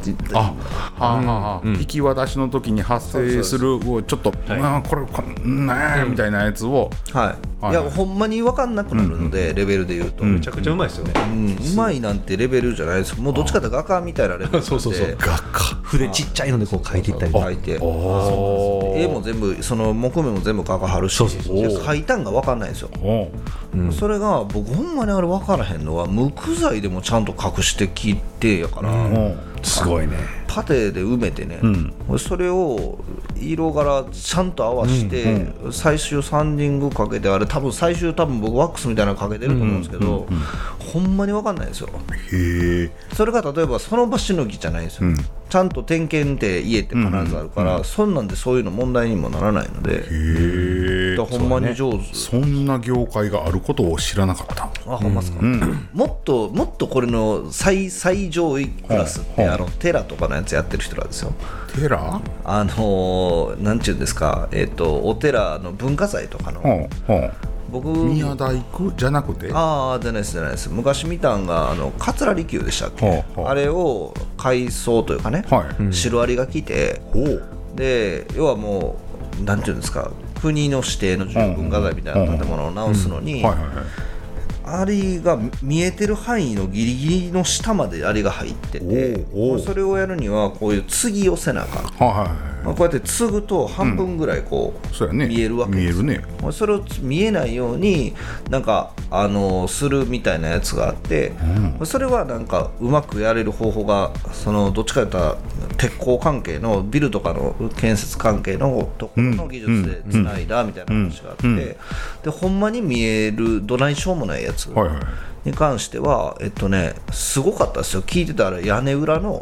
引き渡しの時に発生するちょっと、これみたいなやつを、 いやほんまに分かんなくなるので、レベルで言うとめちゃくちゃうまいですよね。 うまいなんてレベルじゃないです。もうどっちかというと画家みたいなレベルで、 そう画家筆ちっちゃいのでこう描いていったり描いて、絵も全部その木目も全部画家貼るし、描いたんが分かんないんですよ。それが僕ほんまにあれ分からへんのは、無垢材でもちゃんと隠して切ってやから、 すごいね。 パテで埋めてね、それを色柄ちゃんと合わせて、最終サンディングかけて、あれ多分僕ワックスみたいなのかけてると思うんですけど、ほんまに分かんないですよ。それが例えばその場しのぎじゃないんですよ、ちゃんと点検って家って必ずあるから、そんなんでそういうの問題にもならないので、ほんまに上手。 そんな業界があることを知らなかった。 ほんまっすか。もっとこれの最上位クラスってテラとかのやつやってる人らですよ。 テラ？ なんちゅうんですか、お寺の文化財とかの、僕宮大工じゃなくて、 じゃないです昔見たんが桂離宮でしたっけ、あれを改装というかね、シロアリが来て、で要はもうなんていうんですか、国の指定の重文化財みたいな建物を直すのに、アリが見えてる範囲のギリギリの下までアリが入ってて、それをやるにはこういう継ぎ寄せなあかん。こうやって継ぐと半分ぐらいこう見えるわけです。それを見えないようになんかするみたいなやつがあって、それはなんかうまくやれる方法がどっちかというと鉄鋼関係のビルとかの建設関係のところの技術でつないだみたいな話があって、でほんまに見えるどないしょうもないやつに関してはすごかったですよ。聞いてたら屋根裏の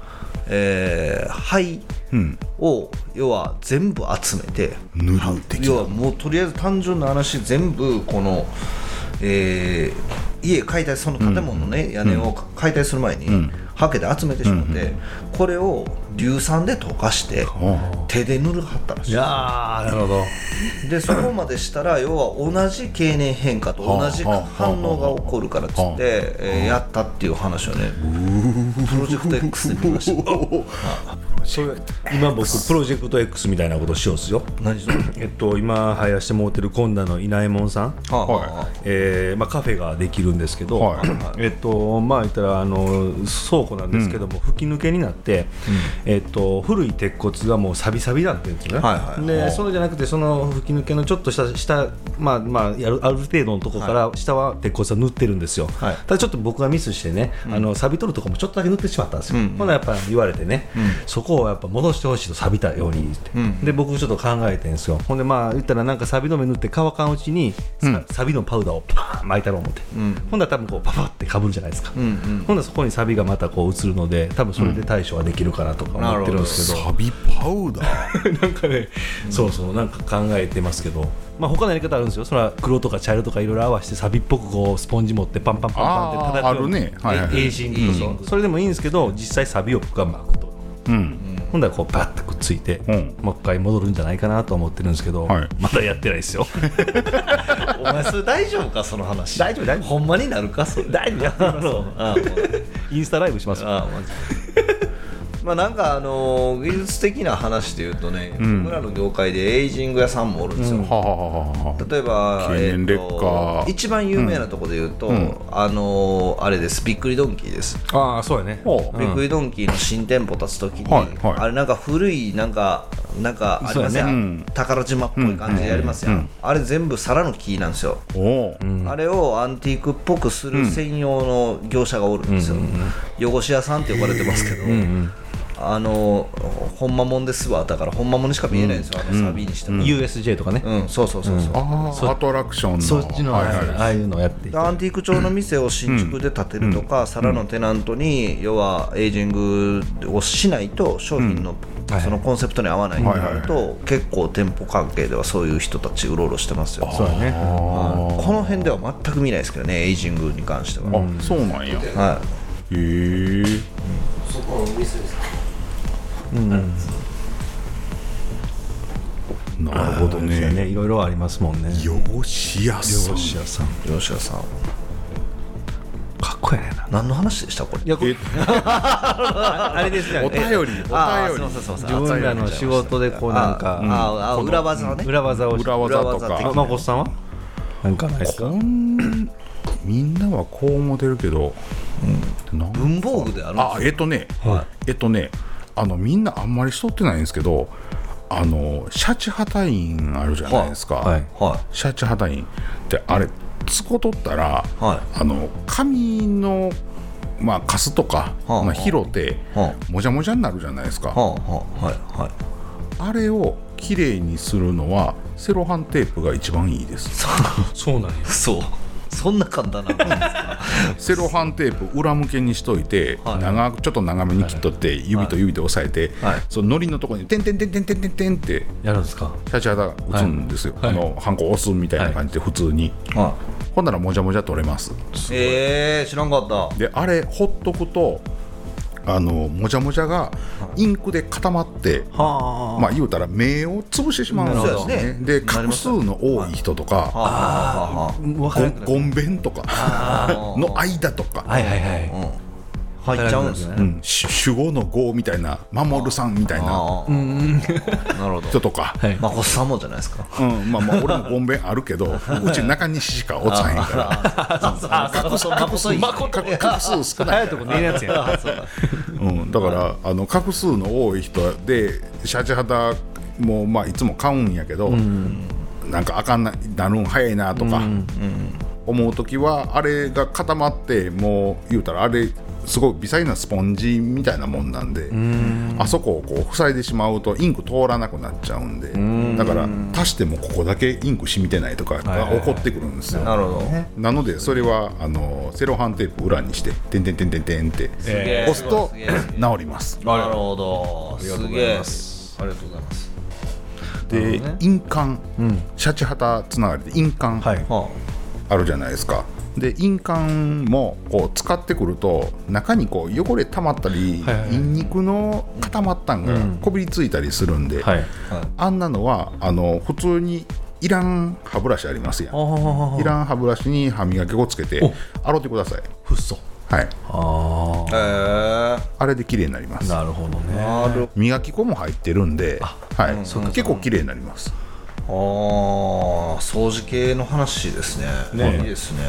灰を要は全部集めて塗る的な、 要はもうとりあえず単純な話全部この家解体、その建物のね屋根を解体する前にハケで集めてしまって、これを硫酸で溶かして手で塗るはったらしい。 いやー、なるほど。 でそこまでしたら要は同じ経年変化と同じ反応が起こるからっつってやったっていう話をね、プロジェクト X で見ました。 今僕プロジェクト X みたいなことしようんですよ。 何それ？ 今入らせてもらってる今度の稲右衛門さん、カフェができるんですけど、まあ言ったら倉庫なんですけども、吹き抜けになって、古い鉄骨がもうサビサビになってるんですよね。でそれじゃなくて、その吹き抜けのちょっと下、ある程度のところから下は鉄骨は塗ってるんですよ。ただちょっと僕がミスしてね、サビ取るとこもちょっとだけ塗ってしまったんですよ。ほなやっぱ言われてね、そこをやっぱ戻してほしいと、錆びたようにって、で僕ちょっと考えてるんですよ。ほんで言ったらなんか錆び止め塗って乾かんうちに、錆びのパウダーをパーン巻いたろう思って、ほんだら多分こうパパってかぶるじゃないですか。ほんだらそこに錆びがまたこう映るので、多分それで対処はできるかなとか思ってるんですけど、 サビパウダーなんかね、そうなんか考えてますけど、他のやり方あるんですよ。それは黒とか茶色とかいろいろ合わせてサビっぽくこうスポンジ持ってパンパンパンパンって叩くようにエイジングと、それでもいいんですけど、実際サビを僕は巻くと、ほんだらこうパッとくっついて、もう一回戻るんじゃないかなと思ってるんですけど、まだやってないですよ。 お前それ大丈夫か、その話。 大丈夫ほんまになるか、それ。 大丈夫、やってますインスタライブします。 なんか技術的な話で言うとね、僕らの業界でエイジング屋さんもおるんですよ。例えば経年劣化、 一番有名なところで言うと、あれです、びっくりドンキーです。 そうやね。 びっくりドンキーの新店舗立つときに、あれなんか古いなんかありますやん、宝島っぽい感じでやりますやん。あれ全部皿の木なんですよ。あれをアンティークっぽくする専用の業者がおるんですよ。汚し屋さんって呼ばれてますけど、ほんまもんですわ。だからほんまもんにしか見えないんですよ、サビにしても。 USJ とかね。 そうアトラクションのそっちのああいうのをやっていて、 アンティーク調の店を新築で建てるとか、皿のテナントに要はエイジングをしないと商品のそのコンセプトに合わないとなると、結構店舗関係ではそういう人たちうろうろしてますよ。 そうやね。 この辺では全く見ないですけどね、エイジングに関しては。 そうなんや。 そこの店ですか。 なるほどね。 いろいろありますもんね。 洋紙屋さん。 吉さん吉田さんかっこええな。 何の話でしたこれ。 あれですね。 お便り、お便り。 すいませんすいません自分らの仕事でこうなんか裏技をね。 裏技を裏技と裏技か。 まこさんはなんかないですか。 みんなはこう思ってるけど、なんか文房具であるんですよ。 みんなあんまりしとってないんですけど、シャチハタインあるじゃないですか。 はいはシャチハタインってあれつこ取ったら、 は紙のカスとか、 はあ拾ってはもじゃもじゃになるじゃないですか。 はあはいはい。 あれをきれいにするのはセロハンテープが一番いいです。 そうなんや。 そう。そんな簡単なもんですか。 セロハンテープ裏向けにしといて、 はいちょっと長めに切っとって指と指で押さえて、 はいその糊のところにテンテンテンテンテンテンテンってやるんですか。 シャチハタ打つんですよ。 はいハンコ押すみたいな感じで普通に、 はほんならもじゃもじゃ取れます。 い。知らんかった。 であれほっとくともじゃもじゃがインクで固まって、 は言うたら目を潰してしまうんですよね。 そうですねで画数の多い人とか、 わかる。 ごんべんとかの間とか、 はいはいはい。 入っちゃうんですね。 主語の語みたいな守るさんみたいなああ。なるほど。 人とか、 はい。 まこさんもじゃないですか。 俺もごんべんあるけどうち中西しか落ちへんから画数少ないとこ寝るやつや。 だから画数の多い人でシャチハタもいつも買うんやけど、なんかあかんなるん早いなとか思う時はあれが固まってもう言うたらあれすごい微細なスポンジみたいなもんなんで、あそこをこう塞いでしまうとインク通らなくなっちゃうんで、だから足してもここだけインク染みてないとかが起こってくるんですよ。 なるほど。 なのでそれはセロハンテープ裏にしててんてんてんてんてんってげえ押すとすげえ治ります。 なるほど。すげえ。ありがとうございます。 で印鑑、シャチハタつながりで印鑑はあるじゃないですか。で印鑑もこう使ってくると中にこう汚れ溜まったり、ニンニクの固まったんがこびりついたりするんで、 はい。 あんなのは普通にいらん歯ブラシありますやん。いらん歯ブラシに歯磨き粉をつけて洗ってください。 フッ素。 はい、 あ。 あれで綺麗になります。 なるほどね。 なる磨き粉も入ってるんで、結構綺麗になります。 掃除系の話ですね。いいですね。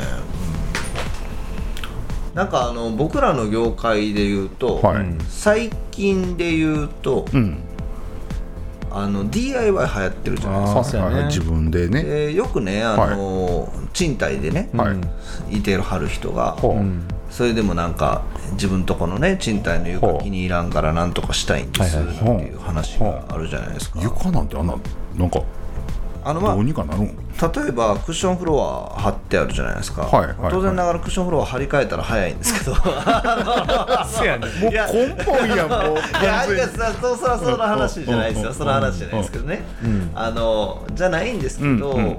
なんか僕らの業界で言うと、最近で言うと、DIY 流行ってるじゃないですか。 自分でね、 よくね賃貸でね、いてはる人が、それでもなんか自分とこのね賃貸の床気に入らんからなんとかしたいんですっていう話があるじゃないですか。 床なんてなんかどうにかなるん。 例えばクッションフロア貼ってあるじゃないですか。当然ながらクッションフロア張り替えたら早いんですけどそうやね。 もう根本やもう完全にその話じゃないですよ。その話じゃないですけどね。じゃないんですけど、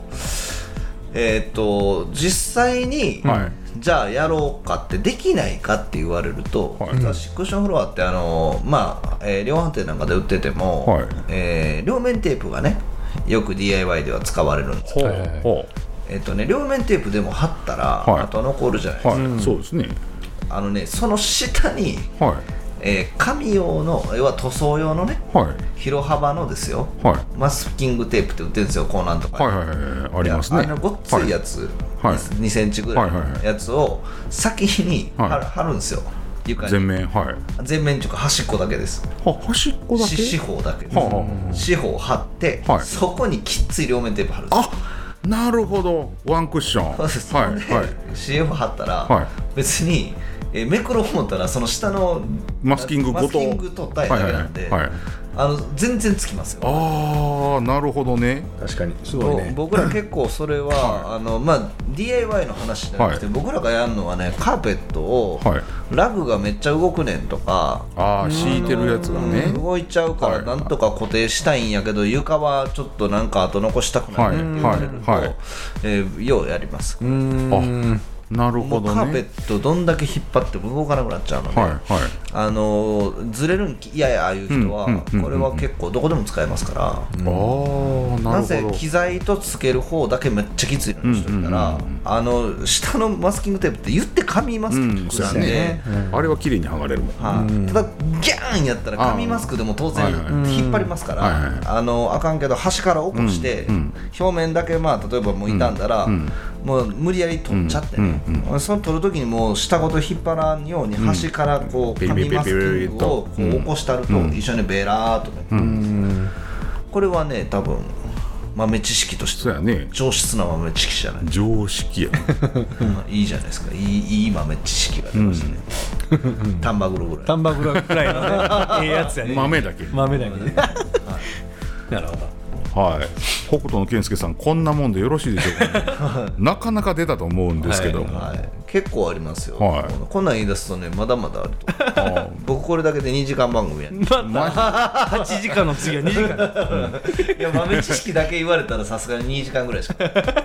実際に、じゃあやろうかってできないかって言われると、私クッションフロアって量販店なんかで売ってても、両面テープがねよく DIY では使われるんですけど、両面テープでも貼ったらあと残るじゃないですか。 そうですね。 その下に、紙用の要は塗装用のね、広幅のですよ、マスキングテープって売ってるんですよ。こうなんとか、 ありますね。 ごっついやつ、2センチぐらいのやつを先に貼るんですよ。床に全面、 全面というか端っこだけです。 端っこだけ、 四方だけです。四方貼って、そこにきっつい両面テープ貼るんですよ。 なるほど、ワンクッション。 そうです。CF 貼ったら、別にめくろう思ったらその下のマスキングごとマスキング取ったいだけなんで、全然つきますよ。 なるほどね。 確かにすごいね。 僕ら結構それはDIY の話じゃなくて、僕らがやるのはね、カーペットをラグがめっちゃ動くねんとか、 敷いてるやつがね動いちゃうからなんとか固定したいんやけど、床はちょっとなんか後残したくないねって言われると、ようやります。 なるほどね。 もうカーペットどんだけ引っ張っても動かなくなっちゃうので、 はいはい。 ずれるん嫌やああいう人はこれは結構どこでも使えますから、 ああ、なるほど。 なぜ機材とつける方だけめっちゃきついのにしといたら、下のマスキングテープって言って噛みますけどなんで、 あれは綺麗に剥がれるもん。 ただギャーンやったら紙マスクでも当然引っ張りますからあかんけど端から起こして表面だけまあ例えばもう傷んだらもう無理やり取っちゃってね、その取る時にもう下ごと引っ張らんように端からこう紙マスキングをこう起こしてあると一緒にベラーっとね、これはね多分豆知識としてそうやね。 上質な豆知識じゃない常識や。 いいじゃないですか。いい豆知識が出ましたね。タンバグロぐらい。 タンバグロぐらいのねええやつやね。 豆だけ。 豆だけね。なるほど。 はい。北斗の健介さん、こんなもんでよろしいでしょうかね。なかなか出たと思うんですけども。 結構ありますよ。 はいこんなん言い出すとねまだまだあると。僕これだけで2時間番組やね。 8時間の次は2時間。 いや豆知識だけ言われたらさすがに2時間ぐらいしか。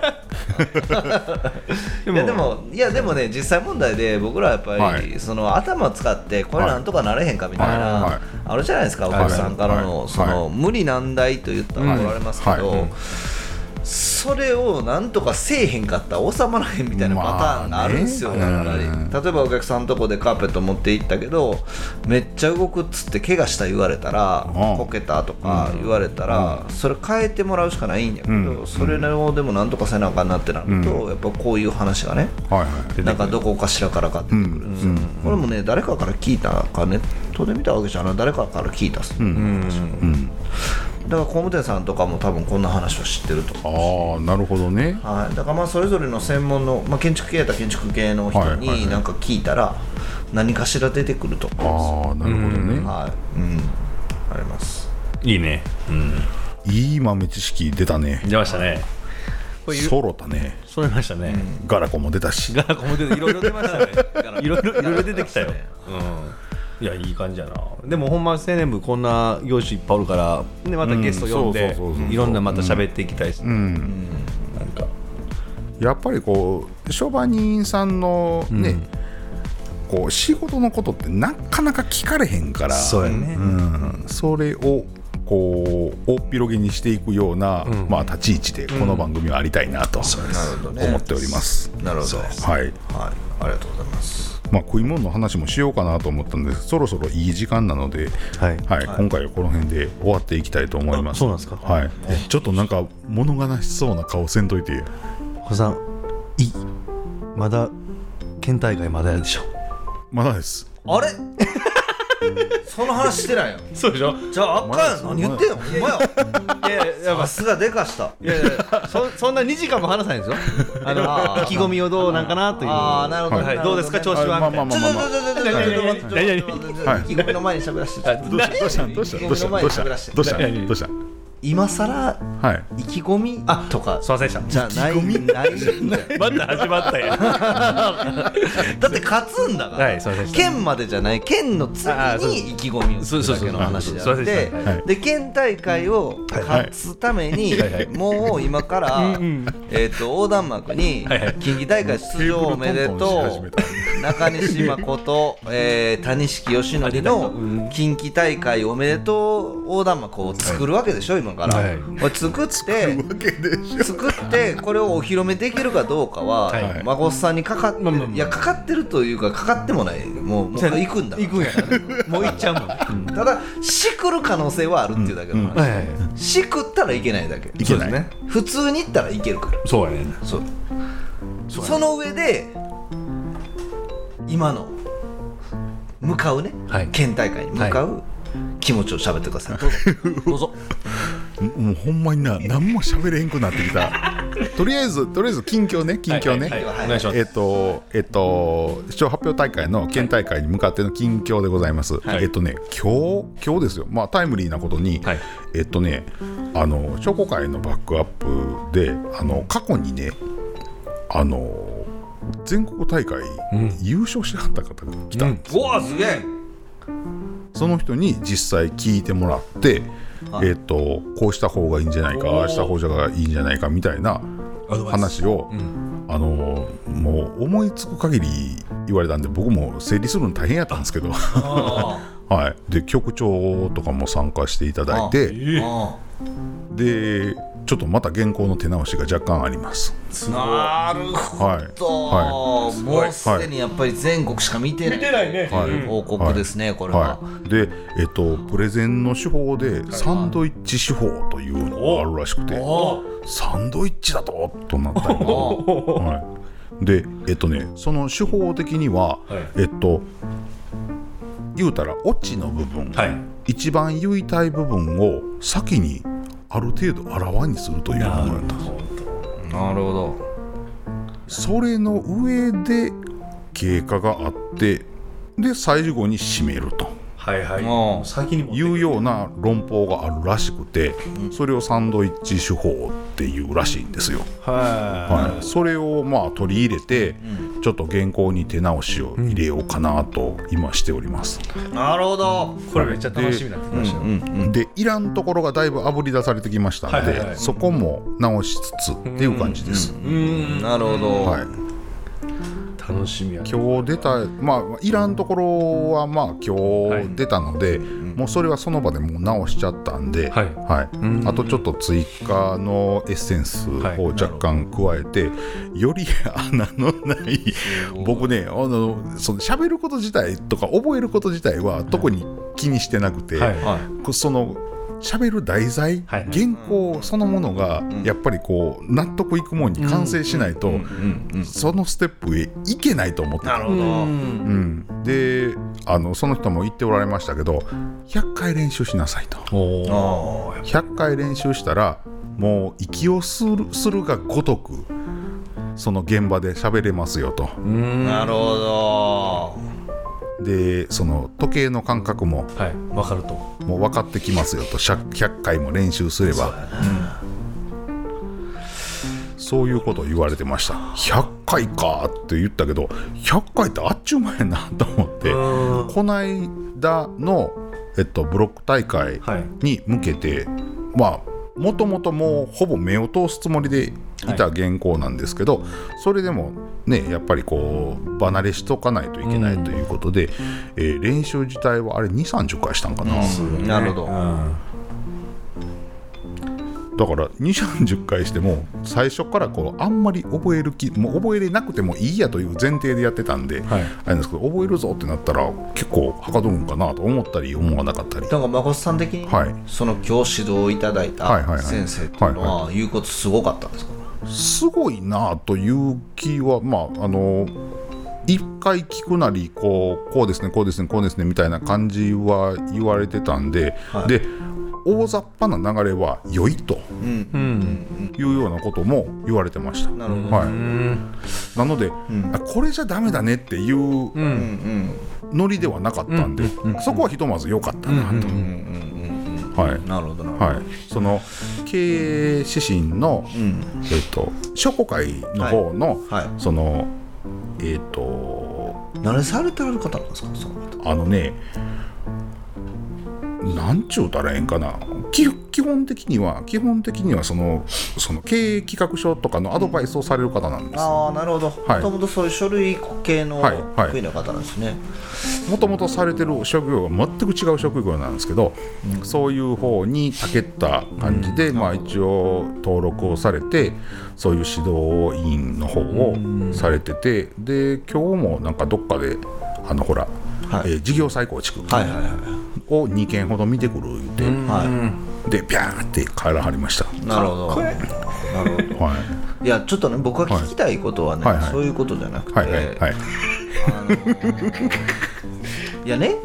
いやでもね実際問題で僕らはやっぱりその頭使ってこれなんとかなれへんかみたいなあるじゃないですかお客さんからのその無理難題と言ったら怒られますけど。それをなんとかせえへんかったら収まらへんみたいなパターンがあるんですよ、やっぱり。例えばお客さんのとこでカーペット持って行ったけどめっちゃ動くっつって怪我した言われたらこけたとか言われたらそれ変えてもらうしかないんやけど、それをでもなんとかせなあかんなってなるとやっぱこういう話がねなんかどこかしらからか出てくるんですよ。これもね誰かから聞いたかネットで見たわけじゃない、誰かから聞いたっす。だから工務店さんとかも多分こんな話を知ってると思うし。 ああ、なるほどね。 はい、だからまあそれぞれの専門の、建築系やったら建築系の人に何か聞いたら何かしら出てくると思うんですよ。 ああ、なるほどね。 はい、あります。 いいね。 いい豆知識出たね。 出ましたね。 そろたね。 それましたね。 ガラコも出たし。 ガラコも出ていろいろ出ましたね。いろいろ出てきたよ。いやいい感じやな。でもほんま青年部こんな業種いっぱいあるからでまたゲスト呼んでいろんなまた喋っていきたいですね。なんかやっぱりこう商売人さんのね、こう仕事のことってなかなか聞かれへんから、 そうやね。 それをこう大っ広げにしていくような、立ち位置でこの番組はありたいなと思っております。 なるほど。はい、 はい、 ありがとうございます。 食い物の話もしようかなと思ったんですそろそろいい時間なので、今回はこの辺で終わっていきたいと思います。 そうなんですか。 はい。ちょっとなんか物悲しそうな顔せんといて。 小さん、まだ県大会まだやるでしょ。 まだです。 あれその話してないよ。 そうでしょ。 じゃああかんやん。何言ってんの。ほんまや。さすがでかした。 いやそんな2時間も話さないんですよ。意気込みをどうなんかなという。 ああ、なるほど。 どうですか調子は。 意気込みの前に喋らせて。 どうした今さら意気込みとかすいませんでしたじゃないまた始まったやん。 だって勝つんだから県までじゃない県の次に意気込みをするだけの話であってで県大会を勝つためにもう今から横断幕に近畿大会出場おめでとう中西誠谷敷義則の近畿大会おめでとう横断幕を作るわけでしょ今から、作ってこれをお披露目できるかどうかは孫さんにかかってる、いやかかってるというかかかってもないもう行くんだ行くんやからもう行っちゃうもん。 ただしくる可能性はあるっていうだけの話、しくったらいけないだけいけないね。普通に行ったらいけるからそうやね。 その上で今の向かうね、県大会に向かう気持ちを喋ってください。どうぞ。 もうほんまにな何も喋れへんくなってきた。とりあえず近況ね。 お願いします。 視聴発表大会の県大会に向かっての近況でございます。今日ですよ。タイムリーなことに商工会のバックアップで過去にね全国大会優勝しはった方が来たんですよ。 うわすげえ。 その人に実際聞いてもらって、こうした方がいいんじゃないか、ああした方がいいんじゃないかみたいな話を、 もう思いつく限り言われたんで僕も整理するの大変やったんですけどはい、で局長とかも参加していただいて、でちょっとまた原稿の手直しが若干あります。 なるほど、はい、もうすでにやっぱり全国しか見てないね、報告ですね、これは、 でプレゼンの手法でサンドイッチ手法というのがあるらしくて、サンドイッチだとなったりでその手法的には、言うたらオチの部分、一番言いたい部分を先にある程度あらわにするというものだったんです。 なるほど。 それの上で経過があって、で最後に締めると先にいうような論法があるらしくて、それをサンドイッチ手法っていうらしいんですよ。それを取り入れて、ちょっと原稿に手直しを入れようかなと今しております。 なるほど。 これめっちゃ楽しみになってきましたよ。 でいらんところがだいぶあぶり出されてきましたので、そこも直しつつっていう感じです。 なるほど。 楽しみや、 今日出たいらんところは今日出たので、もうそれはその場でもう直しちゃったんで、あとちょっと追加のエッセンスを若干加えて、より穴のない僕ねその喋ること自体とか覚えること自体は特に気にしてなくて、その喋る題材、原稿そのものがやっぱりこう納得いくもんに完成しないとそのステップへいけないと思ってた。 なるほど。 でその人も言っておられましたけど、100回練習しなさいと。100回練習したらもう息をするがごとくその現場で喋れますよと。 なるほど。 でその時計の感覚も分かると、 もう分かってきますよと。100回も練習すれば、そういうことを言われてました。100回かって言ったけど、100回ってあっちゅう前やなと思って、この間の、ブロック大会に向けて、もともともうほぼ目を通すつもりでいた原稿なんですけど、それでもねやっぱりこう離れしとかないといけないということで、練習自体はあれ 2,30 回したんかな。 なるほど。 だから 2,30 回しても最初からこうあんまりもう覚えれなくてもいいやという前提でやってたんで、あれですけど、覚えるぞってなったら結構はかどるんかなと思ったり思わなかったり。 なんか誠さん的に、その今日指導いただいた先生っていうのは言うことすごかったんですか？ すごいなという気は一回聞くなりこうですねこうですねこうですねみたいな感じは言われてたんで、で大雑把な流れは良いというようなことも言われてました。なるほど。なので、これじゃダメだねっていうノリではなかったんで、そこはひとまず良かったなと。 なるほど。 その経営指針の、商工会の方の、その何されてる方なんですか？ なんちゅうたらええんかな。基本的にはその経営企画書とかのアドバイスをされる方なんです。 なるほど。もともとそういう書類系の得意な方なんですね。 もともとされてる職業が全く違う職業なんですけど、そういう方にたけった感じで、一応登録をされて、そういう指導員の方をされてて、で今日もなんかどっかで事業再構築を2件ほど見てくる言うて、でビャーって帰らはりました。 なるほど。いやちょっとね、僕が聞きたいことはね、そういうことじゃなくて、いやね、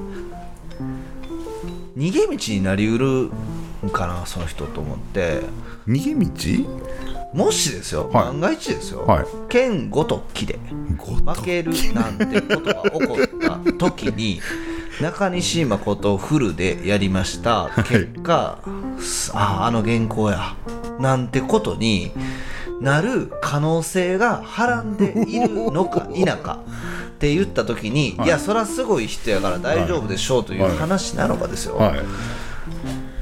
逃げ道になりうるんかなその人と思って。 逃げ道？ もしですよ、万が一ですよ、剣ごときで負けるなんてことが起こった時に中西誠フルでやりました、結果あの原稿やなんてことになる可能性がはらんでいるのか否かって言った時に、いやそりゃすごい人やから大丈夫でしょうという話なのかですよ。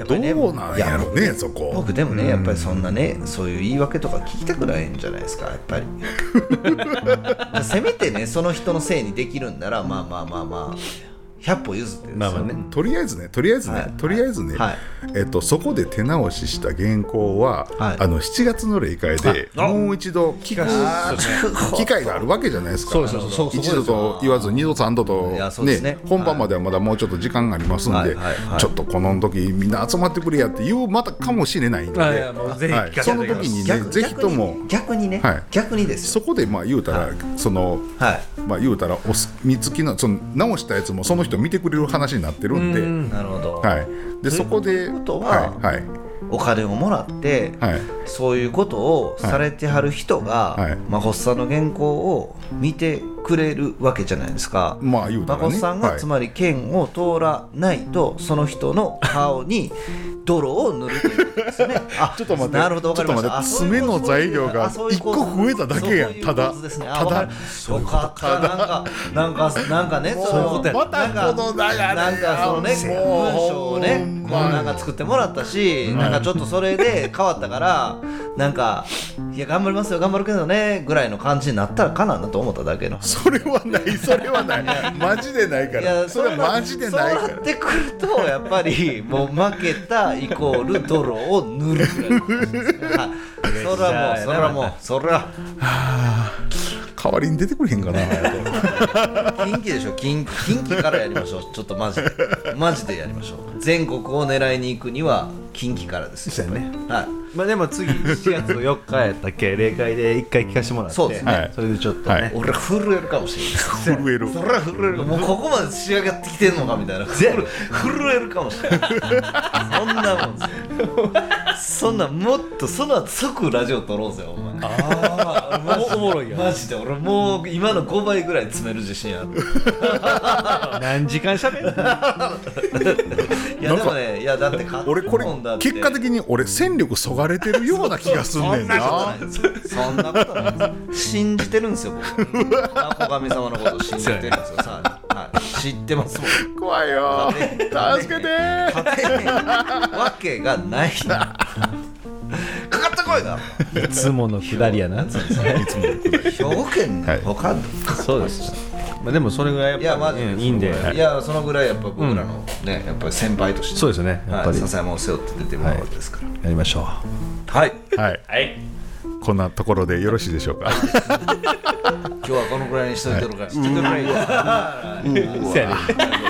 やっぱりねどうなんやろねそこ。 僕でもねやっぱりそんなねそういう言い訳とか聞きたくないんじゃないですかやっぱりせめてねその人のせいにできるんならまあ100歩譲ってですよ、 まあまあねとりあえずね、 はいそこで手直しした原稿は、 はい 7月の例会でもう一度聞く機会があるわけじゃないですか。 そう一度と言わず二度三度といやそうですね本番まではまだもうちょっと時間がありますんで、 はいはいはいちょっとこの時みんな集まってくれやって言うまたかもしれないんで、 いやもうぜひ聞かせてその時にねぜひとも逆にね、 はい逆にですよそこで言うたら、そのはい言うたらお墨付きのその直したやつもその人見てくれる話になってるんで、 なるほど、 はい、でそこでことははいお金をもらって、 はいそういうことをされてはる人が、 はいまほっさんの原稿を見てくれるわけじゃないですか。 言うたらねまほっさんが、 はいつまり剣を通らないとその人の顔に泥を塗るということですよね。あちょっと待ってなるほどわかりました。 ちょっと待って爪の材料が一個増えただけやんただそういう構図ですねただよかったなんかねそういうことやまたこの流れなんかそのね文章をねこうなんか作ってもらったし、なんかちょっとそれで変わったからなんかいや頑張りますよ頑張るけどねぐらいの感じになったらかなと思っただけの。 それはないマジでないからそれはマジでないからそうなってくるとやっぱりもう負けたイコール泥を塗るぐらいの感じですね。はいそれは代わりに出てくれへんかな近畿でしょ近畿からやりましょうちょっとマジでやりましょう。全国を狙いに行くには近畿からですよ。 そうやねはいまあでも次7月4日やったっけ例会で1回聞かせてもらってそうですねはいそれでちょっとはねい俺震えるかもしれない。 震えるそれは震える。もうここまで仕上がってきてんのかみたいな。震えるかもしれない。そんなもんですよ。そんなもっとその後即ラジオ撮ろうぜお前。 ああおもろいやんマジで俺もう今の5倍ぐらい詰める自信ある。 何時間しゃべるいやでもねいやだって俺これもんだって結果的に俺戦力そがれてるような気がすんねんなそんなことないです信じてるんですよ僕まこ神様のこと信じてるんですよさあ、はい、知ってますもん怖いよ助けて勝てへんわけがないかかってこいだいつものくだりやな兵庫県はいの他そうですまあでもそれぐらいやっぱいやマジでいいんでいやそのぐらいやっぱ僕らのねやっぱり先輩としてそうですよねやっぱり笹山を背負って出てもらうわけですからやりましょうはいはいはいこんなところでよろしいでしょうか今日はこのぐらいにしといてるから知ってくれないそうやね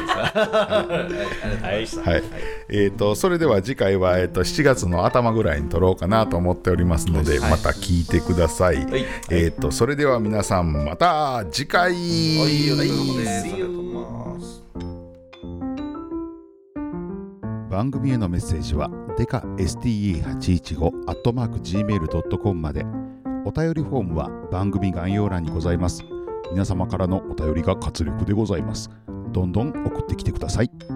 はいはいそれでは次回は7月の頭ぐらいに撮ろうかなと思っておりますのでまた聞いてくださいそれでは皆さんまた次回はいお疲れ様ですありがとうございます番組へのメッセージはデカ STE815@gmail.com まで。お便りフォームは番組概要欄にございます。皆様からのお便りが活力でございます。どんどん送ってきてください。